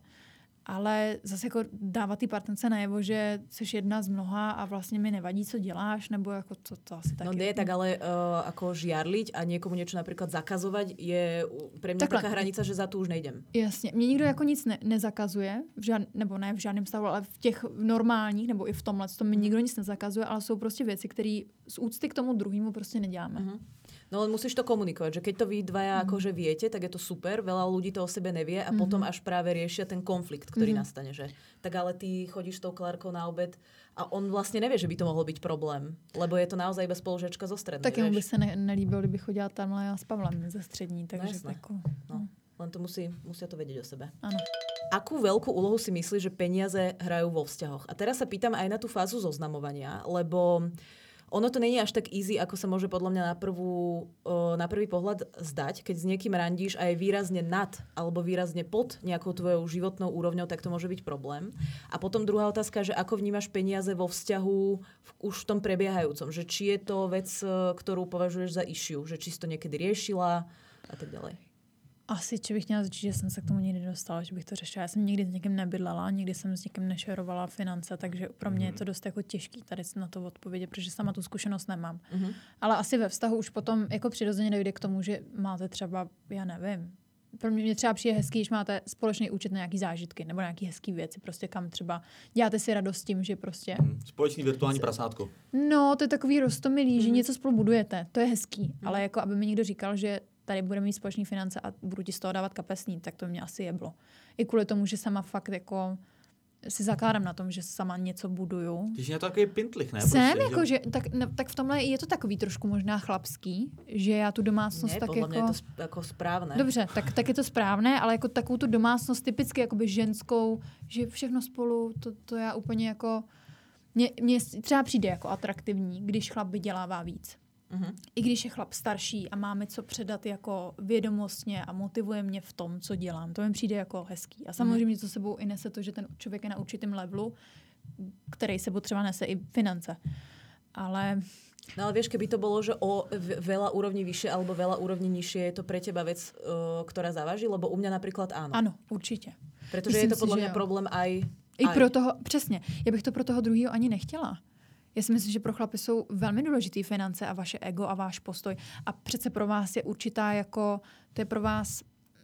Ale zase jako dávat ty partnerce najevo, že jsi jedna z mnoha a vlastně mi nevadí, co děláš, nebo jako to, to asi taky. No nie, tak ale uh, ako žiarliť a niekomu niečo napríklad zakazovať je pre mňa Takhle. taká hranica, že za tu už nejdem. Jasně. Mě nikdo jako nic ne- nezakazuje, v žád, nebo ne v žádném stavu, ale v těch normálních, nebo i v tomhle, to mi nikdo nic nezakazuje, ale jsou prostě věci, které z úcty k tomu druhému prostě neděláme. Uh-huh. No len musíš to komunikovať, že keď to vy dvaja mm. akože viete, tak je to super, veľa ľudí to o sebe nevie a mm-hmm. potom až práve riešia ten konflikt, ktorý mm-hmm. nastane, že tak ale ty chodíš s tou Klárkou na obed a on vlastne nevie, že by to mohol byť problém, lebo je to naozaj iba spolužečka zo strednej. Tak jemu by se ne- nelíbilo, kdyby chodila tamhle já s Pavlem ze střední, takže no jako... No. Len to musí, musia to vedieť o sebe. Ano. Akú veľkú úlohu si myslíš, že peniaze hrajú vo vzťahoch? A teraz sa pýtam aj na tú fázu zoznamovania, lebo ono to není až tak easy, ako sa môže podľa mňa na, prvú, na prvý pohľad zdať. Keď s niekým randíš a je výrazne nad alebo výrazne pod nejakou tvojou životnou úrovňou, tak to môže byť problém. A potom druhá otázka, že ako vnímaš peniaze vo vzťahu v, už v tom prebiehajúcom. Že či je to vec, ktorú považuješ za issue, že či si to niekedy riešila a tak ďalej. Asi, či bych měla začít, že jsem se k tomu nikdy nedostala, že bych to řešila. Já jsem nikdy s někým nebydlela, nikdy jsem s někým nešerovala finance, takže pro mě je to dost jako těžký tady na to odpovědět, protože sama tu zkušenost nemám. Mm-hmm. Ale asi ve vztahu už potom jako přirozeně dojde k tomu, že máte třeba, já nevím, pro mě třeba přijde hezký, když máte společný účet na nějaký zážitky nebo nějaký hezký věci, prostě kam třeba děláte si radost tím, že prostě... Hmm. Společný virtuální prasátko. No, to je takový roztomilý, mm-hmm. že něco spolu budujete, to je hezký, mm-hmm. ale jako aby mi někdo říkal, že tady budeme mít společné finance a budu ti z toho dávat kapesní, tak to mě asi jeblo. I kvůli tomu, že sama fakt jako si zakládám na tom, že sama něco buduju. Když je to takový pintlich, ne? Jsem prostě, jako, že, tak, no, tak v tomhle je to takový trošku možná chlapský, že já tu domácnost ne, tak podle jako... mě je to sp- jako správné. Dobře, tak, tak je to správné, ale jako takovou tu domácnost typicky jakoby ženskou, že všechno spolu, to, to já úplně jako... Mně, mně třeba přijde jako atraktivní, když chlap vydělává víc. Mm-hmm. I když je chlap starší a máme co předat jako vědomostně a motivuje mě v tom, co dělám. To mi přijde jako hezký. A samozřejmě mm-hmm. to sebou i nese to, že ten člověk je na určitém levelu, který sebou třeba nese i finance. Ale... No ale vieš, keby to bolo, že o veľa úrovní vyššie alebo veľa úrovní nižšie, je to pre teba vec, uh, ktorá závaží? Lebo u mňa napríklad áno. Ano, určitě. Protože Myslím je to podľa mňa problém aj... I aj. pro toho, přesně. Já bych to pro toho druhého ani nechtěla. Já si myslím, že pro chlapy jsou velmi důležitý finance a vaše ego a váš postoj. A přece pro vás je určitá jako, to je pro vás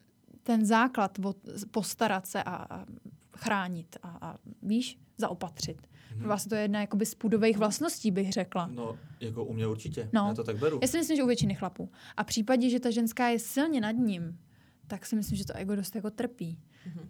ten základ postarat se a, a chránit a, a víš, zaopatřit. Hmm. Pro vás to je jedna jakoby z půdových vlastností, bych řekla. No, jako u mě určitě. No. Já to tak beru. Já si myslím, že u většiny chlapů. A v případě, že ta ženská je silně nad ním, tak si myslím, že to ego dost jako trpí. Hmm.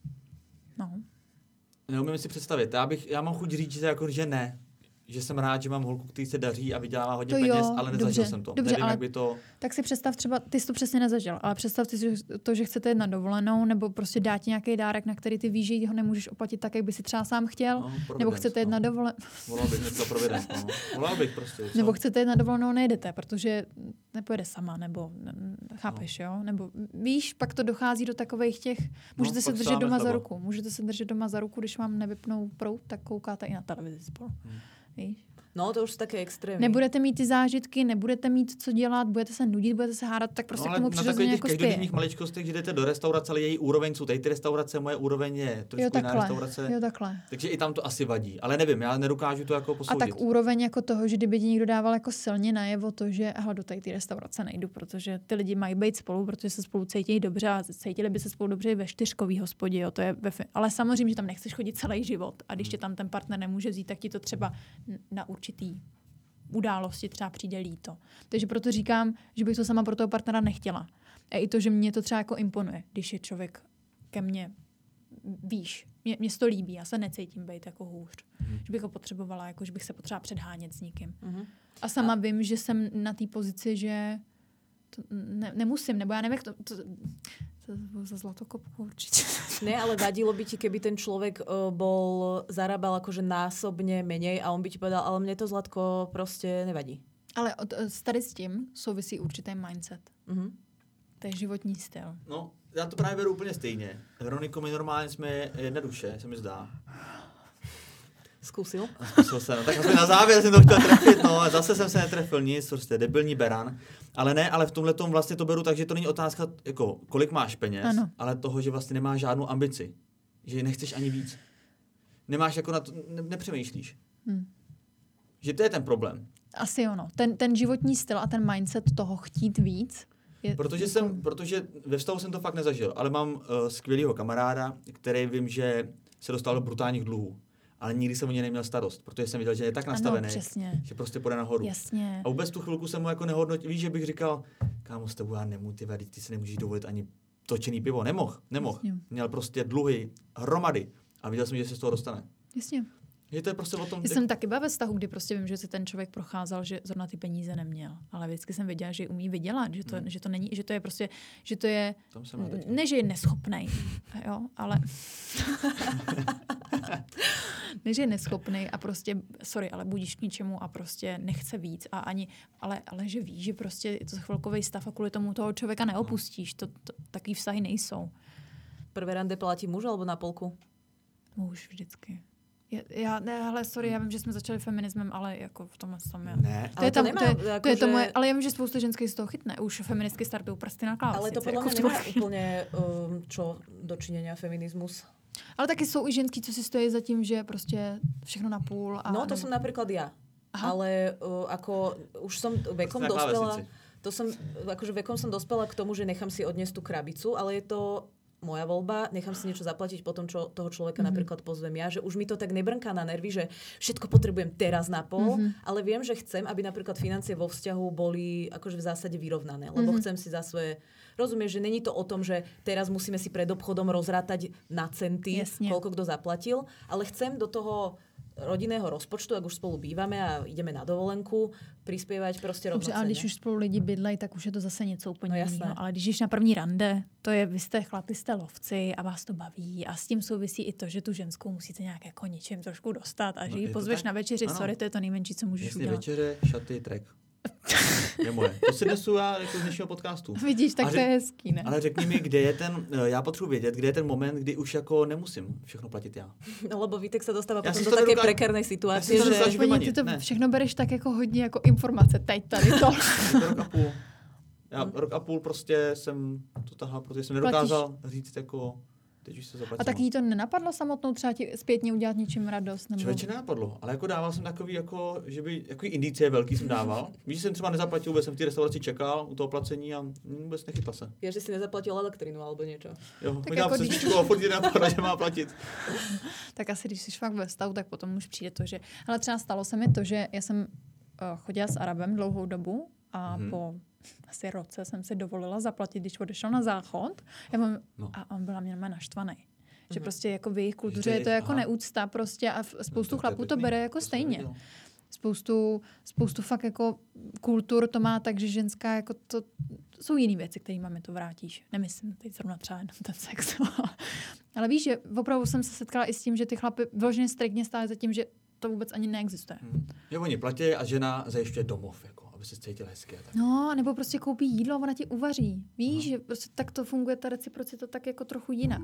No. Neumím si představit. Já, bych, já mám chuť říct, že, jako, že ne. Že jsem rád, že mám holku, který se daří a vydělává hodně to peněz, jo, ale nezažil dobře, jsem to. Dobře, Nevím, ale jak by to... Tak si představ třeba, ty jsi to přesně nezažil, ale představ si to, že chcete jít na dovolenou, nebo prostě dát ti nějaký dárek, na který ty víš, že ho nemůžeš oplatit tak, jak by si třeba sám chtěl, no, nebo chcete jít no. na dovolenou. Volal bych něco Providence, no. Volal bych prostě. Co? Nebo chcete jít na dovolenou, nejdete, protože nepojede sama, nebo chápeš, no. jo? Nebo víš, pak to dochází do takových těch, můžete no, se držet doma za ruku, můžete se držet doma za ruku, když vám nevypnou proud, tak koukáte i na televizi spolu, hmm. víš? No, to už jsou také extrémy. Nebudete mít ty zážitky, nebudete mít co dělat, budete se nudit, budete se hádat, tak prostě no, k tomu přirozeně jako spěje. Na každodenních maličkostech, že jdete do restaurace, ale její úroveň jsou tady ty restaurace, moje úroveň je trošku jiná restaurace. Jo, takhle. Takže i tam to asi vadí, ale nevím, já nedokážu to jako posoudit. A tak úroveň jako toho, že kdyby ti někdo dával jako silně najevo to, že aha, do tady ty restaurace nejdu, protože ty lidi mají být spolu, protože se spolu cítí dobře a cítili by se spolu dobře i ve čtyřkový hospodě, jo, to je ve, ale samozřejmě, že tam nechceš chodit celý život a když tě tam ten partner nemůže vzít, tak ti to třeba na určitý události třeba přijde líto. Takže proto říkám, že bych to sama pro toho partnera nechtěla. A i to, že mě to třeba jako imponuje, když je člověk ke mně víš, mě, mě to líbí, já se necítím být jako hůř. Mm. Že bych ho potřebovala, jako že bych se potřeba předhánět s někým. Mm. A sama a... vím, že jsem na té pozici, že to ne, nemusím, nebo já nevím, jak to... to to bylo za zlatokopku určitě. Ne, ale vadilo by ti, keby ten človek uh, bol, zarábal akože násobne menej a on by ti povedal, ale mne to Zlatko prostě nevadí. Ale od, tady s tím souvisí určitý mindset. Mm-hmm. To je životní styl. No, já to právě beru úplně stejně. Veroniko, my normálně jsme jedna duše, se mi zdá. Zkusil? Zkusil jsem. No, tak na závěr jsem to chtěl trefit, no a zase jsem se netrefil nic, prostě debilní beran. Ale ne, ale v tomhle tom vlastně to beru tak, že to není otázka, jako kolik máš peněz, ano. ale toho, že vlastně nemáš žádnou ambici. Že nechceš ani víc. Nemáš jako na to, ne, nepřemýšlíš. Hmm. Že to je ten problém. Asi ono. Ten, ten životní styl a ten mindset toho chtít víc. Je protože, jako... jsem, protože ve vztahu jsem to fakt nezažil, ale mám uh, skvělýho kamaráda, který vím, že se dostal do brutálních dluhů. Ale nikdy jsem o něj neměl starost, protože jsem viděl, že je tak nastavený, ano, že prostě půjde nahoru. Jasně. A vůbec tu chvilku jsem mu jako nehodnotil. Víš, že bych říkal, kámo, s tebou já nemůžu, ty vady, ty si nemůžeš dovolit ani točený pivo. Nemohl, nemohl. Měl prostě dluhy, hromady a viděl jsem, že se z toho dostane. Jasně. Že to je prostě o tom... Já jsem taky byla ve vztahu, kdy prostě vím, že si ten člověk procházel, že zrovna ty peníze neměl. Ale vždycky jsem věděla, že umí vydělat, že to, hmm. že to není, že to je prostě, že to je, ne, že je neschopnej, jo, ale... ne, že je neschopnej a prostě, sorry, ale budíš k ničemu a prostě nechce víc a ani, ale, ale že víš, že prostě je to chvilkový stav a kvůli tomu toho člověka neopustíš. To, to, takový vztahy nejsou. Prvé rande platí muž alebo na polku? Muž vždycky. Já, já, ne, hele, sorry, já vím, že jsme začali feminismem, ale jako v tomhle tom já. Ne, to je tam, to, nemá, to, je, jako to je že... to moje, ale já vím, že spousta ženských z toho chytne. Už feministky startují prsty na klávesnici. Ale to podľa mňa nemá úplně um, čo dočinenia feminismus. Ale taky jsou i ženský, co si stojí za tím, že prostě všechno na půl. A no to nebo... som napríklad ja. Aha. Ale uh, ako už som vekom dospela, to som, akože vekom som dospela k tomu, že nechám si odniesť tú krabicu, ale je to moja voľba, nechám si niečo zaplatiť potom, čo toho človeka mm-hmm. napríklad pozvem ja, že už mi to tak nebrnká na nervy, že všetko potrebujem teraz na pol, mm-hmm. ale viem, že chcem, aby napríklad financie vo vzťahu boli akože v zásade vyrovnané, lebo mm-hmm. chcem si za svoje, rozumieš, že není to o tom, že teraz musíme si pred obchodom rozrátať na centy, Jasne. koľko kto zaplatil, ale chcem do toho rodinného rozpočtu, ak už spolu bývame a ideme na dovolenku, prispievať prostě rovnocenne. Dobře, ale když už spolu lidi bydlají, tak už je to zase něco úplně no, jiného. Ale když jdeš na první rande, to je, vy jste chlapi, jste lovci a vás to baví a s tím souvisí i to, že tu ženskou musíte nějak jako něčem trošku dostat a že no, ji pozveš na večeři, ano. Sorry, to je to nejmenší, co můžeš Jestli udělat. večeře, šaty, trek. Je moje. To si nesu já jako z dnešního podcastu. Vidíš, tak řek, to je hezký, ne? Ale řekni mi, kde je ten, já potřebuji vědět, kde je ten moment, kdy už jako nemusím všechno platit já. No, lebo Vítek se dostává potom do také prekérnej situace, že... Že ty to ne. všechno bereš tak jako hodně jako informace, teď tady to. rok a půl. Já hmm. rok a půl prostě jsem to tahal, protože jsem nedokázal Platíš. říct jako... Teď už se a tak jí to nenapadlo samotnou třeba ti zpětně udělat něčím radost? Nebo... Člověče nenapadlo, ale jako dával jsem takový, jako, že by, jako indicie velký jsem dával. Víš, že jsem třeba nezaplatil, vůbec jsem v té restauraci čekal u toho placení a vůbec nechytla se. Je, že si nezaplatil elektrinu alebo něco. Jo, tak jako když... svíčku a furt ti napadlo, že má platit. Tak asi, když jsi fakt ve stavu, tak potom už přijde to, že... Ale třeba stalo se mi to, že já jsem uh, chodila s Arabem dlouhou dobu a hmm. po... asi roce jsem si dovolila zaplatit, když odešel na záchod. Já mám, no. A on byla mě naštvaný. Mm-hmm. Že prostě jako v jejich kultuře je to jako aha. neúcta prostě a spoustu no, to chlapů to bere jako to stejně. Spoustu, spoustu fakt jako kultur to má tak, že ženská jako to, to jsou jiný věci, kterými mi to vrátíš. Nemyslím teď zrovna třeba jenom ten sex. Ale víš, že opravdu jsem se setkala i s tím, že ty chlapy vyloženě striktně stály za tím, že to vůbec ani neexistuje. Hmm. Jo, oni platí a žena zajišťuje domov, jako, aby se cítil hezky. Tak. No, nebo prostě koupí jídlo a ona ti uvaří. Víš, aha. že prostě tak to funguje, ta reciprocita tak jako trochu jinak.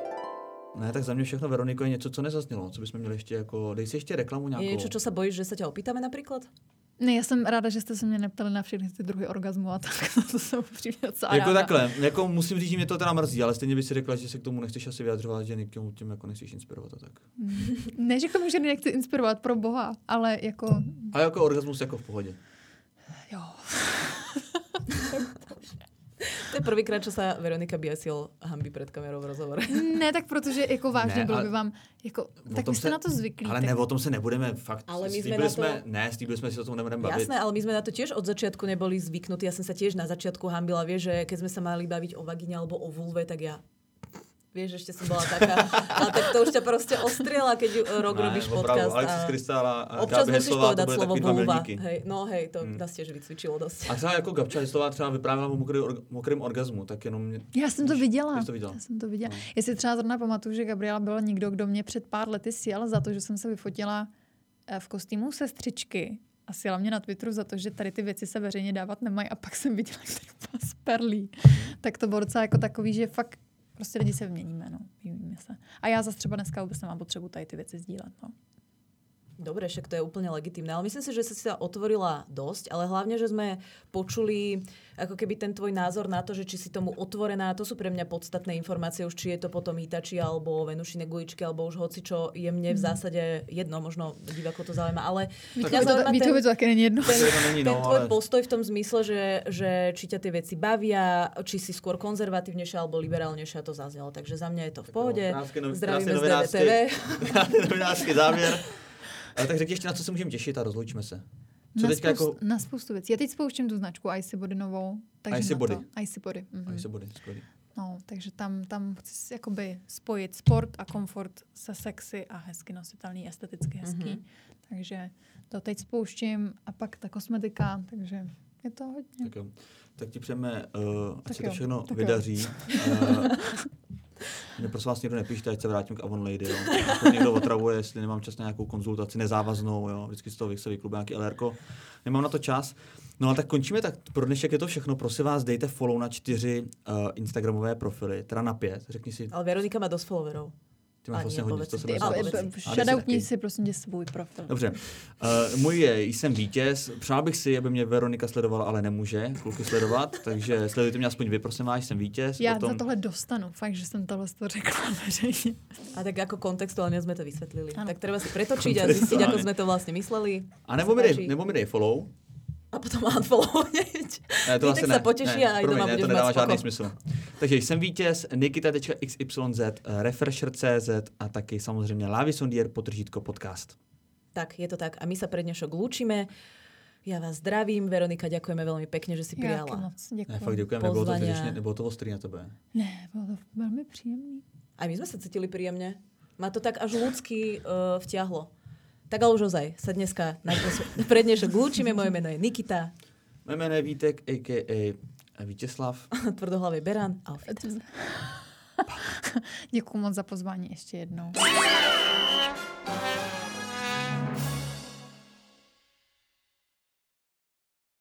Ne, tak za mě všechno, Veroniko, je něco, co nezaznělo. Co bychom měli ještě jako, dej si ještě reklamu nějakou. Je něco, co se bojíš, že se tě opýtáme například? Ne, já jsem ráda, že jste se mě neptali na všechny ty druhy orgazmu a tak. To jsem upřímně docela Jako ráda. takhle, jako musím říct, že mě to teda mrzí, ale stejně by si řekla, že se k tomu nechceš asi vyjadřovat, že někomu tím jako nechceš inspirovat a tak. Ne, že k tomu, že nechci inspirovat, pro boha, ale jako... Ale jako orgasmus jako v pohodě. Jo. To je prvýkrát, čo sa Veronika Biasil hanbí před kamerou v rozhovore. Ne, tak protože jako vážně ne, bylo by vám, jako, tak vy jste se, na to zvyklí. Ale tak... ne, o tom se nebudeme fakt, ale my jsme na to... jsme, ne, slíbili jsme si, o tom nebudeme bavit. Jasné, ale my jsme na to tiež od začiatku neboli zvyknutí. Ja som sa tiež na začiatku hanbila, vieš, že keď sme sa mali baviť o vagíne alebo o vulve, tak ja Vieš, ešte som bola taká. A tak to už ťa proste ostriela, keď rok ne, robíš opravdu, podcast. Alexis Krystal a občas Gabi musíš Heslová, povedať to byly slovo takový dva vulva. milníky. Hej, no hej, to hmm. nás tiež vycvičilo dosť. A třeba jako Gabča Heslová třeba vyprávěla o mokrý, mokrým orgazmu, tak jenom... Mě, já jsem to viděla. to viděla. Já jsem to viděla. No. Já si třeba zrovna pamatuju, že Gabriela byla někdo, kdo mě před pár lety sjel za to, že jsem se vyfotila v kostýmu sestřičky. A sjela mě na Twitteru za to, že tady ty věci se veřejně dávat nemají a pak jsem viděla, jak tady byla z perlí. Tak to bylo docela jako takový, že fakt prostě lidi se vyměníme, no. Vyměníme se. A já zase třeba dneska vůbec nemám potřebu tady ty věci sdílet, no. Dobre, však to je úplne legitímne. Ale myslím si, že si sa otvorila dosť, ale hlavne, že sme počuli ako keby ten tvoj názor na to, že či si tomu otvorená, to sú pre mňa podstatné informácie, už či je to potom Itači alebo Venušine guličky, alebo už hoci čo je mne v zásade jedno, možno divákov to zaujíma, ale mňa zaujíma ten, to také není jedno. ten, není, ten no, tvoj ale... postoj v tom zmysle, že, že či ťa tie veci bavia, či si skôr konzervatívnejšia alebo liberálnejšia, to zaznelo. Takže za mňa je to v pohode. No, zdravíme z D V T V. Novinářský závěr. Ale tak řekni ještě, na co se můžeme těšit a rozloučíme se. Co na, teďka spoust, jako... na spoustu věcí. Já teď spouštím tu značku Icy Body novou. Takže Icy Body. Icy Body. Mhm. Icy Body, skvělý. No, takže tam, tam chci jakoby spojit sport a komfort se sexy a hezky nositelný, esteticky hezký. Mm-hmm. Takže to teď spouštím a pak ta kosmetika, takže je to hodně. Tak jo. Tak ti přejeme, uh, ať se to všechno tak vydaří. Uh, mě prosím vás někdo nepíšte, ať se vrátím k Avon Lady. Jo. Pokud někdo otravuje, jestli nemám čas na nějakou konzultaci nezávaznou, jo. Vždycky z toho se vyklubí nějaký elérko. Nemám na to čas. No a tak končíme, tak pro dnešek je to všechno. Prosím vás, dejte follow na čtyři uh, instagramové profily, teda na pět, řekni si. Ale Veronika má dost followerů. Ty máš vlastně hodně, sto sedmdesát. Shoutoutni si prosím tě svůj profil. Dobře. Uh, můj je, jsem vítěz. Přál bych si, aby mě Veronika sledovala, ale nemůže kluky sledovat, takže sledujte mě aspoň vy, prosím vás, jsem vítěz. Já potom... za tohle dostanu, fakt, že jsem tohle to řekla veřejně. A tak jako kontextuálně jsme to vysvětlili. Ano. Tak treba si pretočiť a zistiť, ako jsme to vlastně mysleli. A nebo mi, dej, nebo mi dej follow. A potom unfollow hneď. Ne, to asi ne. se potěší ne, a i doma ne, budeš to nedává mať spoko. žádný smysl. Takže jsem vítěz, nikita tečka x y z, refresher tečka cé zet a taky samozřejmě Lavisondier potržítko podcast. Tak, je to tak. A my sa pre dnešok lúčime. Ja vás zdravím. Veronika, ďakujeme veľmi pekne, že si prijala. Já moc děkuji. Ne, fakt děkujeme, nebylo to zbytečně, nebylo to ostrý na tebe. Ne, bylo to velmi příjemný. Aj my sme sa cítili príjemne. Ma to tak až ľudsky uh, vtiahlo. Tak ale už ozaj sa dneska pre dnešok lúčime. Moje meno je Nikita. Moje jméno je Vítek, a ká a Vítězslav. Tvrdohlavý Beran. Auf Wiedersehen. Děkuji moc za pozvání ještě jednou.